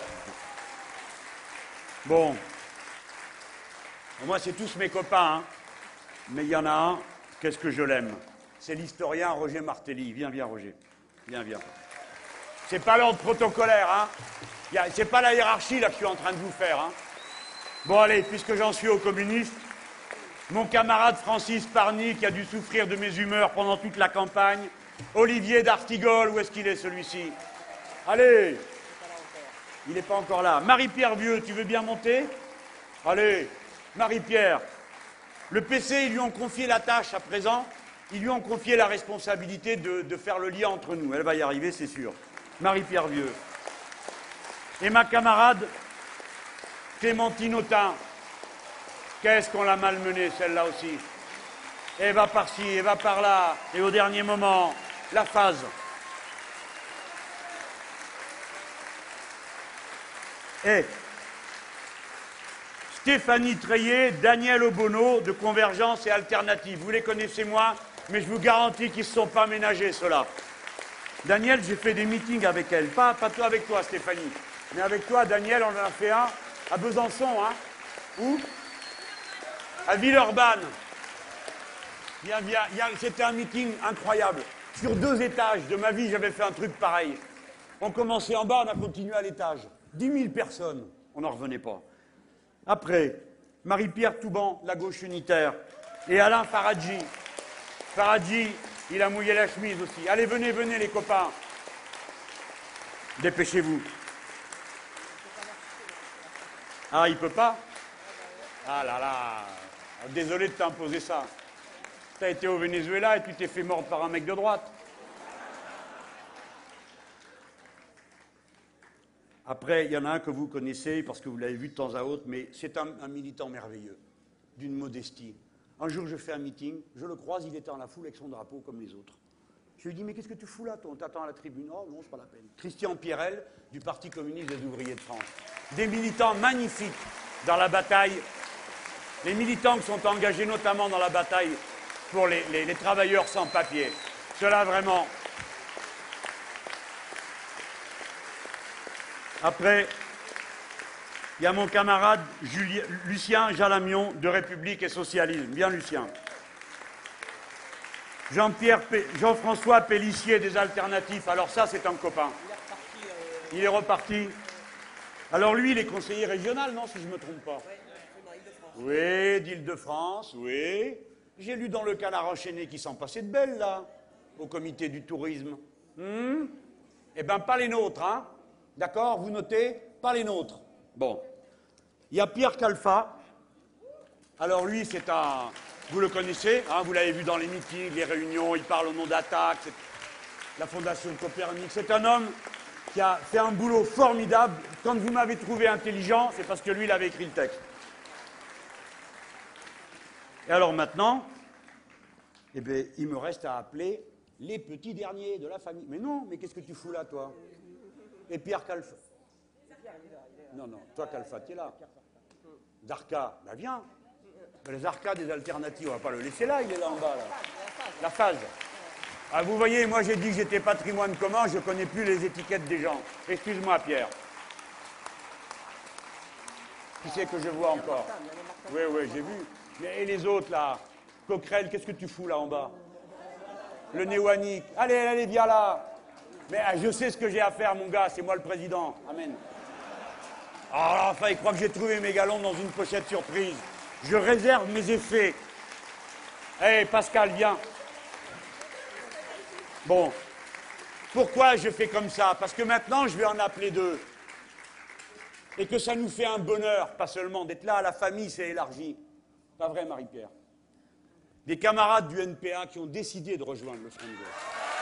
Bon. Moi, c'est tous mes copains, mais il y en a un, qu'est-ce que je l'aime. C'est l'historien Roger Martelly. Viens, viens, Roger. Viens, viens. C'est pas l'ordre protocolaire, c'est pas la hiérarchie, là, que je suis en train de vous faire, Bon, allez, puisque j'en suis aux communistes, mon camarade Francis Parny, qui a dû souffrir de mes humeurs pendant toute la campagne, Olivier d'Artigol, où est-ce qu'il est, celui-ci? Allez. Il n'est pas encore là. Marie-Pierre Vieux, tu veux bien monter? Allez, Marie-Pierre. Le PC, ils lui ont confié la tâche à présent. Ils lui ont confié la responsabilité de faire le lien entre nous. Elle va y arriver, c'est sûr. Marie-Pierre Vieux. Et ma camarade Clémentine Autain. Qu'est-ce qu'on l'a malmenée, celle-là aussi. Elle va par-ci, elle va par-là. Et au dernier moment, la phase. Et Stéphanie Treillet, Daniel Obono, de Convergence et Alternative. Vous les connaissez moins, mais je vous garantis qu'ils ne se sont pas ménagés, ceux-là. Daniel, j'ai fait des meetings avec elle. Pas toi avec toi, Stéphanie. Mais avec toi, Daniel, on en a fait un à Besançon, Où? À Villeurbanne. Viens. C'était un meeting incroyable. Sur 2 étages de ma vie, j'avais fait un truc pareil. On commençait en bas, on a continué à l'étage. 10 000 personnes, on n'en revenait pas. Après, Marie-Pierre Touban, la gauche unitaire, et Alain Faradji. Faradji, il a mouillé la chemise aussi. Allez, venez, les copains. Dépêchez-vous. Ah, il peut pas? Ah là là. Désolé de t'imposer ça. T'as été au Venezuela et tu t'es fait mordre par un mec de droite. Après, il y en a un que vous connaissez, parce que vous l'avez vu de temps à autre, mais c'est un militant merveilleux, d'une modestie. Un jour, je fais un meeting, je le croise, il était dans la foule avec son drapeau, comme les autres. Je lui dis, mais qu'est-ce que tu fous là, toi? On t'attend à la tribune. Oh non, c'est pas la peine. Christian Pierrel, du Parti communiste des ouvriers de France. Des militants magnifiques dans la bataille. Les militants qui sont engagés notamment dans la bataille pour les travailleurs sans papier. Cela vraiment... Après, il y a mon camarade Lucien Jalamion de République et Socialisme. Bien, Lucien. Jean-François Pellissier des Alternatifs. Alors ça, c'est un copain. Il est reparti. Alors lui, il est conseiller régional, non, si je ne me trompe pas. Oui, d'Île-de-France, oui. J'ai lu dans le Canard enchaîné qu'il s'en passait de belles, là, au comité du tourisme. Eh bien, pas les nôtres, D'accord, vous notez? Pas les nôtres. Bon. Il y a Pierre Calfa. Alors lui, c'est un... Vous le connaissez, vous l'avez vu dans les meetings, les réunions, il parle au nom d'Attaque, la Fondation Copernic. C'est un homme qui a fait un boulot formidable. Quand vous m'avez trouvé intelligent, c'est parce que lui, il avait écrit le texte. Et alors maintenant, eh bien, il me reste à appeler les petits derniers de la famille. Mais non, mais qu'est-ce que tu fous là, toi? Et Pierre Calfa. Non, toi, Calfa, tu es là. Darca, viens. Les Arcas des Alternatives, on ne va pas le laisser là, il est là en bas, là. La phase. Ah, vous voyez, moi j'ai dit que j'étais patrimoine commun, je ne connais plus les étiquettes des gens. Excuse-moi, Pierre. Qui c'est que je vois encore? Oui, oui, j'ai vu. Mais et les autres, là? Coquerel, qu'est-ce que tu fous là en bas? Le néoanique. Allez, allez, viens là. Mais je sais ce que j'ai à faire, mon gars, c'est moi le président. Amen. Ah, enfin, il croit que j'ai trouvé mes galons dans une pochette surprise. Je réserve mes effets. Hé, Pascal, viens. Bon. Pourquoi je fais comme ça? Parce que maintenant, je vais en appeler 2. Et que ça nous fait un bonheur, pas seulement d'être là, la famille s'est élargie. Pas vrai, Marie-Pierre? Des camarades du NPA qui ont décidé de rejoindre le Front de gauche.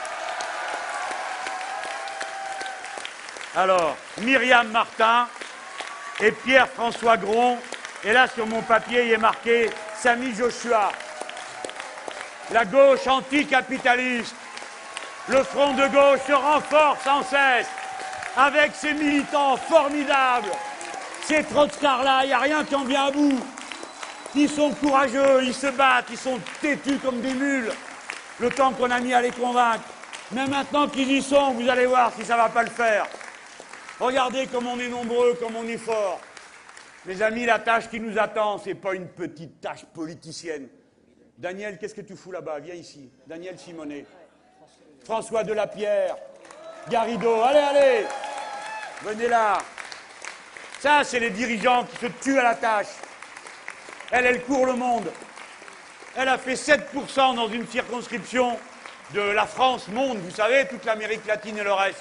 Alors, Myriam Martin et Pierre-François Gron. Et là, sur mon papier, il est marqué Samy Joshua. La gauche anticapitaliste. Le Front de gauche se renforce sans cesse avec ses militants formidables. Ces trotskars-là, il n'y a rien qui en vient à bout. Ils sont courageux, ils se battent, ils sont têtus comme des mules. Le temps qu'on a mis à les convaincre. Mais maintenant qu'ils y sont, vous allez voir si ça ne va pas le faire. Regardez comme on est nombreux, comme on est fort. Mes amis, la tâche qui nous attend, ce n'est pas une petite tâche politicienne. Daniel, qu'est-ce que tu fous là-bas? Viens ici. Daniel Simonet. François Delapierre. Garrido. Allez, allez. Venez là. Ça, c'est les dirigeants qui se tuent à la tâche. Elle court le monde. Elle a fait 7% dans une circonscription de la France-Monde. Vous savez, toute l'Amérique latine et le reste.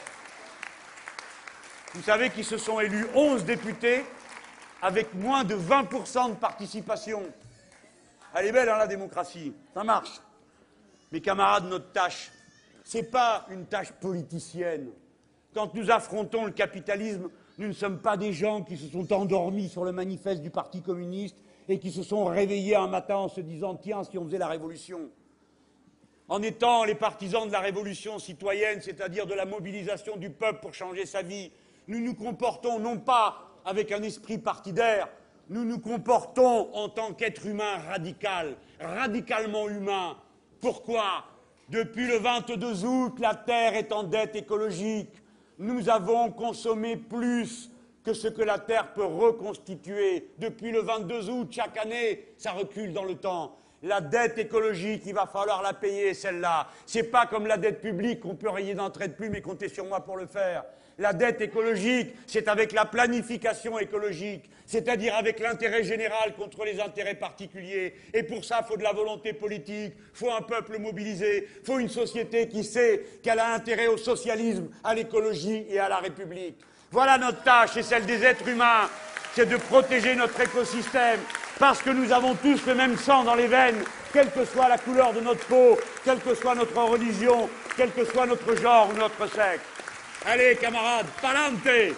Vous savez qu'ils se sont élus 11 députés avec moins de 20% de participation. Elle est belle, hein, la démocratie. Ça marche. Mes camarades, notre tâche, ce n'est pas une tâche politicienne. Quand nous affrontons le capitalisme, nous ne sommes pas des gens qui se sont endormis sur le manifeste du Parti communiste et qui se sont réveillés un matin en se disant « Tiens, si on faisait la révolution ». En étant les partisans de la révolution citoyenne, c'est-à-dire de la mobilisation du peuple pour changer sa vie, nous nous comportons non pas avec un esprit partidaire, nous nous comportons en tant qu'être humain radical, radicalement humain. Pourquoi? Depuis le 22 août, la Terre est en dette écologique. Nous avons consommé plus que ce que la Terre peut reconstituer. Depuis le 22 août, chaque année, ça recule dans le temps. La dette écologique, il va falloir la payer, celle-là. C'est pas comme la dette publique qu'on peut rayer d'un trait de plume et compter sur moi pour le faire. La dette écologique, c'est avec la planification écologique, c'est-à-dire avec l'intérêt général contre les intérêts particuliers. Et pour ça, il faut de la volonté politique, il faut un peuple mobilisé, il faut une société qui sait qu'elle a intérêt au socialisme, à l'écologie et à la République. Voilà notre tâche et celle des êtres humains, c'est de protéger notre écosystème, parce que nous avons tous le même sang dans les veines, quelle que soit la couleur de notre peau, quelle que soit notre religion, quel que soit notre genre ou notre sexe. Allez, camarades, palante! Ils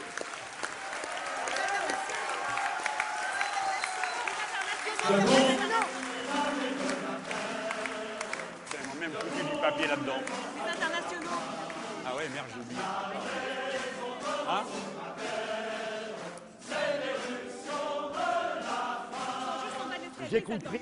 m'ont même foutu du papier là-dedans. Les internationaux. Ah ouais, merde, j'ai oublié. Hein? J'ai compris.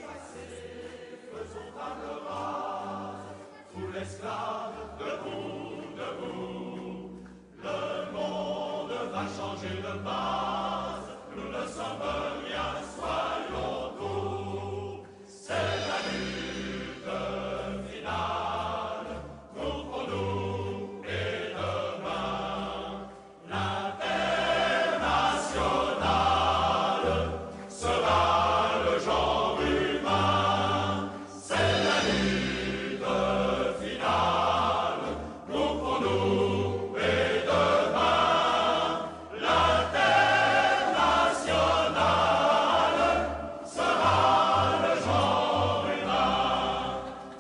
Le monde va changer de base, nous ne sommes rien, soyons doux. C'est la lutte finale, contre nous et demain. L'internationale sera le genre humain. C'est la lutte finale, contre nous et demain. L'internationale sera le genre humain.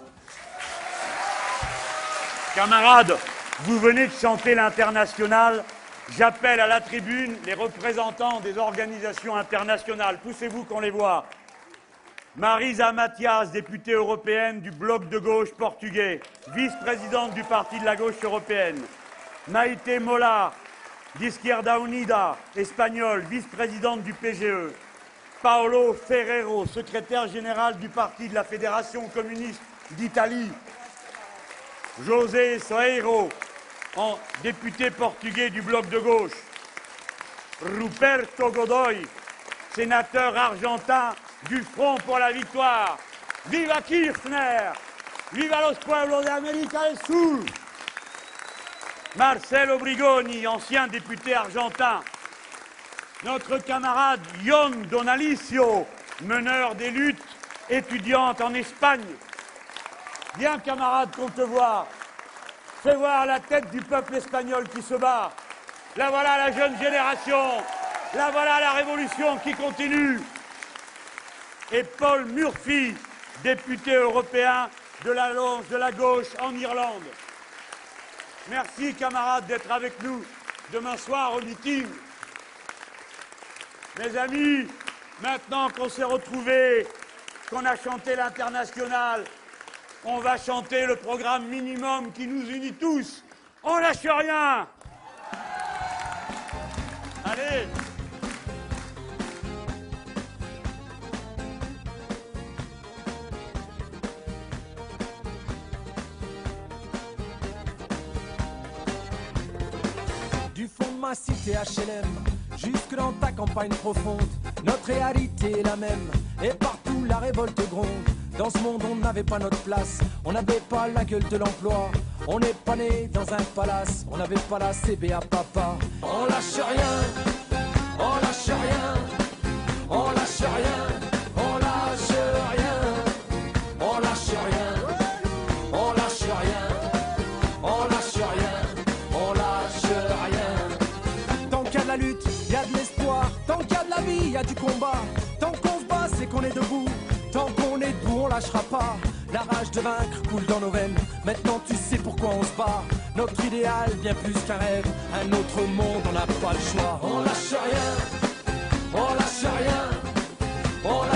Camarades, vous venez de chanter l'Internationale. J'appelle à la tribune les représentants des organisations internationales. Poussez-vous qu'on les voit. Marisa Matias, députée européenne du Bloc de gauche portugais, vice-présidente du Parti de la gauche européenne. Maite Mola, d'Izquierda Unida, espagnole, vice-présidente du PGE. Paolo Ferrero, secrétaire général du Parti de la Fédération communiste d'Italie. José Soeiro, en député portugais du bloc de gauche. Ruperto Godoy, sénateur argentin du Front pour la Victoire. Viva Kirchner! Viva los pueblos de América del Sur! Marcelo Brigoni, ancien député argentin. Notre camarade Yon Donalicio, meneur des luttes étudiantes en Espagne. Viens, camarade, qu'on te voit. Fais voir la tête du peuple espagnol qui se bat. Là voilà la jeune génération. Là voilà la révolution qui continue. Et Paul Murphy, député européen de l'Alliance de la gauche en Irlande. Merci, camarades, d'être avec nous demain soir au meeting. Mes amis, maintenant qu'on s'est retrouvés, qu'on a chanté l'Internationale, on va chanter le programme minimum qui nous unit tous. On lâche rien. Allez. Du fond de ma cité HLM, jusque dans ta campagne profonde, notre réalité est la même, et partout la révolte gronde. Dans ce monde on n'avait pas notre place, on n'avait pas la gueule de l'emploi, on n'est pas né dans un palace, on n'avait pas la CBA papa. On lâche rien, on lâche rien, on lâche rien, on lâche rien, on lâche rien, on lâche rien, on lâche rien, on lâche rien. Tant qu'il y a de la lutte, il y a de l'espoir, tant qu'il y a de la vie, il y a du combat, tant qu'on se bat c'est qu'on est debout. Tant qu'on est debout, on lâchera pas. La rage de vaincre coule dans nos veines. Maintenant tu sais pourquoi on se bat. Notre idéal, bien plus qu'un rêve. Un autre monde, on n'a pas le choix. On lâche rien, on lâche rien, on lâche